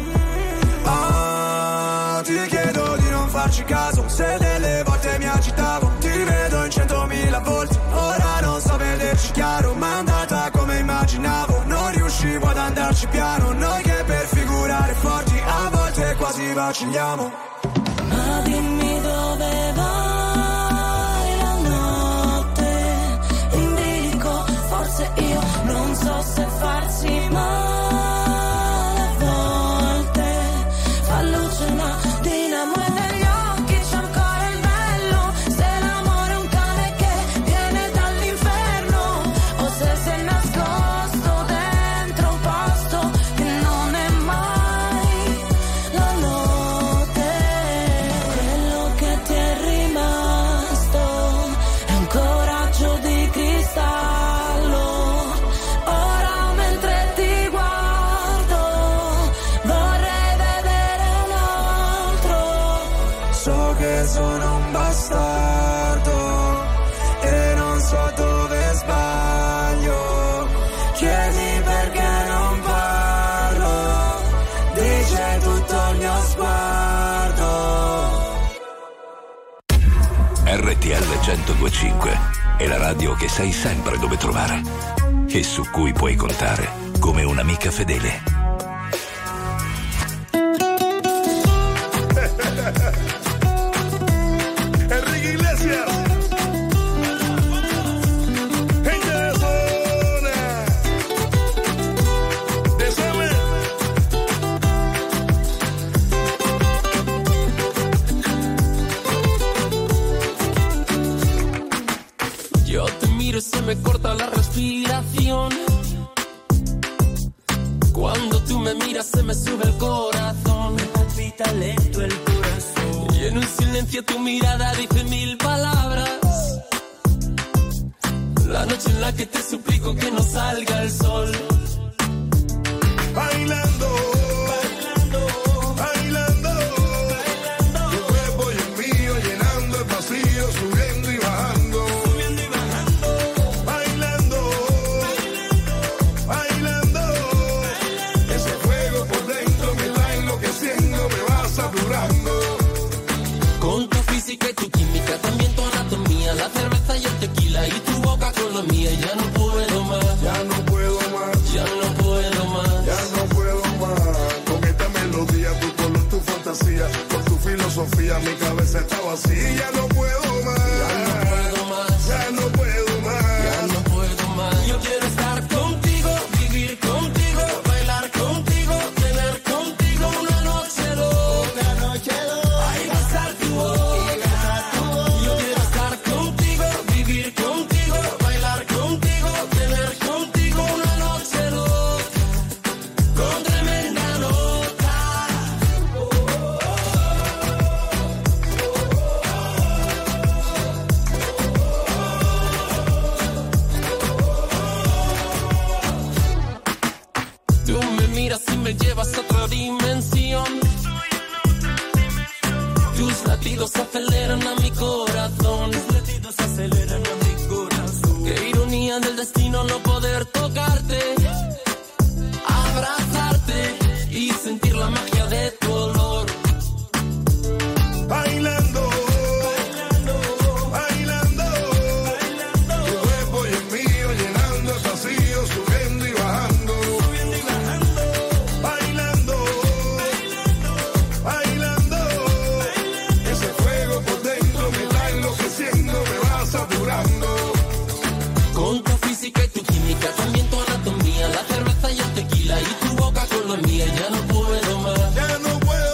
Ti chiedo di non farci caso, se delle volte mi agitavo. Ti vedo in 100.000 volte, ora non so vederci chiaro. Ma è andata come immaginavo, non riuscivo ad andarci piano. Noi che per figurare forti a volte quasi vacilliamo. Ma dimmi dove vai la notte in bilico, forse io non so se farsi male a volte. Fa luce una dinamo e negli occhi c'è ancora il bello. Se l'amore è un cane che viene dall'inferno, o se sei nascosto dentro un posto che non è mai la notte. Quello che ti è rimasto è un coraggio di cristallo. Ora mentre ti guardo vorrei vedere un altro. So che sono un bastardo e non so dove sbaglio. Chiedi perché non parlo, dice tutto il mio sguardo. RTL 1025 è la radio che sai sempre dove trovare e su cui puoi contare come un'amica fedele. Enrique Iglesias. Gente de zona. De Summer. Yo te miro y se me corta la respiración. Cuando tú me miras se me sube el corazón. Me palpita lento el corazón. Y en un silencio tu mirada dice 1000 palabras. La noche en la que te suplico que no salga el sol. Bailando. Bailando. Tu cuerpo y el mío llenando el vacío, subiendo y bajando. Bailando. Bailando. Ese fuego por dentro me está enloqueciendo, me va saturando. Con tu física y tu química, también tu anatomía, la cerveza y el tequila y tu boca con la mía. Ya no puedo más. Ya no puedo más. Ya no puedo más. Ya no puedo más. Con esta melodía, tu color, tu fantasía, con tu filosofía, mi cabeza está vacía. Ya no puedo más. Ya no puedo más. Ya no puedo más. Ya no puedo más. Yo quiero estar contigo, vivir contigo, bailar contigo, tener contigo una noche loca. Ahí va a estar tu boca. Yo quiero estar contigo, vivir contigo, bailar contigo, tener contigo una noche loca. Con tremenda nota. Tú me miras y me llevas a otra dimensión. Tus latidos aceleran a mi corazón. Tus latidos aceleran a mi corazón. Qué ironía del destino no poder tocarte, abrazarte y sentir la magia de tu olor. Bailando. Bailando. Tu cuerpo y el mío llenando el vacío, subiendo y bajando. Bailando. Bailando. Ese fuego por dentro me está enloqueciendo, me va saturando. Con tu física y tu química, también tu anatomía, la cerveza y el tequila y tu boca con la mía. Ya no puedo más. Ya no puedo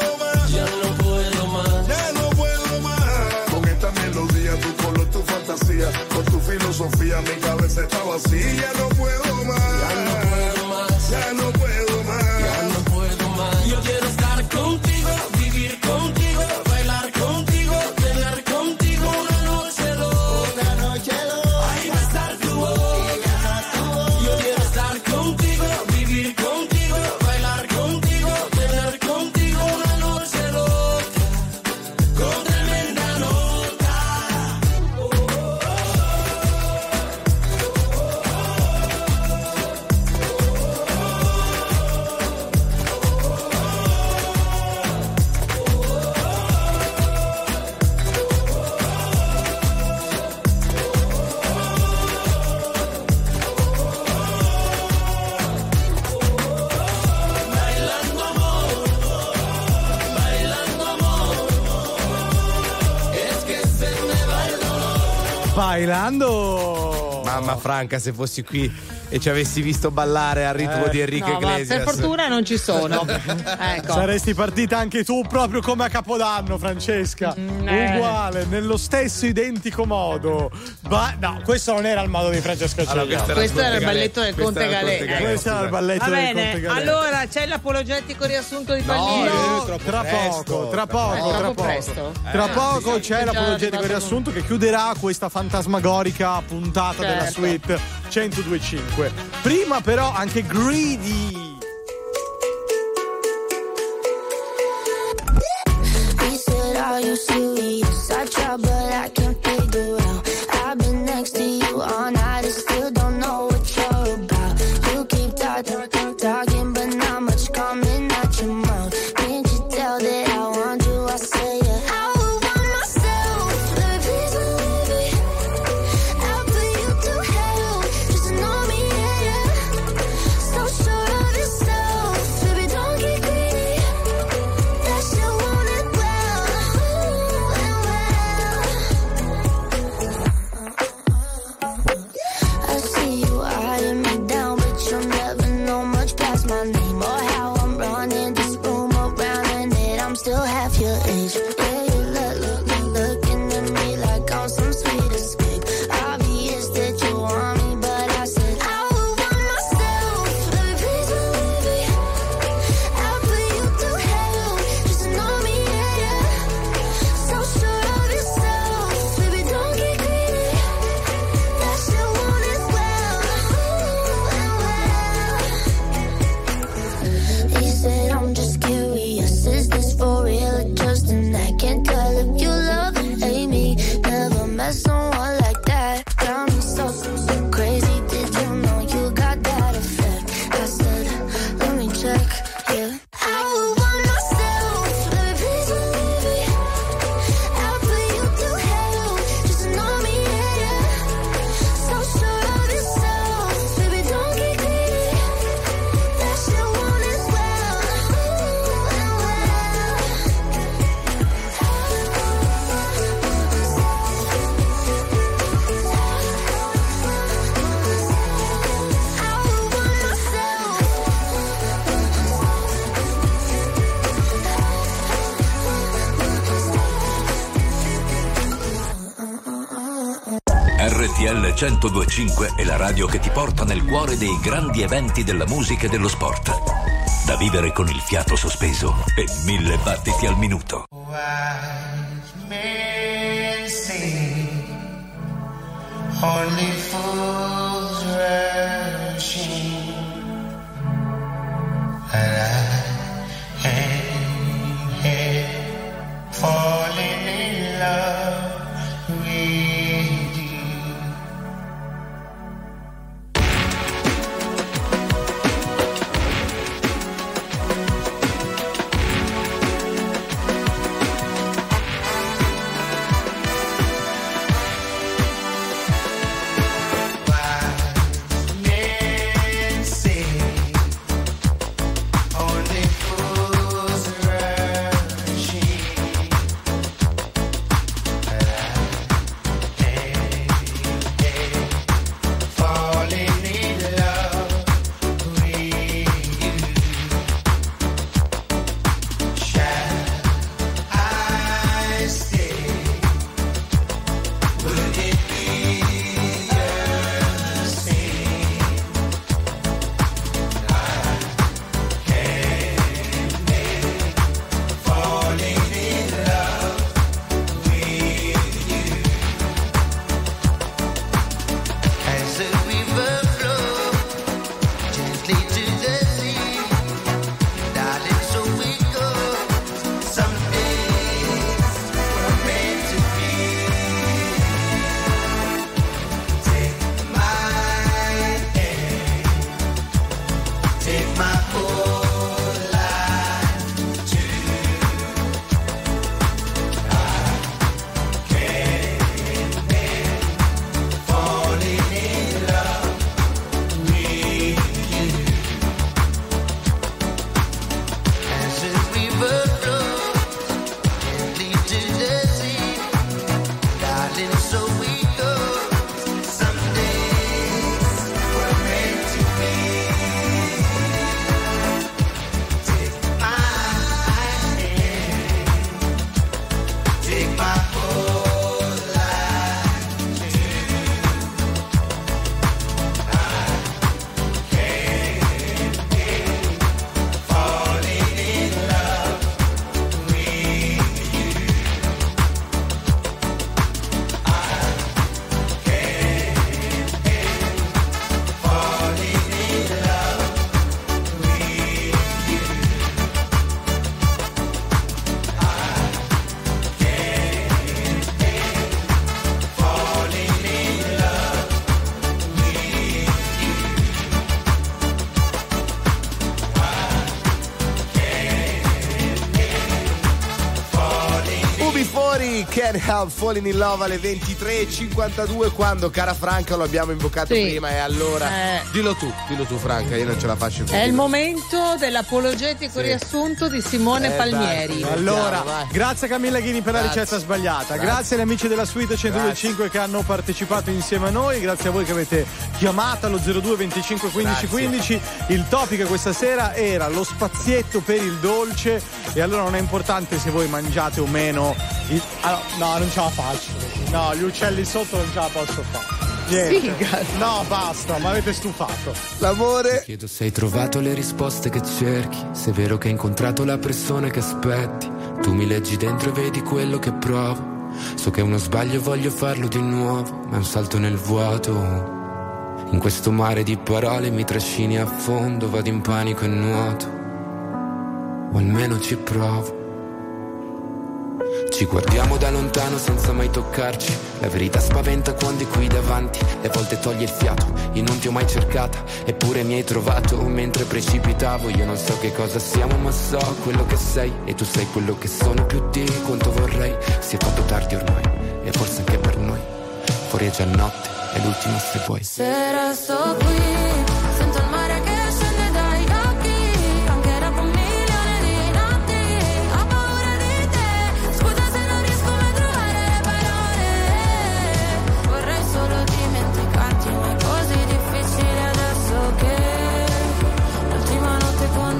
Bailando. Mamma Franca, se fossi qui e ci avessi visto ballare al ritmo di Enrique Iglesias. Per fortuna non ci sono. Ecco. Saresti partita anche tu proprio come a Capodanno, Francesca. Uguale, nello stesso identico modo. No, questo non era il modo di Francesca Celia. Questo era il balletto del Conte Galè. Questo era il balletto del Conte Galè. Allora c'è l'apologetico riassunto di Palmieri. Tra poco c'è l'apologetico riassunto che chiuderà questa fantasmagorica puntata della suite 102.5. Prima però anche Greedy. He said, are you serious? I try but I can't figure out. I've been next to you all night and still don't know what you're about. You keep talking but not much coming out your mouth. Can't you tell that I want you? I say yeah. I would want myself. Let me please believe it. I'll put you to hell. Just know me, yeah. So sure of yourself. Baby, don't get greedy. That shit want it well. I see you eyeing me down, but you'll never know much past my name or how I'm running this room around and that I'm still half your age. Yeah, you looking at me like I'm some sweet escape. Obvious that you want me, but I said I would want myself. Let me please believe it. I'll put you to hell. Just know me, yeah. So sure of yourself. Baby, don't get greedy. That shit want it well. He said, I'm just curious. Is this for real or just an act? Can't tell if you love or hate me. Never met someone like that. Got me so crazy. Did you know you got that effect? I said, let me check. Yeah. I would want myself. Let me please believe it. I'll put you to hell. Just know me, yeah. So sure of yourself. Baby, don't get greedy. That shit want it well. RTL 102.5 è la radio che ti porta nel cuore dei grandi eventi della musica e dello sport. Da vivere con il fiato sospeso e 1000 battiti al minuto. Men say only fools rushing, and I ain't here falling in love with you. Why G, Can't Help Falling in Love alle 23:52, quando, cara Franca, lo abbiamo invocato prima, e allora dillo tu Franca, io non ce la faccio più. È il momento dell'apologetico riassunto di Simone Palmieri. Allora, grazie a Camilla Ghini per la ricetta sbagliata, grazie agli amici della Suite 102.5 che hanno partecipato insieme a noi, grazie a voi che avete chiamato allo 02 25 15 15. Il topic questa sera era lo spazietto per il dolce, e allora non è importante se voi mangiate o meno no, non ce la faccio, no, gli uccelli sotto non ce la posso fare. Niente. No, basta, mi avete stufato. L'amore. Ti chiedo se hai trovato le risposte che cerchi, se è vero che hai incontrato la persona che aspetti. Tu mi leggi dentro e vedi quello che provo. So che è uno sbaglio e voglio farlo di nuovo, ma è un salto nel vuoto. In questo mare di parole mi trascini a fondo, vado in panico e nuoto, o almeno ci provo. Ci guardiamo da lontano senza mai toccarci. La verità spaventa quando è qui davanti, e a volte toglie il fiato. Io non ti ho mai cercata, eppure mi hai trovato mentre precipitavo. Io non so che cosa siamo, ma so quello che sei, e tu sei quello che sono, più di quanto vorrei. Si è fatto tardi ormai, e forse anche per noi. Fuori è già notte, è l'ultima se vuoi. Se resto qui, sento il mare che scende dagli occhi, anche dopo un milione di notti. Ho paura di te, scusa se non riesco mai a trovare le parole. Vorrei solo dimenticarti, ma è così difficile adesso che l'ultima notte con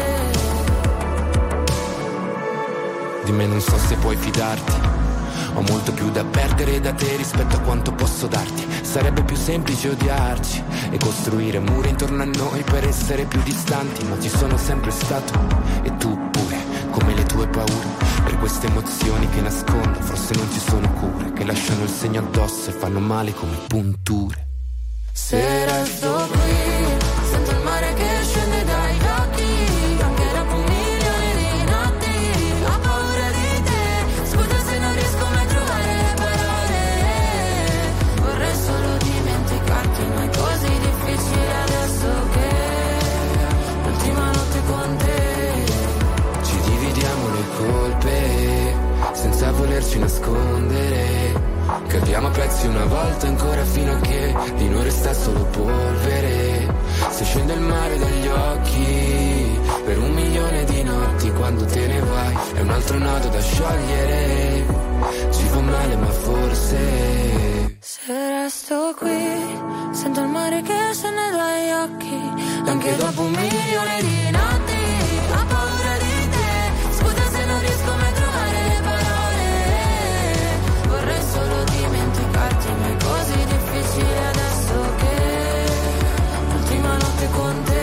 te. Di me non so se puoi fidarti. Ho molto più da perdere da te rispetto a quanto posso darti. Sarebbe più semplice odiarci e costruire muri intorno a noi per essere più distanti, ma ci sono sempre stato, e tu pure, come le tue paure. Per queste emozioni che nascondo forse non ci sono cure, che lasciano il segno addosso e fanno male come punture. Se resto qui, sento il mare che scende dagli occhi, anche dopo un milione di notti. Ho paura di te, scusa se non riesco mai a trovare le parole. Vorrei solo dimenticarti, ma è così difficile adesso che l'ultima notte con te. Ci dividiamo le colpe senza volerci nascondere. Cadiamo a pezzi una volta ancora fino a che di noi resta solo polvere. Se scende il mare dagli occhi per un milione di notti, quando te ne vai è un altro nodo da sciogliere. Ci fa male ma forse se resto qui, sento il mare che scende dagli occhi, anche dopo un milione di notti. Ho paura di te, scusa se non riesco mai a trovare le parole. Vorrei solo dimenticarti, ma è così difficile adesso che l'ultima notte con te.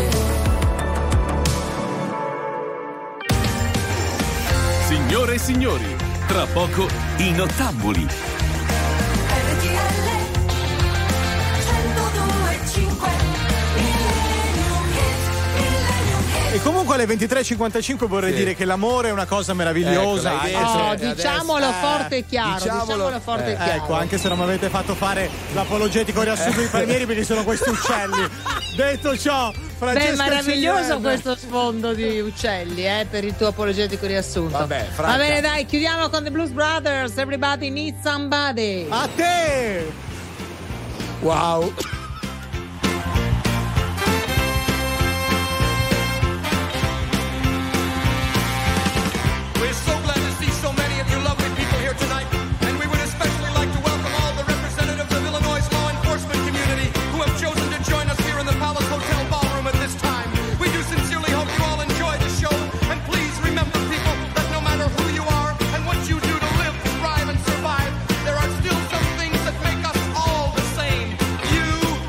Signore e signori, tra poco i Nottambuli. E comunque alle 23:55 vorrei dire che l'amore è una cosa meravigliosa. Diciamolo forte e chiaro. Diciamolo forte e chiaro. Ecco, anche se non mi avete fatto fare l'apologetico riassunto di Palmieri perché sono questi uccelli. Detto ciò, Francesca, meraviglioso questo sfondo di uccelli, per il tuo apologetico riassunto. Vabbè, va bene, dai, chiudiamo con The Blues Brothers. Everybody needs somebody. A te! Wow. You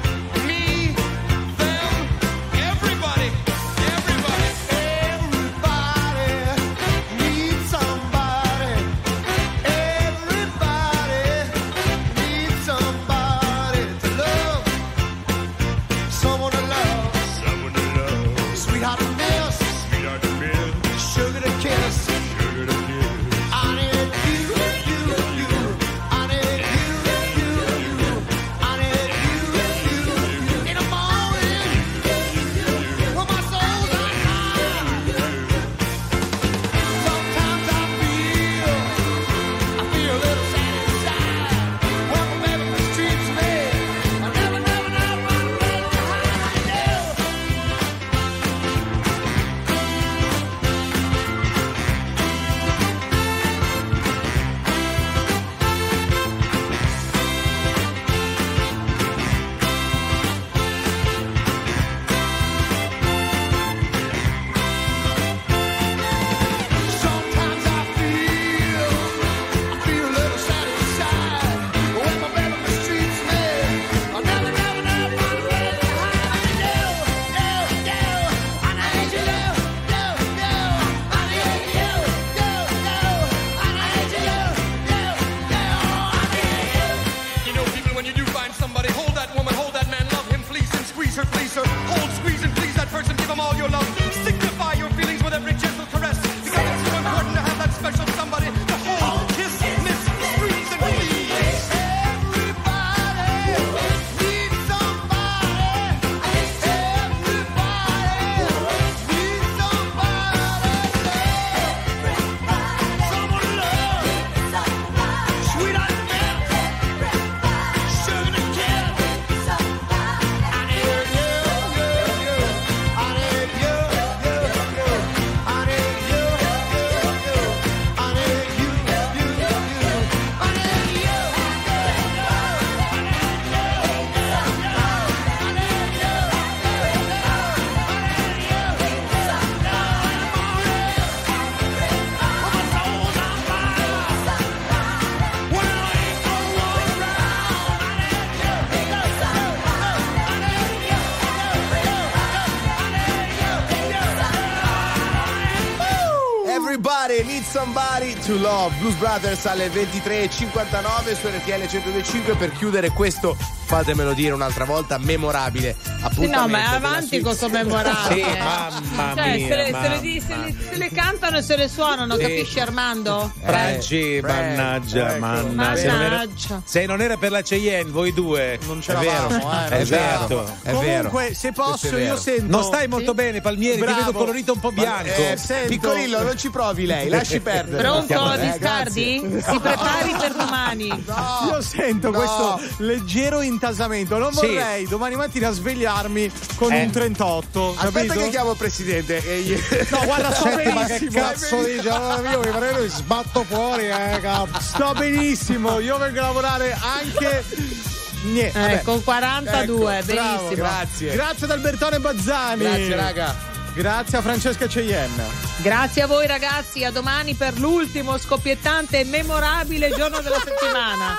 Need Somebody to Love, Blues Brothers alle 23:59 su RTL 102.5 per chiudere questo, fatemelo dire un'altra volta, memorabile appuntamento. No, ma è avanti questo memorabile. Sì, mamma cioè, mia, se le cantano e se le suonano, capisci Armando? Franci, mannaggia. Se non era per la Cheyenne, voi due. Non c'eravamo, Esatto. Comunque, se posso, io sento. Non stai molto bene, Palmieri, Bravo. ti vedo colorito un po' bianco. Piccolillo, non ci provi lei, lasci perdere. Pronto, Discardi? Si prepari per domani. No, io sento questo leggero intasamento. Non vorrei domani mattina svegliarmi con un 38. Aspetta capito? che chiamo il presidente. No, guarda, sto Ma che benissimo. cazzo dici? Allora io mi prendo e sbatto fuori, cazzo. Sto benissimo. Io vengo a lavorare anche. Niente, con 42, ecco, benissimo. Bravo, grazie ad Albertone Bazzani. Grazie, raga. Grazie a Francesca Cheyenne. Grazie a voi ragazzi, a domani per l'ultimo scoppiettante e memorabile giorno della settimana.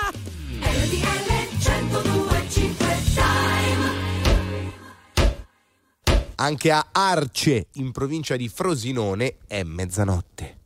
Anche a Arce, in provincia di Frosinone, è mezzanotte.